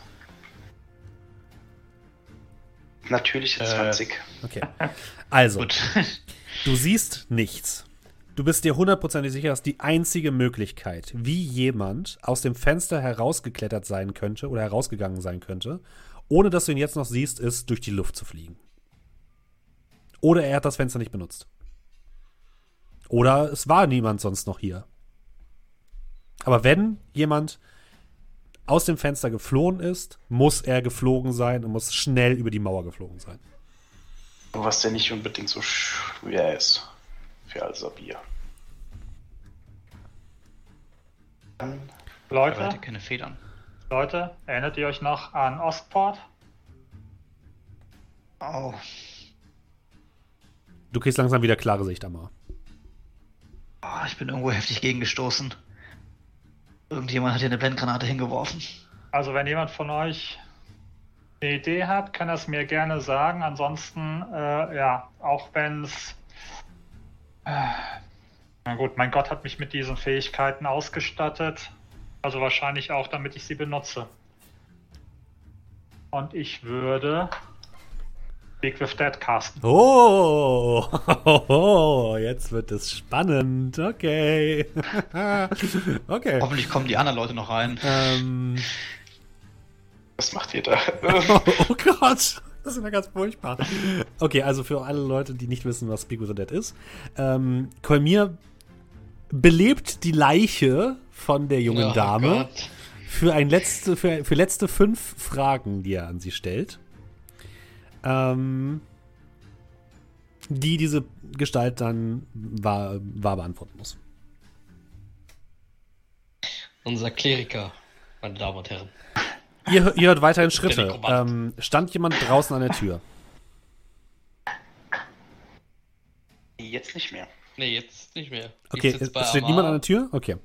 Natürliche Äh. zwanzig. Okay. Also, Gut. du siehst nichts. Du bist dir hundertprozentig sicher, dass die einzige Möglichkeit, wie jemand aus dem Fenster herausgeklettert sein könnte oder herausgegangen sein könnte, ohne dass du ihn jetzt noch siehst, ist, durch die Luft zu fliegen. Oder er hat das Fenster nicht benutzt. Oder es war niemand sonst noch hier. Aber wenn jemand aus dem Fenster geflohen ist, muss er geflogen sein und muss schnell über die Mauer geflogen sein. Was ja nicht unbedingt so schwer ist. Für Al-Sabir. Dann Aber er hatte Leute, keine Federn. Leute, erinnert ihr euch noch an Ostport? Oh, Du kriegst langsam wieder klare Sicht, Amar. oh, ich bin irgendwo heftig gegengestoßen. Irgendjemand hat hier eine Blendgranate hingeworfen. Also wenn jemand von euch eine Idee hat, kann er es mir gerne sagen. Ansonsten, äh, ja, auch wenn es... Äh, na gut, mein Gott hat mich mit diesen Fähigkeiten ausgestattet. Also wahrscheinlich auch, damit ich sie benutze. Und ich würde Speak with Dead casten. Oh, jetzt wird es spannend. Okay. Okay. Hoffentlich kommen die anderen Leute noch rein. Ähm, was macht ihr da? oh Gott, das ist ja ganz furchtbar. Okay, also für alle Leute, die nicht wissen, was Speak with the Dead ist. Ähm, Kolmir belebt die Leiche von der jungen Oh Dame Gott. für, ein letzte, für, für letzte fünf Fragen, die er an sie stellt. Ähm, die diese Gestalt dann wahr, wahr beantworten muss. Unser Kleriker, meine Damen und Herren. Ihr, ihr hört weiterhin Schritte. Nekromant. Ähm, stand jemand draußen an der Tür? Jetzt nicht mehr. Nee, jetzt nicht mehr. Ich Okay, sitz es bei steht Amar. niemand an der Tür? Okay.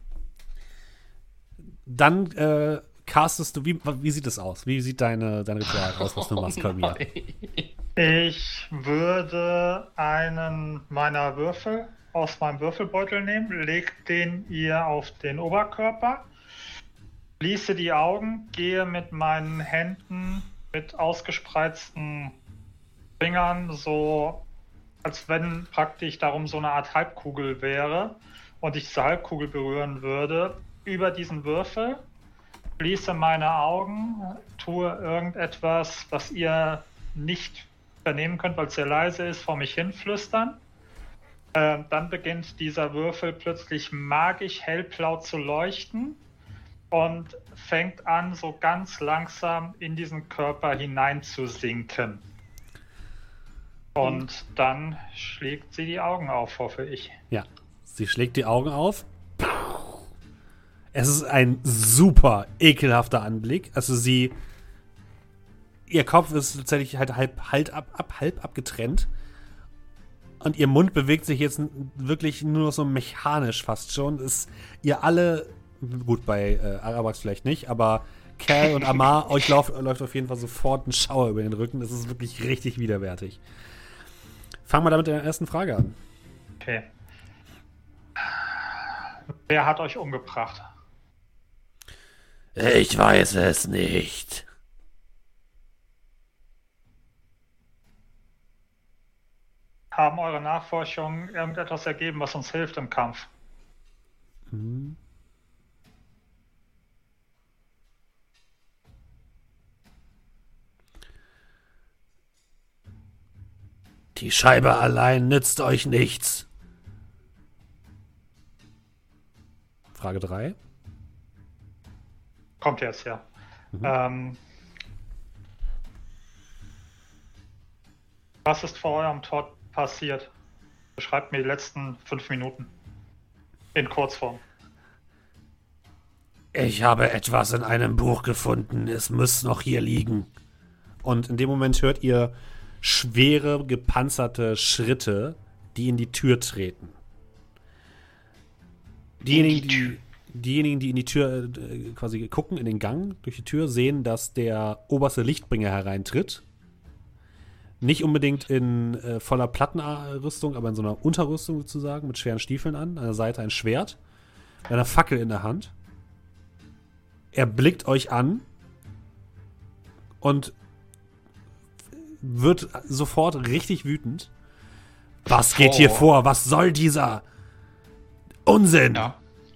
Dann äh, castest du, wie, wie sieht es aus? Wie sieht deine, dein Ritual aus, was du Oh machst, Kolmir? Ich würde einen meiner Würfel aus meinem Würfelbeutel nehmen, legt den ihr auf den Oberkörper, schließe die Augen, gehe mit meinen Händen mit ausgespreizten Fingern so, als wenn praktisch darum so eine Art Halbkugel wäre und ich diese Halbkugel berühren würde, über diesen Würfel, schließe meine Augen, tue irgendetwas, was ihr nicht vernehmen könnt, weil es sehr leise ist, vor mich hinflüstern. Äh, dann beginnt dieser Würfel plötzlich magisch hellblau zu leuchten. und fängt an, so ganz langsam in diesen Körper hineinzusinken. Und dann schlägt sie die Augen auf, hoffe ich. Ja, sie schlägt die Augen auf. Es ist ein super ekelhafter Anblick. Also sie, ihr Kopf ist tatsächlich halt halb, halb, ab, ab, halb abgetrennt. Und ihr Mund bewegt sich jetzt wirklich nur noch so mechanisch fast schon. Ist ihr alle, gut, bei äh, Arabax vielleicht nicht, aber Cal und Amar, euch lauf, läuft auf jeden Fall sofort ein Schauer über den Rücken. Das ist wirklich richtig widerwärtig. Fangen wir damit mit der ersten Frage an. Okay. Wer hat euch umgebracht? Ich weiß es nicht. Haben eure Nachforschungen irgendetwas ergeben, was uns hilft im Kampf? Hm. Die Scheibe allein nützt euch nichts. Frage drei. Kommt jetzt, ja. Mhm. Ähm, was ist vor eurem Tod passiert? Beschreibt mir die letzten fünf Minuten. In Kurzform. Ich habe etwas in einem Buch gefunden. Es muss noch hier liegen. Und in dem Moment hört ihr schwere, gepanzerte Schritte, die in die Tür treten. Diejenigen, die, diejenigen, die in die Tür äh, quasi gucken, in den Gang durch die Tür, sehen, dass der oberste Lichtbringer hereintritt. Nicht unbedingt in äh, voller Plattenrüstung, aber in so einer Unterrüstung sozusagen, mit schweren Stiefeln an. An der Seite ein Schwert, mit einer Fackel in der Hand. Er blickt euch an und wird sofort richtig wütend. Was geht hier Oh. vor? Was soll dieser Unsinn? Ja.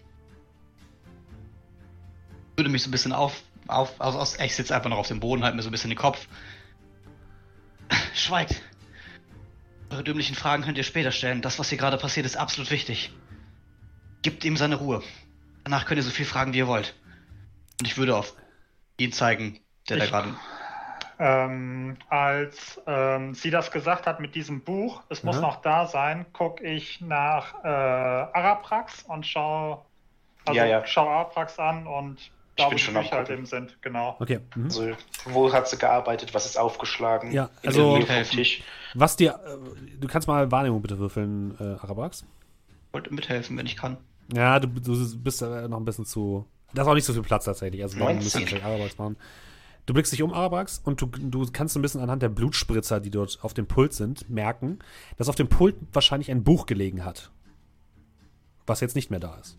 Ich würde mich so ein bisschen auf, auf, aus, aus, ich sitze einfach noch auf dem Boden, halt mir so ein bisschen den Kopf. Schweigt. Eure dümmlichen Fragen könnt ihr später stellen. Das, was hier gerade passiert, ist absolut wichtig. Gebt ihm seine Ruhe. Danach könnt ihr so viel fragen, wie ihr wollt. Und ich würde auf ihn zeigen, der da Ich- gerade... Ähm, als ähm, sie das gesagt hat mit diesem Buch, es muss Mhm. noch da sein, gucke ich nach äh, Araprax und schau, also Ja, ja. schau Araprax an und da, bin wo die schon am Bücher halt gucken. eben sind, genau. Okay. Mhm. Also, wo hat sie gearbeitet? Was ist aufgeschlagen? Ja, In also- der Nähe vom Tisch. Was dir. Äh, du kannst mal Wahrnehmung bitte würfeln, äh, Arabax. Wollte mithelfen, wenn ich kann. Ja, du, du bist äh, noch ein bisschen zu. Da ist auch nicht so viel Platz tatsächlich. Also, wir müssen neunzehn. vielleicht Arabax machen. Du blickst dich um, Arabax, und du, du kannst so ein bisschen anhand der Blutspritzer, die dort auf dem Pult sind, merken, dass auf dem Pult wahrscheinlich ein Buch gelegen hat. Was jetzt nicht mehr da ist.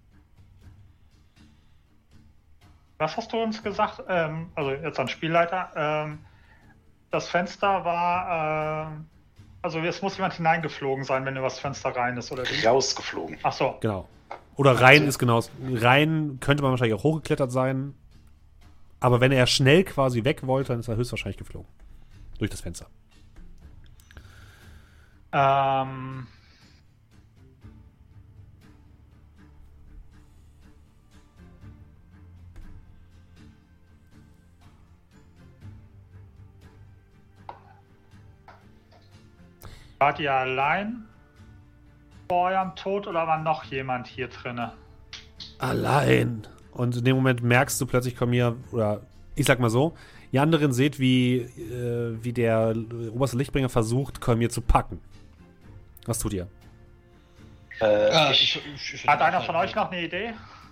Was hast du uns gesagt? Ähm, also jetzt an Spielleiter. Ähm, das Fenster war, ähm, also es muss jemand hineingeflogen sein, wenn über das Fenster rein ist, oder wie? Rausgeflogen. Ach so. Genau. Oder rein ist genau. Rein könnte man wahrscheinlich auch hochgeklettert sein. Aber wenn er schnell quasi weg wollte, dann ist er höchstwahrscheinlich geflogen. Durch das Fenster. Ähm, wart ihr allein vor eurem Tod oder war noch jemand hier drinne? Allein. Und in dem Moment merkst du plötzlich, komm hier, oder ich sag mal so, ihr anderen seht, wie, äh, wie der oberste Lichtbringer versucht, Kolmir zu packen. Was tut ihr? Äh, Ah, ich, ich, ich, ich Hat einer von euch noch eine Idee?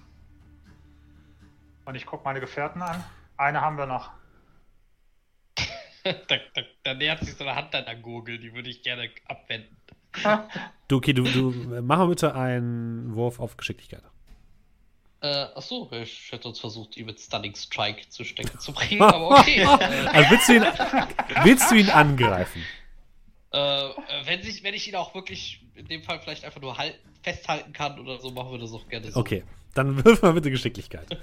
Und ich gucke meine Gefährten an. Eine haben wir noch. da, da, da nähert sich so eine Hand an der Gurgel, die würde ich gerne abwenden. Du, okay, du, du mach mal bitte einen Wurf auf Geschicklichkeit. Äh, achso, ich hätte uns versucht, ihn mit Stunning Strike zu stecken zu bringen, aber okay. äh, Also willst du ihn, willst du ihn angreifen? äh, wenn, sich, wenn ich ihn auch wirklich in dem Fall vielleicht einfach nur halt, festhalten kann oder so, machen wir das auch gerne so. Okay, dann wirf mal bitte Geschicklichkeit.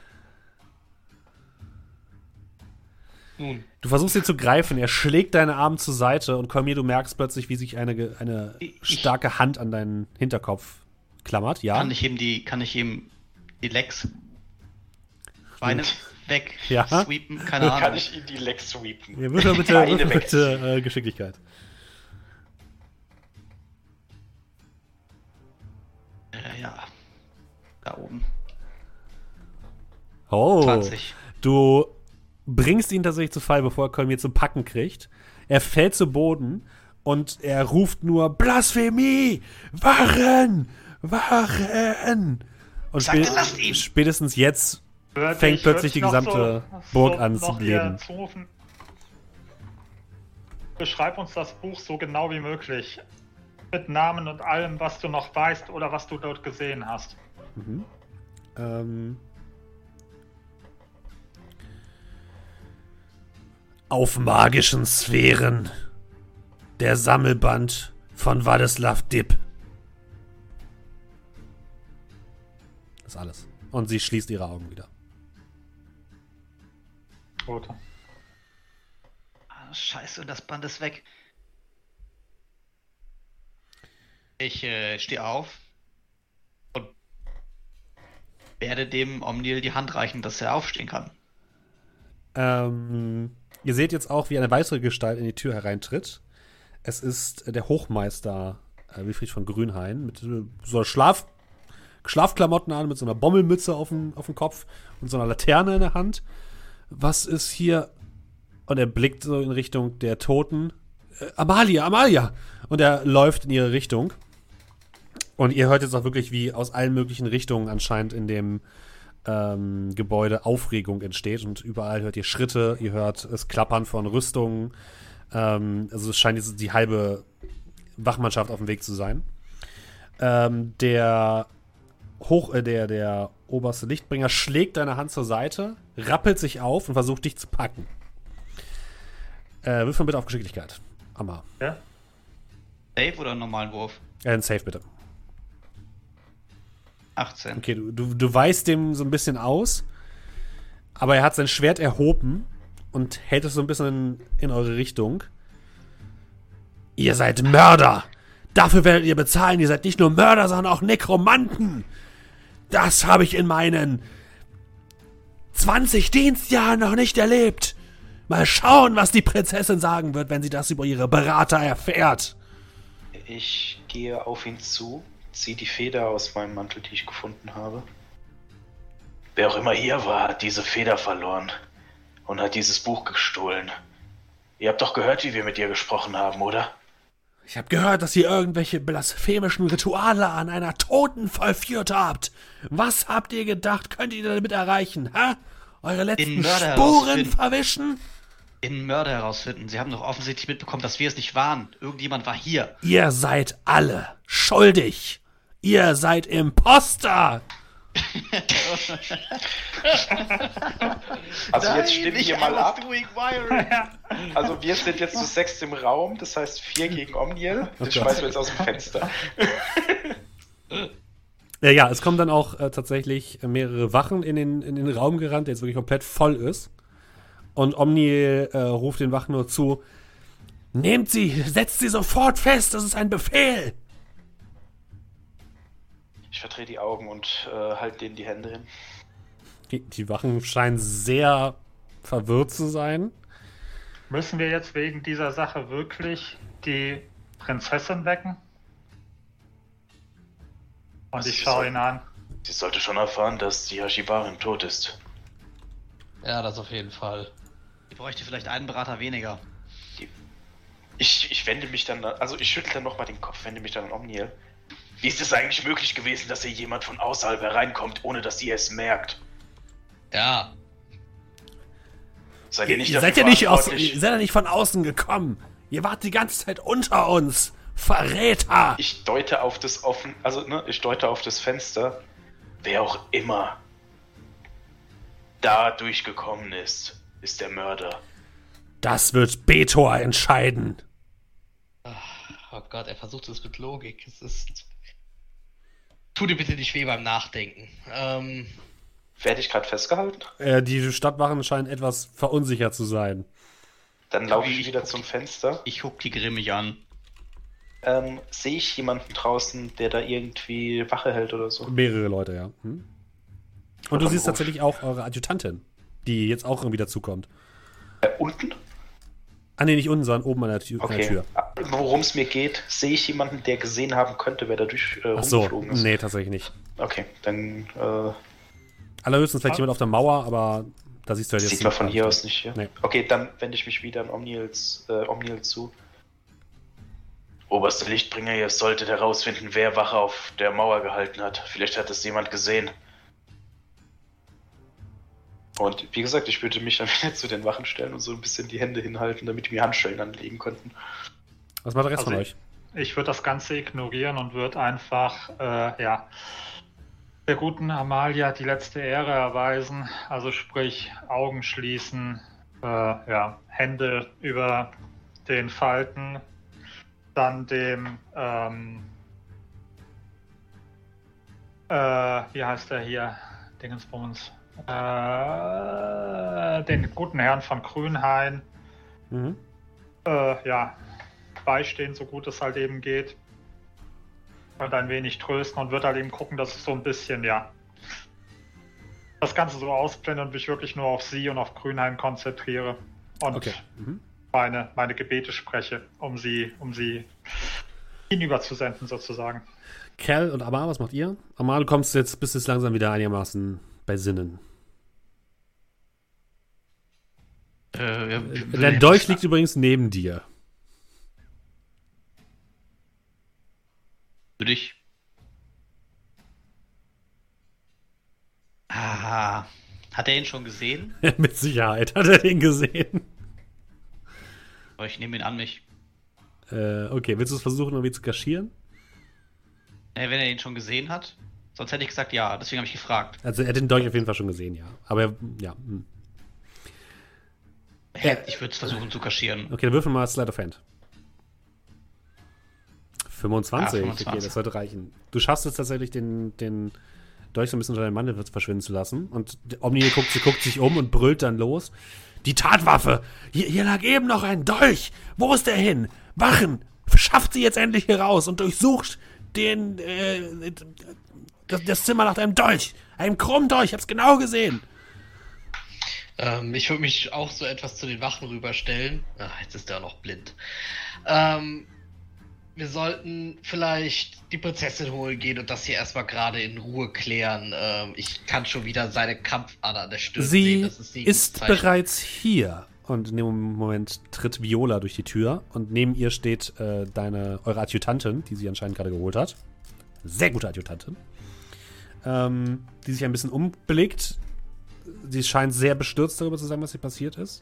Nun, Du versuchst ihn zu greifen, er schlägt deine Arme zur Seite und Kolmir, du merkst plötzlich, wie sich eine, ge- eine Ich- starke Hand an deinen Hinterkopf klammert. Ja? Kann ich ihm die, kann ich ihm die Legs Beine weg, Ja. sweepen, keine Ahnung. Kann ich ihn die Legs sweepen? Ja, bitte, bitte, Beine bitte, weg. bitte äh, Geschicklichkeit. Äh, ja. Da oben. Oh. zwanzig. Du bringst ihn tatsächlich zu Fall, bevor er Kolmier zu packen kriegt. Er fällt zu Boden und er ruft nur Blasphemie! Wachen! Wachen! Und Sagte, spä lasst ihn! spätestens jetzt Würde fängt ich- plötzlich die würde ich gesamte noch Burg an noch zu eher leben. zurufen, beschreib uns das Buch so genau wie möglich. Mit Namen und allem, was du noch weißt oder was du dort gesehen hast. Mhm. Ähm. Auf magischen Sphären. Der Sammelband von Władysław Dipp. Das ist alles. Und sie schließt ihre Augen wieder. Gut. Ah, scheiße, und das Band ist weg. Ich äh, stehe auf und werde dem Omniel die Hand reichen, dass er aufstehen kann. Ähm, ihr seht jetzt auch, wie eine weitere Gestalt in die Tür hereintritt. Es ist äh, der Hochmeister äh, Wilfried von Grünhain mit äh, so einer Schlaf Schlafklamotten an, mit so einer Bommelmütze auf dem, auf dem Kopf und so einer Laterne in der Hand. Was ist hier? Und er blickt so in Richtung der Toten. Äh, Amalia, Amalia! Und er läuft in ihre Richtung. Und ihr hört jetzt auch wirklich, wie aus allen möglichen Richtungen anscheinend in dem ähm, Gebäude Aufregung entsteht. Und überall hört ihr Schritte, ihr hört das Klappern von Rüstungen. Ähm, also es scheint jetzt die halbe Wachmannschaft auf dem Weg zu sein. Ähm, der Hoch, äh, der, der oberste Lichtbringer schlägt deine Hand zur Seite, rappelt sich auf und versucht dich zu packen. Äh, wirf mal bitte auf Geschicklichkeit. Amma. Ja? Save oder einen normalen Wurf? Äh, ein Safe bitte. achtzehn. Okay, du, du, du weißt dem so ein bisschen aus, aber er hat sein Schwert erhoben und hält es so ein bisschen in, in eure Richtung. Ihr seid Mörder! Dafür werdet ihr bezahlen. Ihr seid nicht nur Mörder, sondern auch Nekromanten! Das habe ich in meinen zwanzig Dienstjahren noch nicht erlebt. Mal schauen, was die Prinzessin sagen wird, wenn sie das über ihre Berater erfährt. Ich gehe auf ihn zu, ziehe die Feder aus meinem Mantel, die ich gefunden habe. Wer auch immer hier war, hat diese Feder verloren und hat dieses Buch gestohlen. Ihr habt doch gehört, wie wir mit ihr gesprochen haben, oder? Ich habe gehört, dass ihr irgendwelche blasphemischen Rituale an einer Toten vollführt habt. Was habt ihr gedacht, könnt ihr damit erreichen, hä? Eure letzten Mörder Spuren herausfinden. verwischen? Den Mörder herausfinden. Sie haben doch offensichtlich mitbekommen, dass wir es nicht waren. Irgendjemand war hier. Ihr seid alle schuldig. Ihr seid Imposter. Also jetzt stimmen wir mal ab. Doing wiring. Also wir sind jetzt zu sechst im Raum, das heißt vier gegen Omniel. Das Gott. schmeißen wir jetzt aus dem Fenster. Ja, ja, es kommen dann auch äh, tatsächlich mehrere Wachen in den, in den Raum gerannt, der jetzt wirklich komplett voll ist. Und Omni äh, ruft den Wachen nur zu: Nehmt sie, setzt sie sofort fest, das ist ein Befehl. Ich verdrehe die Augen und äh, halte denen die Hände hin. Die, die Wachen scheinen sehr verwirrt zu sein. Müssen wir jetzt wegen dieser Sache wirklich die Prinzessin wecken? Und ich Sie schaue soll- ihn an. Sie sollte schon erfahren, dass die Hashibarin tot ist. Ja, das auf jeden Fall. Ich bräuchte vielleicht einen Berater weniger. Ich, ich wende mich dann, also ich schüttle dann nochmal den Kopf, wende mich dann an Omniel. Wie ist es eigentlich möglich gewesen, dass hier jemand von außerhalb hereinkommt, ohne dass ihr es merkt? Ja, Seid Ihr, ihr nicht ihr dafür seid ja nicht, aus, verantwortlich? ihr seid ja nicht von außen gekommen. Ihr wart die ganze Zeit unter uns. Verräter. Ich deute auf das offen, also ne, ich deute auf das Fenster. Wer auch immer da durchgekommen ist, ist der Mörder. Das wird Betor entscheiden. oh Gott, er versucht es mit Logik. Es ist. Tu dir bitte nicht weh beim Nachdenken. Ähm, Werde ich gerade festgehalten? Äh, die Stadtwachen scheinen etwas verunsichert zu sein. Dann laufe ich Ich wieder guck- zum Fenster. Ich guck die grimmig an. Ähm, sehe ich jemanden draußen, der da irgendwie Wache hält oder so? Mehrere Leute, ja. Hm? Und du siehst tatsächlich auch eure Adjutantin, die jetzt auch irgendwie dazukommt. Äh, unten? Ah, nee, nicht unten, sondern oben an der, Tür, okay. an der Tür. Worum es mir geht, sehe ich jemanden, der gesehen haben könnte, wer da durch äh, Ach so, rumgeflogen ist? nee, tatsächlich nicht. Okay, dann äh, allerhöchstens vielleicht jemand auf der Mauer, aber da siehst du halt jetzt sieht man von hier aus nicht. Ja? Nee. Okay, dann wende ich mich wieder an Omniels, äh, Omniel zu. Oberster Lichtbringer, ihr solltet herausfinden, wer Wache auf der Mauer gehalten hat. Vielleicht hat es jemand gesehen. Und wie gesagt, ich würde mich dann wieder zu den Wachen stellen und so ein bisschen die Hände hinhalten, damit die mir Handschellen anlegen konnten. Was macht der Rest Also von ich, euch? Ich würde das Ganze ignorieren und würde einfach, äh, ja, der guten Amalia die letzte Ehre erweisen. Also sprich, Augen schließen, äh, ja, Hände über den Falten, dann dem, ähm, äh, wie heißt der hier, Dingensbummens, äh, den guten Herrn von Grünhain, Mhm. äh, ja, beistehen, so gut es halt eben geht. Und ein wenig trösten und wird halt eben gucken, dass ich so ein bisschen, ja, das Ganze so ausblende und mich wirklich nur auf sie und auf Grünhain konzentriere. Und Okay. Mhm. meine, meine Gebete spreche, um sie, um sie hinüberzusenden, sozusagen. Cal und Amar, was macht ihr? Amar, du kommst jetzt, bist jetzt langsam wieder einigermaßen bei Sinnen. Äh, ja, Dein Dolch liegt übrigens neben dir. Würde ich. Ah, hat er ihn schon gesehen? Mit Sicherheit hat er den gesehen. Aber ich nehme ihn an mich. Äh, okay, willst du es versuchen, irgendwie zu kaschieren? Äh, wenn er ihn schon gesehen hat. Sonst hätte ich gesagt ja, deswegen habe ich gefragt. Also er hat den Dolch auf jeden Fall schon gesehen, ja. Aber er- ja. hm. Hä, ich würde es versuchen zu kaschieren. Okay, dann würfeln wir mal Slide of Hand. fünfundzwanzig, Ah, fünfundzwanzig. Okay, das sollte reichen. Du schaffst es tatsächlich, den, den Dolch so ein bisschen unter deinem Mantel verschwinden zu lassen. Und Omni guckt, sie guckt sich um und brüllt dann los. Die Tatwaffe! Hier, hier lag eben noch ein Dolch! Wo ist der hin? Wachen! Schafft sie jetzt endlich hier raus und durchsucht den, äh, das, das Zimmer nach einem Dolch! Einem krummen Dolch, ich hab's genau gesehen! Ähm, ich würde mich auch so etwas zu den Wachen rüberstellen. Ach, jetzt ist er auch noch blind. Ähm, wir sollten vielleicht die Prinzessin holen gehen und das hier erstmal gerade in Ruhe klären. Ähm, ich kann schon wieder seine Kampfader an der Stirn Sie sehen. Das ist, ist bereits hier. Und in dem Moment tritt Viola durch die Tür und neben ihr steht äh, deine, eure Adjutantin, die sie anscheinend gerade geholt hat. Sehr gute Adjutantin. Ähm, die sich ein bisschen umblickt. Sie scheint sehr bestürzt darüber zu sein, was hier passiert ist.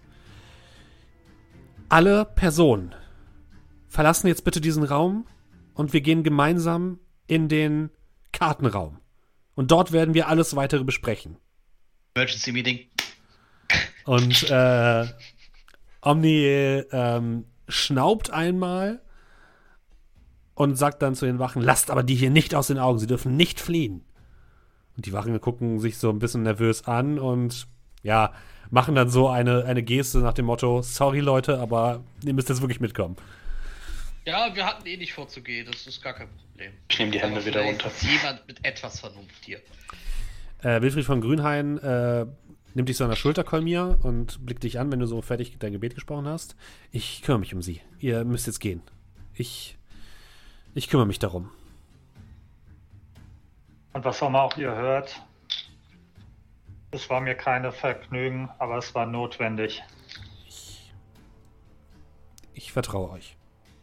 Alle Personen verlassen jetzt bitte diesen Raum und wir gehen gemeinsam in den Kartenraum. Und dort werden wir alles weitere besprechen. Emergency Meeting. Und äh, Omni ähm, schnaubt einmal und sagt dann zu den Wachen, lasst aber die hier nicht aus den Augen, sie dürfen nicht fliehen. Und die Wachen gucken sich so ein bisschen nervös an und ja, machen dann so eine, eine Geste nach dem Motto, sorry Leute, aber ihr müsst jetzt wirklich mitkommen. Ja, wir hatten eh nicht vorzugehen, das ist gar kein Problem. Ich nehme die Hände Aber wieder vielleicht runter. ist jemand mit etwas Vernunft hier. Äh, Wilfried von Grünhain äh, nimmt dich so an der Schulter, Kolmir, und blickt dich an, wenn du so fertig dein Gebet gesprochen hast. Ich kümmere mich um sie. Ihr müsst jetzt gehen. Ich, ich kümmere mich darum. Und was auch immer auch ihr hört, es war mir keine Vergnügen, aber es war notwendig. Ich, ich vertraue euch.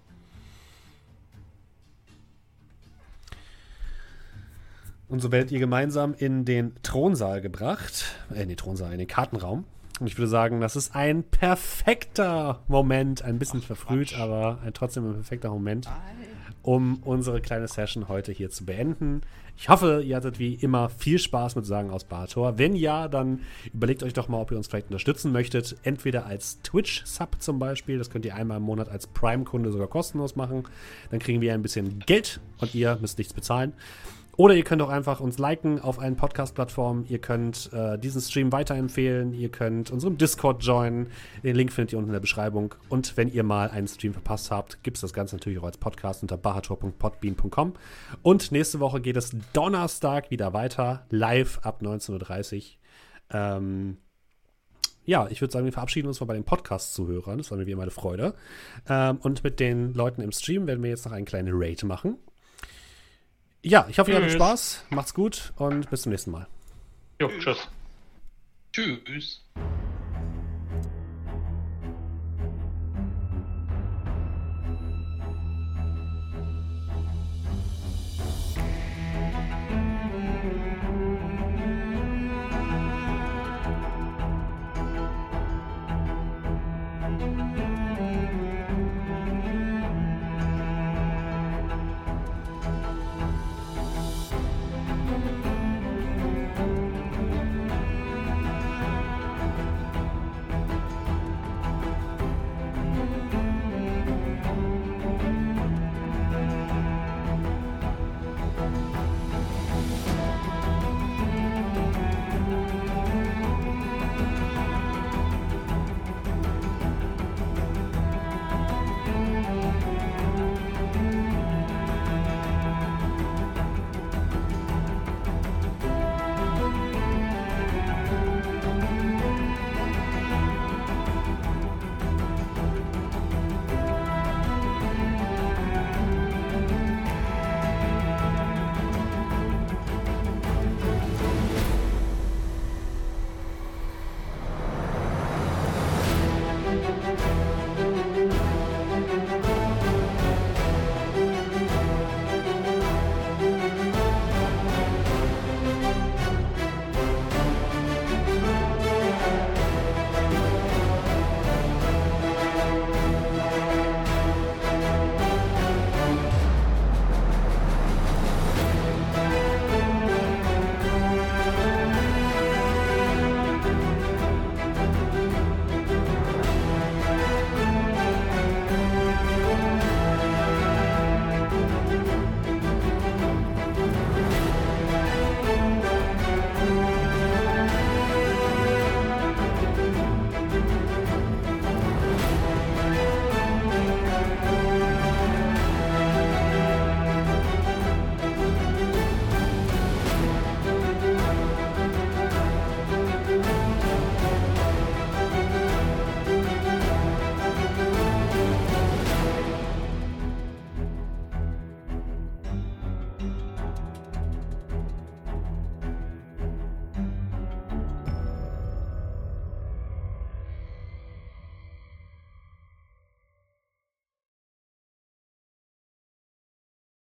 Und so werdet ihr gemeinsam in den Thronsaal gebracht. Äh, in den Thronsaal, in den Kartenraum. Und ich würde sagen, das ist ein perfekter Moment. Ein bisschen verfrüht, aber ein, trotzdem ein perfekter Moment, um unsere kleine Session heute hier zu beenden. Ich hoffe, ihr hattet wie immer viel Spaß mit Sagen aus Barator. Wenn ja, dann überlegt euch doch mal, ob ihr uns vielleicht unterstützen möchtet. Entweder als Twitch-Sub zum Beispiel. Das könnt ihr einmal im Monat als Prime-Kunde sogar kostenlos machen. Dann kriegen wir ein bisschen Geld und ihr müsst nichts bezahlen. Oder ihr könnt auch einfach uns liken auf allen Podcast-Plattformen. Ihr könnt äh, diesen Stream weiterempfehlen. Ihr könnt unserem Discord joinen. Den Link findet ihr unten in der Beschreibung. Und wenn ihr mal einen Stream verpasst habt, gibt es das Ganze natürlich auch als Podcast unter bahator punkt podbean punkt com. Und nächste Woche geht es Donnerstag wieder weiter, live ab neunzehn Uhr dreißig. Ähm, ja, ich würde sagen, wir verabschieden uns mal bei den Podcast-Zuhörern. Das war mir wie immer eine Freude. Ähm, und mit den Leuten im Stream werden wir jetzt noch einen kleinen Raid machen. Ja, ich hoffe, ihr hattet Spaß. Macht's gut und bis zum nächsten Mal. Jo, tschüss. Tschüss.